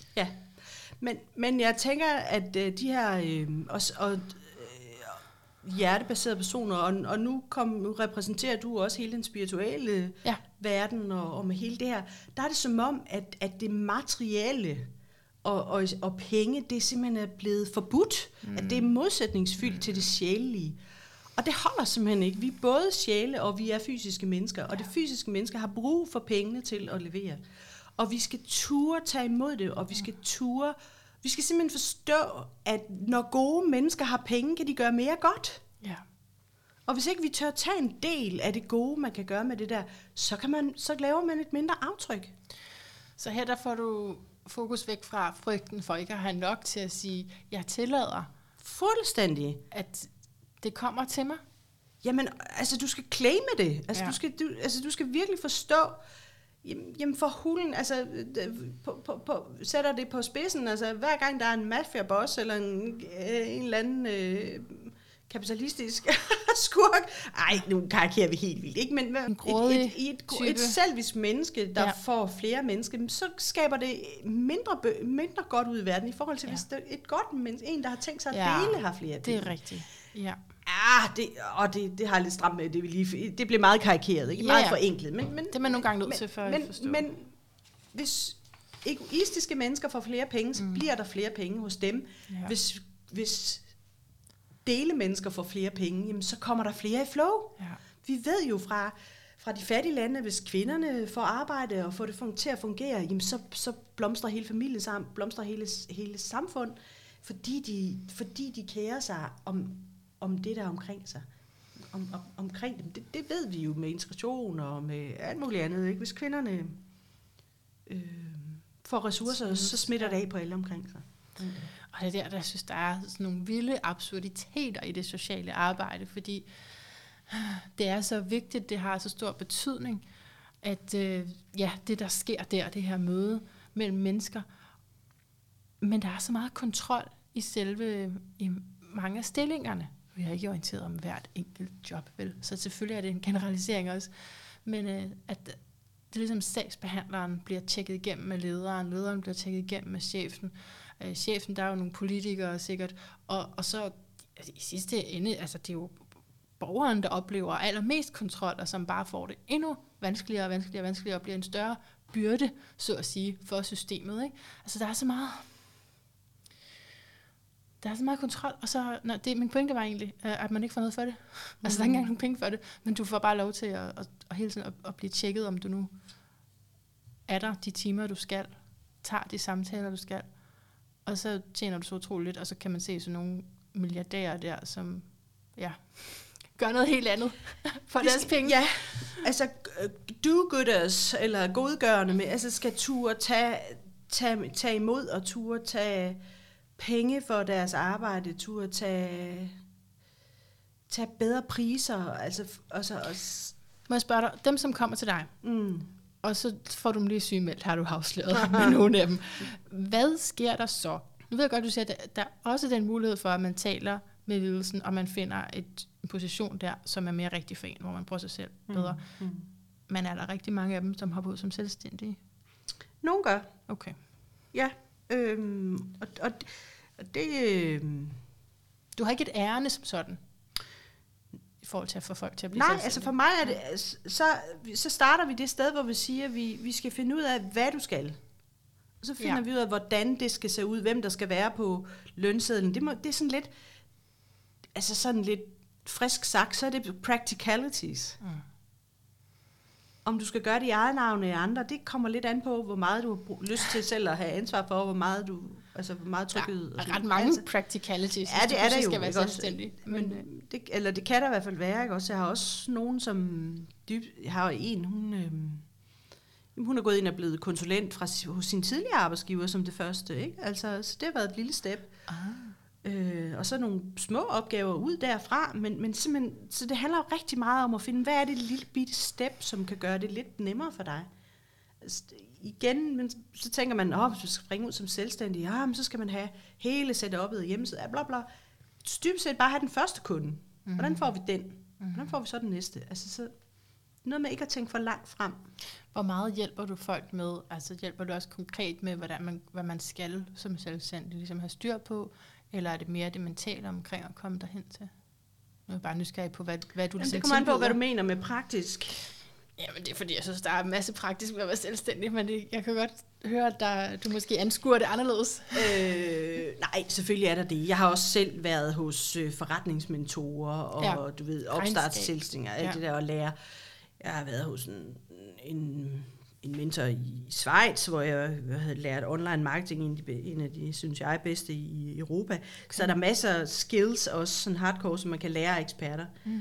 Speaker 2: hjertebaserede personer, og, og nu, kom, nu repræsenterer du også hele den spirituelle
Speaker 1: ja.
Speaker 2: verden, og, og med hele det her, der er det som om, at, at det materielle og, og, og penge, det simpelthen er blevet forbudt, mm. at det er modsætningsfyldt mm. til det sjælelige. Og det holder simpelthen ikke. Vi er både sjæle, og vi er fysiske mennesker, og ja. det fysiske mennesker har brug for pengene til at levere. Og vi skal ture tage imod det, og vi skal ture, vi skal simpelthen forstå, at når gode mennesker har penge, kan de gøre mere godt.
Speaker 1: Ja.
Speaker 2: Og hvis ikke vi tør tage en del af det gode, man kan gøre med det der, så, kan man, så laver man et mindre aftryk.
Speaker 1: Så her der får du fokus væk fra frygten for ikke at have nok til at sige, jeg tillader.
Speaker 2: Fuldstændig.
Speaker 1: At det kommer til mig.
Speaker 2: Jamen, altså du skal claime det. Altså,
Speaker 1: ja.
Speaker 2: du, skal, du, altså du skal virkelig forstå, jamen for hulen, altså på, på, på, sætter det på spidsen, altså hver gang der er en mafia-boss, eller en, øh, en eller anden øh, kapitalistisk skurk, ej, nu karikerer vi helt vildt, ikke? Men
Speaker 1: en
Speaker 2: et, et, et, et, et selvisk menneske, der ja. får flere mennesker, så skaber det mindre, mindre godt ud i verden, i forhold til, ja. hvis det er et godt menneske, en, der har tænkt sig at ja, dele, har flere.
Speaker 1: Det er rigtigt, ja.
Speaker 2: Ah, det, og det, det har jeg lidt stramt med, det, vil lige, det bliver meget karikeret, ikke?
Speaker 1: Ja,
Speaker 2: meget
Speaker 1: ja.
Speaker 2: forenklet. Men, men,
Speaker 1: det er man nogle gange nødt til for
Speaker 2: men,
Speaker 1: at forstå.
Speaker 2: Men hvis egoistiske mennesker får flere penge, så mm. bliver der flere penge hos dem. Ja. Hvis, hvis dele mennesker får flere penge, jamen, så kommer der flere i flow.
Speaker 1: Ja.
Speaker 2: Vi ved jo fra, fra de fattige lande, hvis kvinderne får arbejde og får det til at fungere, jamen, så, så blomstrer hele familien sammen, blomstrer hele, hele samfund, fordi de, fordi de kærer sig om om det, der er omkring sig. Om, om, omkring dem. Det, det ved vi jo med integration og med alt muligt andet. Ikke? Hvis kvinderne øh, får ressourcer, så smitter det af på alle omkring sig. Mm.
Speaker 1: Og det er der, der jeg synes, der er sådan nogle vilde absurditeter i det sociale arbejde, fordi det er så vigtigt, det har så stor betydning, at øh, ja, det der sker der, det her møde mellem mennesker, men der er så meget kontrol i selve, i mange af stillingerne. Vi har ikke orienteret om hvert enkelt job, vel? Så selvfølgelig er det en generalisering også. Men øh, at det er ligesom sagsbehandleren bliver tjekket igennem med lederen, lederen bliver tjekket igennem med chefen. Øh, chefen, der er jo nogle politikere sikkert. Og, og så altså, i sidste ende, altså det er jo borgeren, der oplever allermest kontrol, og som bare får det endnu vanskeligere og vanskeligere og vanskeligere, og bliver en større byrde, så at sige, for systemet. Ikke? Altså der er så meget... Der er så meget kontrol, og så, når det, min pointe var egentlig, at man ikke får noget for det. Mm. Altså, der er ikke engang nogen penge for det, men du får bare lov til at, at, at hele tiden at, at blive tjekket, om du nu er der de timer, du skal, tager de samtaler, du skal, og så tjener du så utroligt lidt, og så kan man se sådan nogle milliardærer der, som, ja, gør noget helt andet for deres penge.
Speaker 2: Ja, altså, do-gooders, eller godgørende, med, altså skal ture tage, tage, tage imod, og ture tage penge for deres arbejde, turde tage, tage bedre priser, altså også, også.
Speaker 1: Må jeg spørge dig, dem som kommer til dig,
Speaker 2: mm.
Speaker 1: og så får du dem lige sygemeldt, har du afsløret med nogle af dem. Hvad sker der så? Nu ved jeg godt, du siger, at der er også den mulighed for, at man taler med ledelsen, og man finder et, en position der, som er mere rigtig for en, hvor man bruger sig selv bedre. Mm. Mm. Men er der rigtig mange af dem, som har boet som selvstændige?
Speaker 2: Nogle gør.
Speaker 1: Okay.
Speaker 2: Ja. Øhm, og, og, og det... Øhm,
Speaker 1: du har ikke et ærende som sådan, i forhold til at få folk til at blive
Speaker 2: nej,
Speaker 1: selvstændige?
Speaker 2: altså for mig er det... Så, så starter vi det sted, hvor vi siger, at vi, vi skal finde ud af, hvad du skal. Og så finder ja. vi ud af, hvordan det skal se ud, hvem der skal være på lønsedlen. Det, må, det er sådan lidt... Altså sådan lidt frisk sagt, så er det practicalities. Mm. Om du skal gøre det i eget navn eller andre, det kommer lidt an på, hvor meget du har lyst til selv at have ansvar for, hvor meget du, altså hvor meget trykket.
Speaker 1: Der er ret mange altså, practicalities,
Speaker 2: ja, det er der jo,
Speaker 1: skal være selvstændig.
Speaker 2: Men, men det, eller det kan der i hvert fald være, ikke også? Jeg har også nogen, som dyb, jeg har en, hun, øhm, hun er gået ind og blevet konsulent fra hos sin tidligere arbejdsgiver som det første, ikke? Altså, så det har været et lille step. Ah. Øh, og så nogle små opgaver ud derfra, men, men simpelthen, så det handler jo rigtig meget om at finde, hvad er det lille bitte step, som kan gøre det lidt nemmere for dig. Altså, igen, men så tænker man, åh, hvis du skal springe ud som selvstændig, ja, men så skal man have hele setup'et hjemmeside, ja, bla bla. Dybest set bare have den første kunde. Mm-hmm. Hvordan får vi den? Mm-hmm. Hvordan får vi så den næste? Altså, så noget med ikke at tænke for langt frem.
Speaker 1: Hvor meget hjælper du folk med? Altså hjælper du også konkret med, hvordan man, hvad man skal som selvstændig ligesom have styr på? Eller er det mere det mentale omkring at komme derhen til? Nu er jeg bare nysgerrig på, hvad, hvad du
Speaker 2: Jamen,
Speaker 1: ligesom
Speaker 2: det kommer an på,
Speaker 1: tilbyder.
Speaker 2: hvad du mener med praktisk.
Speaker 1: Jamen, det er fordi, jeg synes, der er en masse praktisk ved at være selvstændig, men det, jeg kan godt høre, at der, du måske anskuer det anderledes.
Speaker 2: Øh, nej, selvfølgelig er der det. Jeg har også selv været hos øh, forretningsmentorer og
Speaker 1: Ja.
Speaker 2: du ved, opstartsselstinger, alt
Speaker 1: Ja.
Speaker 2: det der at lære. Jeg har været hos en, en, en mentor i Schweiz, hvor jeg havde lært online marketing, en af de, en af de synes jeg, bedste i Europa. Okay. Så er der masser af skills, også sådan hardcore, som man kan lære af eksperter. Mm.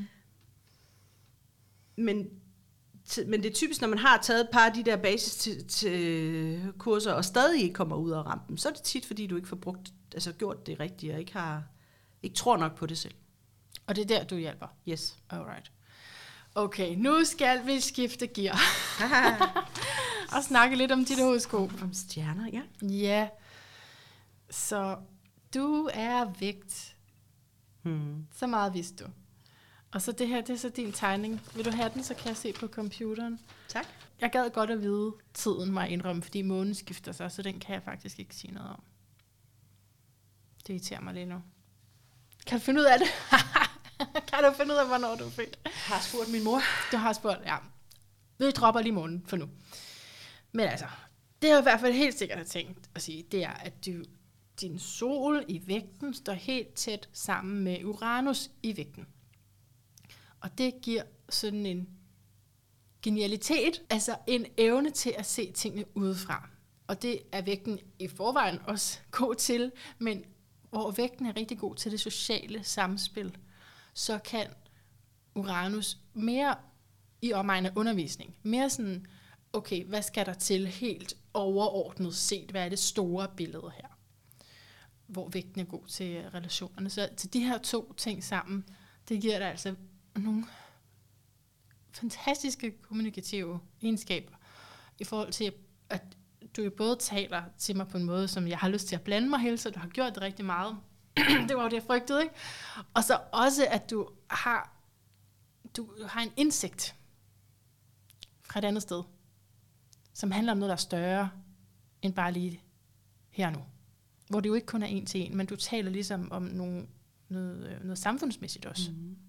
Speaker 2: Men Men det er typisk, når man har taget et par af de der basiskurser, og stadig ikke kommer ud af rampen, så er det tit, fordi du ikke får brugt, altså gjort det rigtigt, og ikke, har, ikke tror nok på det selv.
Speaker 1: Og det er der, du hjælper?
Speaker 2: Yes.
Speaker 1: Alright. Okay, nu skal vi skifte gear. Og snakke lidt om dit horoskop.
Speaker 2: Om stjerner, ja.
Speaker 1: Ja. Så du er vægt.
Speaker 2: Hmm.
Speaker 1: Så meget vidste du. Og så det her, det er så din tegning. Vil du have den, så kan jeg se på computeren.
Speaker 2: Tak.
Speaker 1: Jeg gad godt at vide tiden, må jeg indrømme, fordi månen skifter sig, så den kan jeg faktisk ikke sige noget om. Det irriterer mig lige nu. Kan du finde ud af det? Kan du finde ud af, hvornår du er født?
Speaker 2: Jeg har spurgt min mor.
Speaker 1: Du har spurgt, ja. Vi dropper lige månen for nu. Men altså, det jeg i hvert fald helt sikkert har tænkt at sige, det er, at du, din sol i vægten står helt tæt sammen med Uranus i vægten. Og det giver sådan en genialitet, altså en evne til at se tingene udefra. Og det er vægten i forvejen også god til, men hvor vægten er rigtig god til det sociale samspil, så kan Uranus mere i omegn af undervisning, mere sådan, okay, hvad skal der til helt overordnet set, hvad er det store billede her? Hvor vægten er god til relationerne. Så til de her to ting sammen, det giver dig altså nogle fantastiske kommunikative egenskaber i forhold til, at du jo både taler til mig på en måde, som jeg har lyst til at blande mig hele, så du har gjort det rigtig meget. Det var jo det, jeg frygtede, ikke? Og så også, at du har, du har en indsigt fra et andet sted, som handler om noget, der er større end bare lige her nu. Hvor det jo ikke kun er en til en, men du taler ligesom om nogle, noget, noget samfundsmæssigt også. Mm.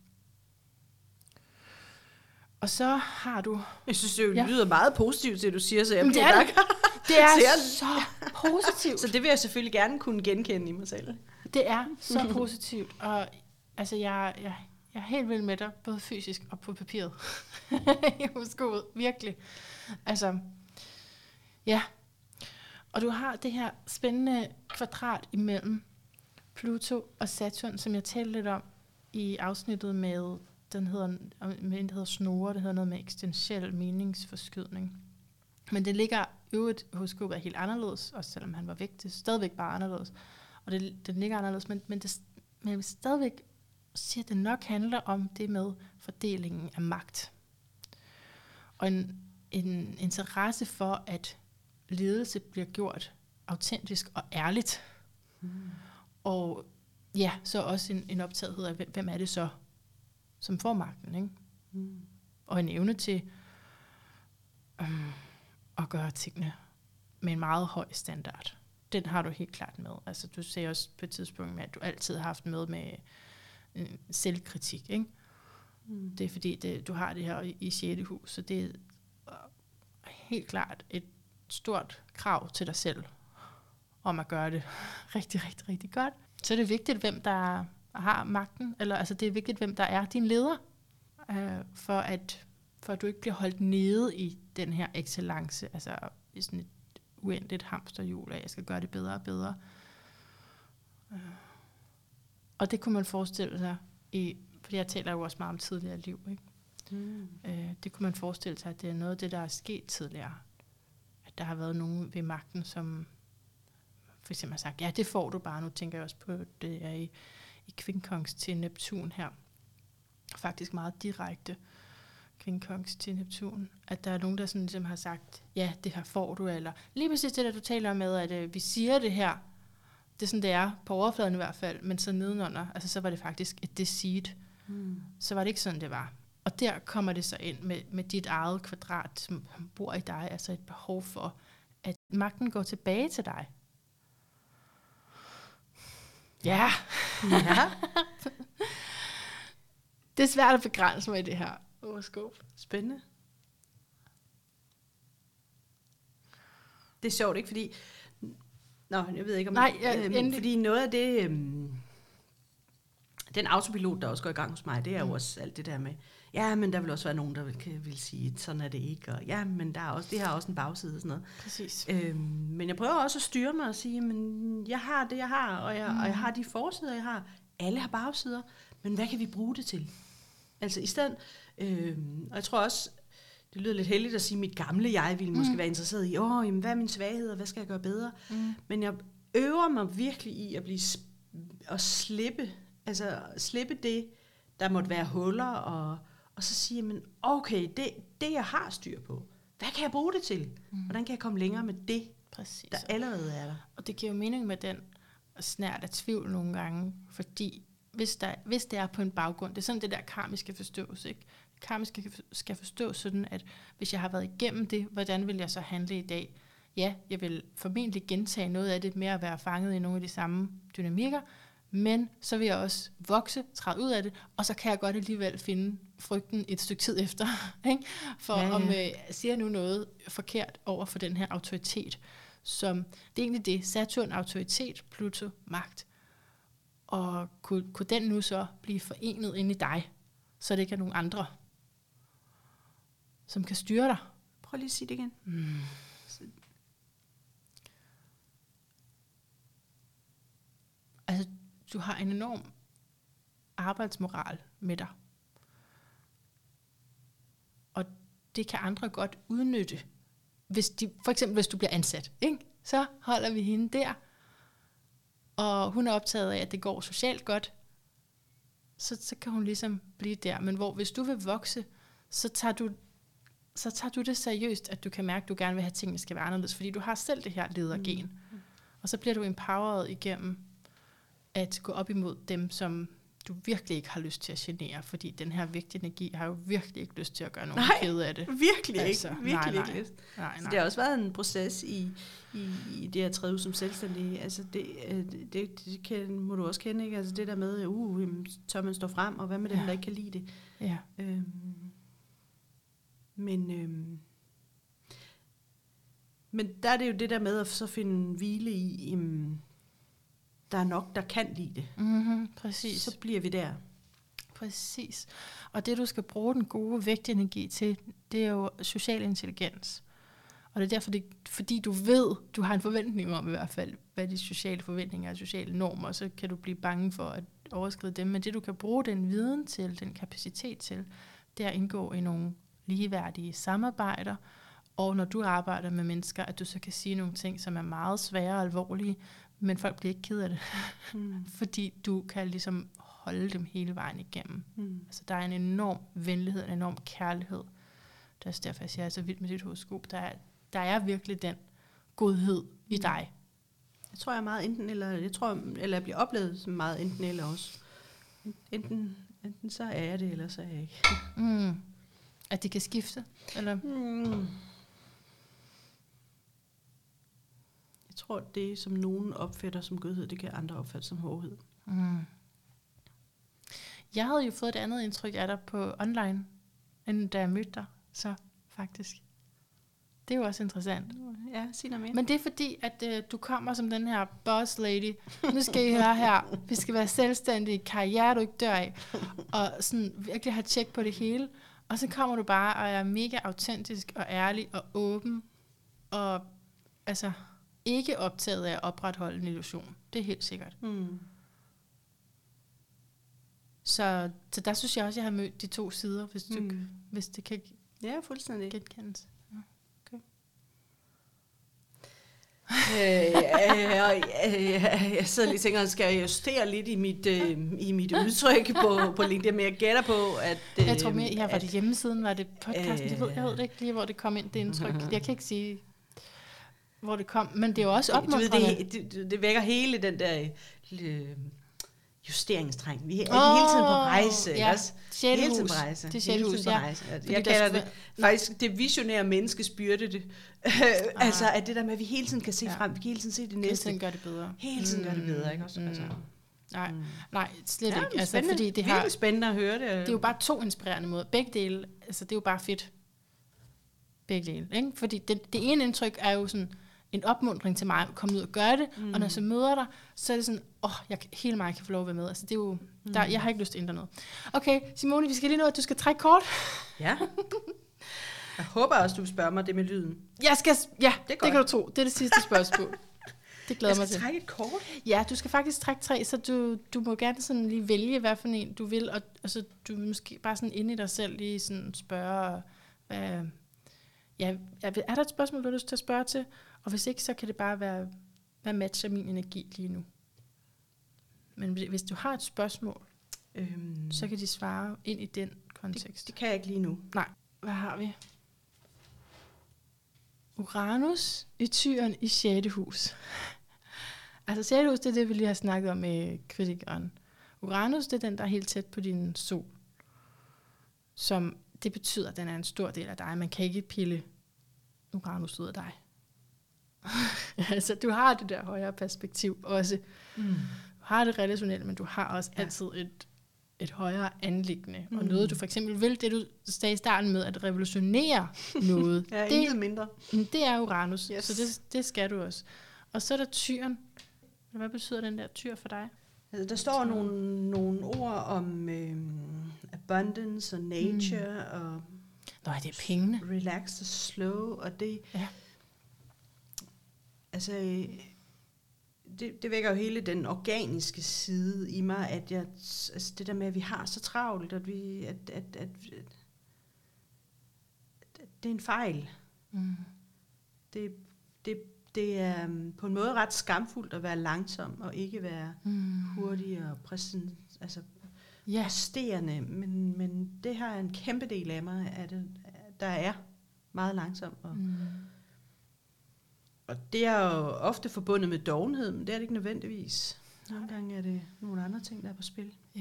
Speaker 1: Og så har du...
Speaker 2: Jeg synes, det
Speaker 1: Ja.
Speaker 2: lyder meget positivt, det du siger, så jeg
Speaker 1: Men det
Speaker 2: bliver
Speaker 1: er
Speaker 2: nok.
Speaker 1: det. Det er
Speaker 2: Så jeg-
Speaker 1: så positivt.
Speaker 2: Så det vil jeg selvfølgelig gerne kunne genkende i mig selv.
Speaker 1: Det er så positivt, og altså, jeg, jeg, jeg er helt vild med dig, både fysisk og på papiret. I horoskopet, virkelig. Altså, ja. Og du har det her spændende kvadrat imellem Pluto og Saturn, som jeg talte lidt om i afsnittet med, den hedder, med den hedder snore, det hedder noget med eksistentiel meningsforskydning. Men det ligger øvrigt, horoskopet er helt anderledes, også selvom han var væk, det er stadigvæk bare anderledes. Og det, det ligger anderledes, men, men, det, men jeg vil stadigvæk sige, at det nok handler om det med fordelingen af magt. Og en, en interesse for, at ledelse bliver gjort autentisk og ærligt. Mm. Og ja, så også en, en optagethed af, hvem, hvem er det så, som får magten, ikke? Mm. Og en evne til øhm, at gøre tingene med en meget høj standard. Den har du helt klart med. Altså, du ser også på et tidspunkt med, at du altid har haft med med øh, selvkritik, ikke? Mm. Det er fordi, det, du har det her i, i sjette hus, så det er helt klart et stort krav til dig selv, om at gøre det rigtig, rigtig, rigtig godt. Så er det vigtigt, hvem der har magten, eller altså det er vigtigt, hvem der er din leder, øh, for, at, for at du ikke bliver holdt nede i den her excellence, altså i sådan et uendeligt hamsterhjul, at jeg skal gøre det bedre og bedre. Øh. Og det kunne man forestille sig, i, fordi jeg taler jo også meget om tidligere liv, ikke? Mm. Øh, det kunne man forestille sig, at det er noget af det, der er sket tidligere. At der har været nogen ved magten, som for eksempel har sagt, ja, det får du bare. Nu tænker jeg også på det er i, i kvinkongs til Neptun her. Faktisk meget direkte kvinkongs til Neptun. At der er nogen, der sådan ligesom har sagt, ja, det her får du, eller lige præcis det, der du taler med, at øh, vi siger det her, det er sådan, det er, på overfladen i hvert fald, men så nedenunder, altså så var det faktisk et deceit. Mm. Så var det ikke sådan, det var. Og der kommer det så ind med, med dit eget kvadrat, som bor i dig, altså et behov for, at magten går tilbage til dig. Ja.
Speaker 2: Ja.
Speaker 1: Det er svært at begrænse mig i det her horoskop.
Speaker 2: Spændende. Det er sjovt, ikke? Fordi... Nå, jeg ved ikke om...
Speaker 1: Nej, ja,
Speaker 2: øhm, fordi noget af det... Øhm, den autopilot, der også går i gang hos mig, det er jo mm. også alt det der med... Ja, men der vil også være nogen, der vil, vil sige, sådan er det ikke. Og ja, men der er også, det har også en bagside og sådan noget.
Speaker 1: Præcis.
Speaker 2: Øhm, men jeg prøver også at styre mig og sige, men jeg har det, jeg har, og jeg, mm. og jeg har de forsider, jeg har. Alle har bagsider, men hvad kan vi bruge det til? Altså i stedet... Øhm, og jeg tror også... Det lyder lidt heldigt at sige, at mit gamle jeg ville måske mm. være interesseret i, åh, jamen, hvad er min svaghed, og hvad skal jeg gøre bedre? Mm. Men jeg øver mig virkelig i at blive at slippe, altså slippe det, der måtte være huller, og, og så sige, men okay, det, det jeg har styr på, hvad kan jeg bruge det til? Mm. Hvordan kan jeg komme længere med det,
Speaker 1: Præcis.
Speaker 2: Der allerede er der?
Speaker 1: Og det giver jo mening med den snært af tvivl nogle gange, fordi hvis, der, hvis det er på en baggrund, det er sådan det der karmiske forstås, ikke? Karmisk skal forstås sådan, at hvis jeg har været igennem det, hvordan vil jeg så handle i dag? Ja, jeg vil formentlig gentage noget af det med at være fanget i nogle af de samme dynamikker, men så vil jeg også vokse, træde ud af det, og så kan jeg godt alligevel finde frygten et stykke tid efter. Ikke? For ja, ja. om jeg øh, siger nu noget forkert over for den her autoritet, som det er egentlig det, Saturn autoritet, Pluto magt. Og kunne, kunne den nu så blive forenet ind i dig, så det ikke er nogen andre, som kan styre dig.
Speaker 2: Prøv lige at sige det igen. Mm.
Speaker 1: Altså, du har en enorm arbejdsmoral med dig. Og det kan andre godt udnytte. Hvis de, for eksempel, hvis du bliver ansat, ikke? Så holder vi hende der, og hun er optaget af, at det går socialt godt, så, så kan hun ligesom blive der. Men hvor hvis du vil vokse, så tager du så tager du det seriøst, at du kan mærke, at du gerne vil have tingene skal være anderledes, fordi du har selv det her ledergen. Mm. Og så bliver du empowered igennem at gå op imod dem, som du virkelig ikke har lyst til at genere, fordi den her vigtige energi har jo virkelig ikke lyst til at gøre nogen
Speaker 2: nej,
Speaker 1: kede af det.
Speaker 2: virkelig
Speaker 1: altså,
Speaker 2: ikke. Virkelig
Speaker 1: nej, nej,
Speaker 2: ikke lyst.
Speaker 1: Nej, nej.
Speaker 2: Så det har også været en proces i, i, i det at træde ud som selvstændig. Altså det, det, det, det kan, må du også kende, ikke? Altså det der med, uh, tør man stå frem, og hvad med dem, ja. der ikke kan lide det?
Speaker 1: Ja.
Speaker 2: Øhm, men, øhm, men der er det jo det der med at så finde hvile i, um, der er nok, der kan lide det.
Speaker 1: Mm-hmm, præcis.
Speaker 2: Så bliver vi der.
Speaker 1: Præcis. Og det, du skal bruge den gode vægtenergi til, det er jo social intelligens. Og det er derfor, det, fordi du ved, du har en forventning om i hvert fald, hvad de sociale forventninger og sociale normer, så kan du blive bange for at overskride dem. Men det, du kan bruge den viden til, den kapacitet til, det er at indgå i nogle ligeværdige samarbejder, og når du arbejder med mennesker, at du så kan sige nogle ting, som er meget svære og alvorlige, men folk bliver ikke ked af det, mm. fordi du kan ligesom holde dem hele vejen igennem. Mm. Altså der er en enorm venlighed, en enorm kærlighed. Det er også derfor, jeg siger, jeg er så vild med dit horoskop. Der er, der er virkelig den godhed mm. i dig.
Speaker 2: Jeg tror, jeg er meget enten eller, jeg tror, eller jeg bliver oplevet som meget enten eller også. Enten, enten så er jeg det, eller så er jeg ikke.
Speaker 1: Mm. At det kan skifte? Eller?
Speaker 2: Mm. Jeg tror, det som nogen opfatter som godhed, det kan andre opfatte som hårdhed.
Speaker 1: Mm. Jeg havde jo fået et andet indtryk af dig på online, end da jeg mødte dig, så faktisk. Det er jo også interessant.
Speaker 2: Ja, sig noget mere.
Speaker 1: Men det er fordi, at øh, du kommer som den her boss lady. Nu skal I høre her. Vi skal være selvstændige, karriere du ikke dør af. Og sådan virkelig have tjek på det hele. Og så kommer du bare og er mega autentisk og ærlig og åben. Og altså ikke optaget af at opretholde en illusion. Det er helt sikkert. Mm. Så, så der synes jeg også, at jeg har mødt de to sider, hvis, du, mm. hvis det kan
Speaker 2: ja, fuldstændig
Speaker 1: genkendes. Ja. Okay.
Speaker 2: øh, øh, øh, øh, jeg sidder lige og tænker, skal jeg justere lidt i mit, øh, i mit udtryk på, på LinkedIn, men jeg gætter på, at... Øh,
Speaker 1: jeg tror mere, ja, var det hjemmesiden, var det podcasten? Øh, jeg, ved, jeg ved det ikke lige, hvor det kom ind, det indtryk. Jeg kan ikke sige, hvor det kom, men det er jo også opmuntrende.
Speaker 2: Det, det, det, det vækker hele den der... Øh, justeringstræng. Vi er oh, hele tiden på rejse.
Speaker 1: Ja.
Speaker 2: Også?
Speaker 1: Sjælehus.
Speaker 2: Hele tiden på rejse.
Speaker 1: Det er sjælehus, ja.
Speaker 2: Jeg Fordi kalder det faktisk det visionære menneskes byrde. Det. Ah. Altså, at det der med, at vi hele tiden kan se ja. frem, vi kan hele tiden se det næste.
Speaker 1: Hele tiden gør det bedre.
Speaker 2: Hele tiden mm. gør det bedre, ikke også? Mm. Altså.
Speaker 1: Nej, mm. nej, slet
Speaker 2: ja,
Speaker 1: ikke. Altså, fordi det har,
Speaker 2: spændende at høre det.
Speaker 1: Det er jo bare to inspirerende måder. Begge dele, altså det er jo bare fedt. Begge dele, ikke? Fordi det, det ene indtryk er jo sådan en opmuntring til mig at komme ud og gøre det, mm. og når jeg så møder dig, så er det sådan, åh, oh, jeg, hele mig kan få lov at være med. Altså det er jo, mm. der, jeg har ikke lyst til at ændre noget. Okay, Simone, vi skal lige nå, at du skal trække kort.
Speaker 2: Ja. Jeg håber også, du vil spørge mig det med lyden.
Speaker 1: Jeg skal, ja, det,
Speaker 2: det
Speaker 1: kan du tro. Det er det sidste spørgsmål. Det glæder mig til.
Speaker 2: Jeg skal trække et kort?
Speaker 1: Ja, du skal faktisk trække tre, så du, du må gerne sådan lige vælge, hvad for en du vil, og, og så du måske bare sådan inde i dig selv lige sådan spørge, hvad, ja, er der et spørgsmål, du har lyst til at spørge til? Og hvis ikke, så kan det bare være, hvad matcher min energi lige nu? Men hvis du har et spørgsmål, øhm, så kan de svare ind i den kontekst.
Speaker 2: Det, det kan jeg ikke lige nu.
Speaker 1: Nej. Hvad har vi? Uranus i Tyren i sjette hus. Altså sjette hus, det er det, vi lige har snakket om med kritikeren. Uranus, det er den, der er helt tæt på din sol. Som, det betyder, at den er en stor del af dig. Man kan ikke pille Uranus ud af dig. Altså, du har det der højere perspektiv også. Mm. Du har det relationelle, men du har også ja. altid et, et højere anliggende. Mm. Og noget, du for eksempel vil, det du sagde i starten med, at revolutionere noget.
Speaker 2: ja,
Speaker 1: det,
Speaker 2: intet mindre.
Speaker 1: Det er Uranus,
Speaker 2: yes.
Speaker 1: så det, det skal du også. Og så er der Tyren. Hvad betyder den der tyr for dig?
Speaker 2: Altså, der står nogle, nogle ord om øh, abundance og nature mm. og
Speaker 1: Nå, det er pengene.
Speaker 2: Relax og slow, og det
Speaker 1: ja.
Speaker 2: altså det, det vækker jo hele den organiske side i mig, at jeg, altså det der med, at vi har så travlt, at vi at, at, at, at, at det er en fejl. Mm. Det, det, det er på en måde ret skamfuldt at være langsom og ikke være mm. hurtig og præsent, altså
Speaker 1: ja.
Speaker 2: præsterende, men, men det har en kæmpe del af mig, at det, der er meget langsom. Og, mm. og det er jo ofte forbundet med dovenhed, men det er det ikke nødvendigvis. Nogle gange er det nogle andre ting, der er på spil.
Speaker 1: Ja.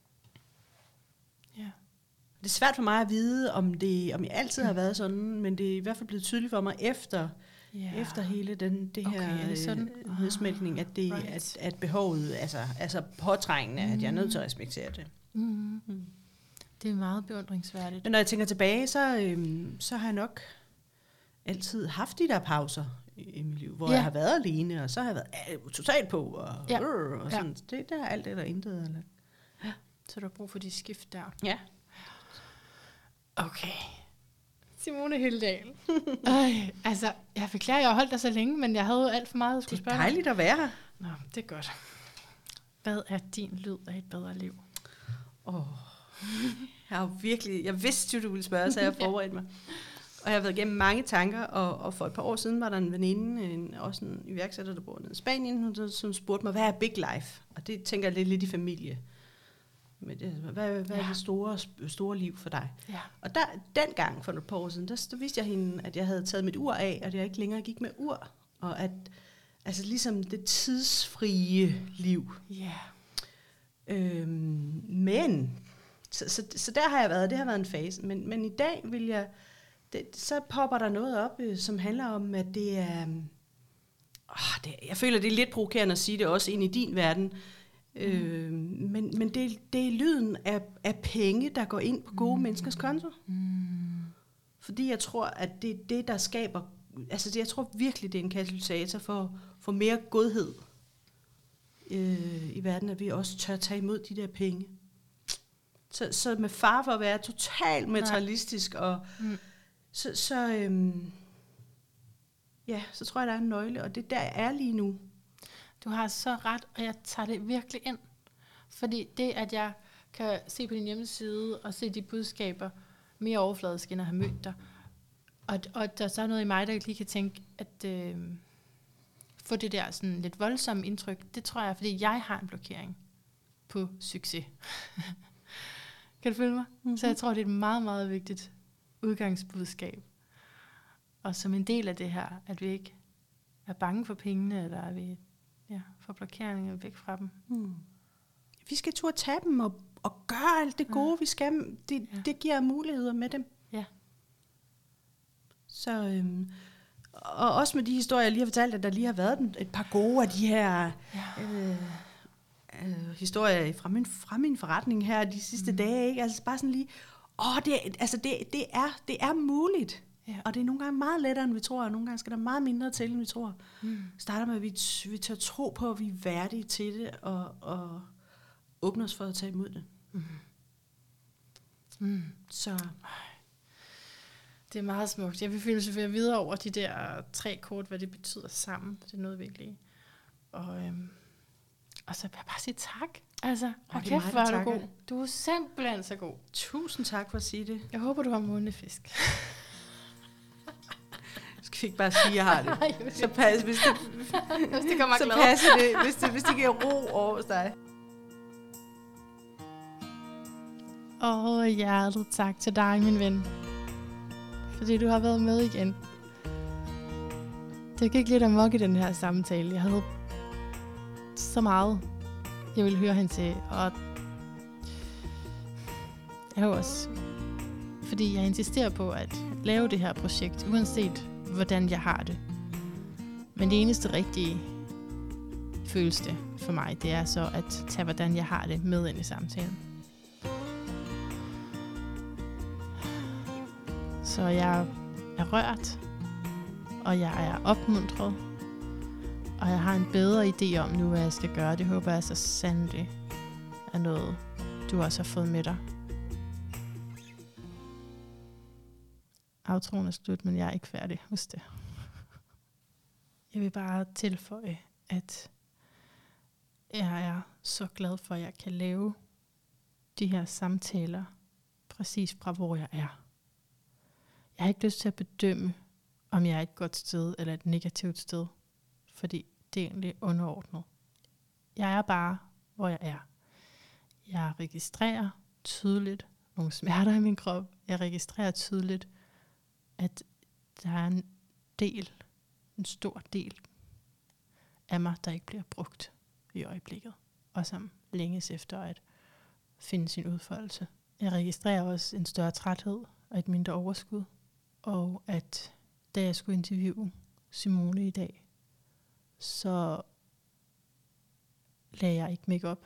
Speaker 1: Ja.
Speaker 2: Det er svært for mig at vide, om det om jeg altid har været sådan, men det er i hvert fald blevet tydeligt for mig efter, yeah. efter hele den, det
Speaker 1: okay,
Speaker 2: her
Speaker 1: det sådan?
Speaker 2: øh, nedsmeltning, at, det, right. at, at behovet altså, altså påtrængende, mm. at jeg er nødt til at respektere det.
Speaker 1: Mm. Mm. Det er meget beundringsværdigt.
Speaker 2: Men når jeg tænker tilbage, så, øhm, så har jeg nok altid haft de der pauser i, i mit liv, hvor ja. jeg har været alene, og så har jeg været øh, totalt på, og, ja. øh, og sådan. Ja. Det der er alt det, der er intet. Eller.
Speaker 1: Ja. Så du har brug for de skift der.
Speaker 2: Ja.
Speaker 1: Okay. Simone Hyldal. Øj, altså, jeg beklager, jeg har holdt dig så længe, men jeg havde jo alt for meget at skulle spørge.
Speaker 2: Det er dejligt at være her.
Speaker 1: Nå, det er godt. Hvad er din lyd af et bedre liv?
Speaker 2: Åh, oh. jeg har virkelig, jeg vidste jo, du ville spørge, så jeg har forberedt mig. Og jeg har været igennem mange tanker, og, og for et par år siden var der en veninde, en, også en iværksætter, der bor nede i Spanien, hun, som spurgte mig, hvad er big life? Og det tænker jeg lidt, lidt i familie. Men det, hvad hvad ja. er det store, store liv for dig?
Speaker 1: Ja.
Speaker 2: Og der, dengang for et par år siden, der, der vidste jeg hende, at jeg havde taget mit ur af, og at jeg ikke længere gik med ur. Og at altså ligesom det tidsfrie liv.
Speaker 1: Ja.
Speaker 2: Øhm, men, så, så, så der har jeg været, det har været en fase. Men, men i dag vil jeg, det, så popper der noget op, øh, som handler om, at det er, øh, det, jeg føler, det er lidt provokerende at sige det også ind i din verden, Mm. Øh, men men det, det er lyden af, af penge, der går ind på gode mm. menneskers konto. Mm. Fordi jeg tror, at det er det, der skaber... Altså, det, jeg tror virkelig, det er en katalysator for, for mere godhed øh, i verden, at vi også tør tage imod de der penge. Så, så med far for at være totalt materialistisk, og mm. så, så, øhm, ja, så tror jeg, der er en nøgle, og det der er lige nu.
Speaker 1: Du har så ret, og jeg tager det virkelig ind. Fordi det, at jeg kan se på din hjemmeside og se de budskaber mere overfladisk, end at have mødt dig. Og, og der er så noget i mig, der lige kan tænke, at øh, få det der sådan lidt voldsomme indtryk, det tror jeg, fordi jeg har en blokering på succes. Kan du følge mig? Mm-hmm. Så jeg tror, det er et meget, meget vigtigt udgangsbudskab. Og som en del af det her, at vi ikke er bange for pengene, eller er vi ja, får blokeringer væk fra dem. Mm.
Speaker 2: Vi skal turde tage dem og, og gøre alt det gode, ja. vi skal. Det, ja. det giver muligheder med dem.
Speaker 1: Ja.
Speaker 2: Så, øhm, og også med de historier, jeg lige har fortalt, at der lige har været et par gode af de her ja. øh, øh, historier fra min, fra min forretning her de sidste mm. dage, ikke? Altså bare sådan lige, åh, det, altså det, det, er, det er muligt. Ja. Og det er nogle gange meget lettere, end vi tror, og nogle gange skal der meget mindre til, end vi tror. Mm. Starter med, at vi, vi tør tro på, at vi er værdige til det, og, og åbne os for at tage imod det. Mm. Mm. Så...
Speaker 1: Det er meget smukt. Jeg vil filosofere videre over de der tre kort, hvad det betyder sammen. Det er noget virkelig. Og, øhm, og så vil jeg bare sige tak. Altså, og kæft, hvor er du god. Du er simpelthen så god.
Speaker 2: Tusind tak for at sige det.
Speaker 1: Jeg håber, du har månefisk.
Speaker 2: Skal vi ikke bare sige, at jeg har det? Så pas, hvis det,
Speaker 1: hvis det kommer
Speaker 2: så
Speaker 1: glad.
Speaker 2: passer det, hvis det, hvis det giver ro over hos dig.
Speaker 1: Og hjertet tak til dig, min ven. Fordi du har været med igen. Det gik lidt amok i den her samtale. Jeg havde så meget, jeg ville høre hende til. Og jeg har også, fordi jeg insisterer på at lave det her projekt, uanset hvordan jeg har det. Men det eneste rigtige føles det for mig, det er så at tage, hvordan jeg har det med ind i samtalen. Så jeg er rørt, og jeg er opmuntret, og jeg har en bedre idé om nu, hvad jeg skal gøre. Det håber jeg så sandelig er noget, du også har fået med dig. Outroen er slut, men jeg er ikke færdig. Husk det. Jeg vil bare tilføje, at jeg er så glad for, at jeg kan lave de her samtaler præcis fra, hvor jeg er. Jeg har ikke lyst til at bedømme, om jeg er et godt sted eller et negativt sted, fordi det er egentlig underordnet. Jeg er bare, hvor jeg er. Jeg registrerer tydeligt nogle smerter i min krop. Jeg registrerer tydeligt, at der er en del, en stor del af mig, der ikke bliver brugt i øjeblikket, og som længes efter at finde sin udfoldelse. Jeg registrerer også en større træthed og et mindre overskud, og at da jeg skulle interviewe Simone i dag, så lagde jeg ikke make-up.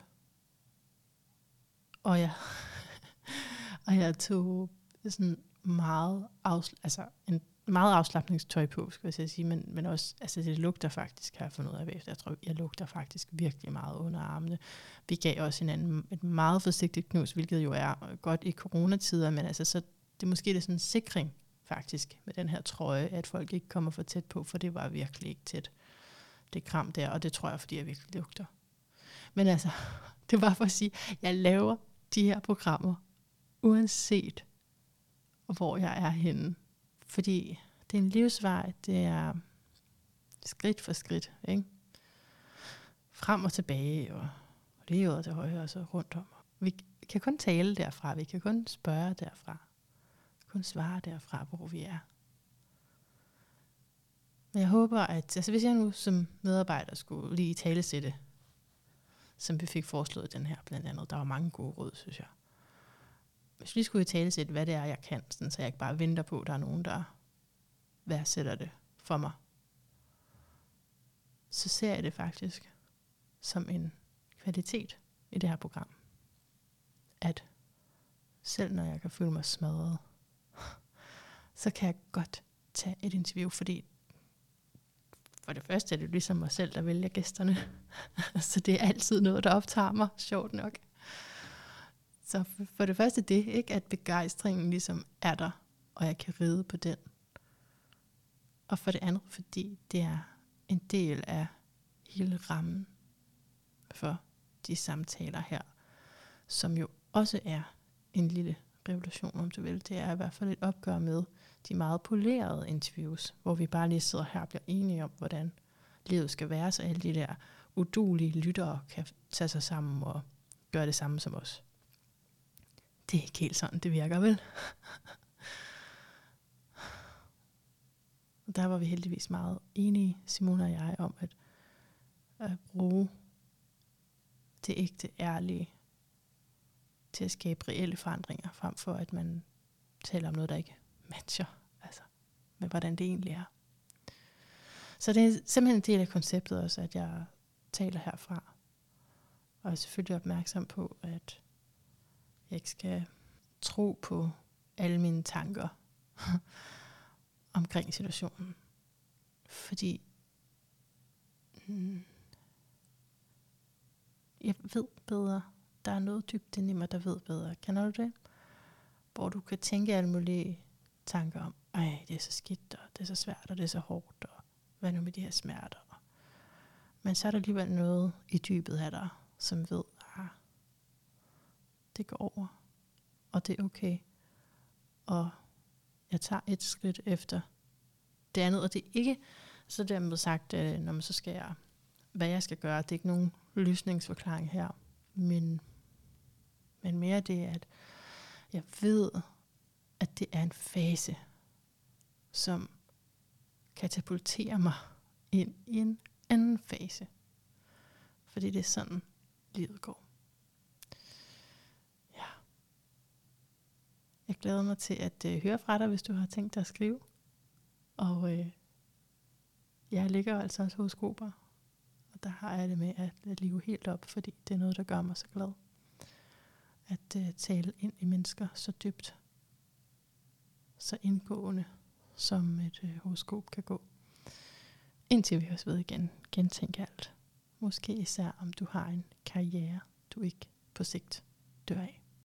Speaker 1: Og jeg, og jeg tog sådan meget, afsl- altså en meget afslapningstøj på, skal jeg sige, men, men også, altså det lugter faktisk, har jeg fundet ud af bagefter. Jeg tror, jeg lugter faktisk virkelig meget under armene. Vi gav også hinanden et meget forsigtigt knus, hvilket jo er godt i coronatider, men altså så det er måske det sådan en sikring faktisk med den her trøje, at folk ikke kommer for tæt på, for det var virkelig ikke tæt. Det kram der, og det tror jeg, fordi jeg virkelig lugter. Men altså, det var for at sige, at jeg laver de her programmer, uanset hvor jeg er henne. Fordi det er en livsvej, det er skridt for skridt, ikke? Frem og tilbage, og lige ud til højre, og så rundt om. Vi kan kun tale derfra, vi kan kun spørge derfra, kun svare derfra, hvor vi er. Men jeg håber, at altså hvis jeg nu som medarbejder skulle lige talesætte, som vi fik foreslået den her blandt andet, der var mange gode råd, synes jeg. Hvis vi skulle i talesætte, hvad det er, jeg kan, sådan, så jeg ikke bare venter på, at der er nogen, der værdsætter det for mig, så ser jeg det faktisk som en kvalitet i det her program. At selv når jeg kan føle mig smadret, så kan jeg godt tage et interview, fordi for det første er det ligesom mig selv, der vælger gæsterne. Så det er altid noget, der optager mig, sjovt nok. Så for det første det, ikke, at begejstringen ligesom er der, og jeg kan ride på den. Og for det andet, fordi det er en del af hele rammen for de samtaler her, som jo også er en lille revolution, om du vil. Det er i hvert fald et opgør med de meget polerede interviews, hvor vi bare lige sidder her og bliver enige om, hvordan livet skal være, så alle de der uduelige lyttere kan tage sig sammen og gøre det samme som os. Det er ikke helt sådan, det virker, vel? Og der var vi heldigvis meget enige, Simone og jeg, om at, at bruge det ægte, ærlige til at skabe reelle forandringer, frem for at man taler om noget, der ikke matcher, altså med hvordan det egentlig er. Så det er simpelthen en del af konceptet også, at jeg taler herfra. Og jeg er selvfølgelig opmærksom på, at jeg ikke skal tro på alle mine tanker omkring situationen. Fordi hmm, jeg ved bedre. Der er noget dybt inde i mig, der ved bedre. Kender du det? Hvor du kan tænke alle mulige tanker om, ej, det er så skidt, og det er så svært, og det er så hårdt, og hvad nu med de her smerter? Men så er der alligevel noget i dybet af dig, som ved, ah, det går over, og det er okay. Og jeg tager et skridt efter det andet, og det er ikke så dermed sagt, at når man så skal jeg, hvad jeg skal gøre, det er ikke nogen løsningsforklaring her, men, men mere det, at jeg ved, at det er en fase, som katapulterer mig ind i en anden fase. Fordi det er sådan, livet går. Ja. Jeg glæder mig til at øh, høre fra dig, hvis du har tænkt dig at skrive. Og øh, jeg ligger altså også horoskoper. Og der har jeg det med at, at live helt op, fordi det er noget, der gør mig så glad. At øh, tale ind i mennesker så dybt, så indgående, som et øh, horoskop kan gå. Indtil vi også ved igen, gentænk alt. Måske især om du har en karriere, du ikke på sigt dør af.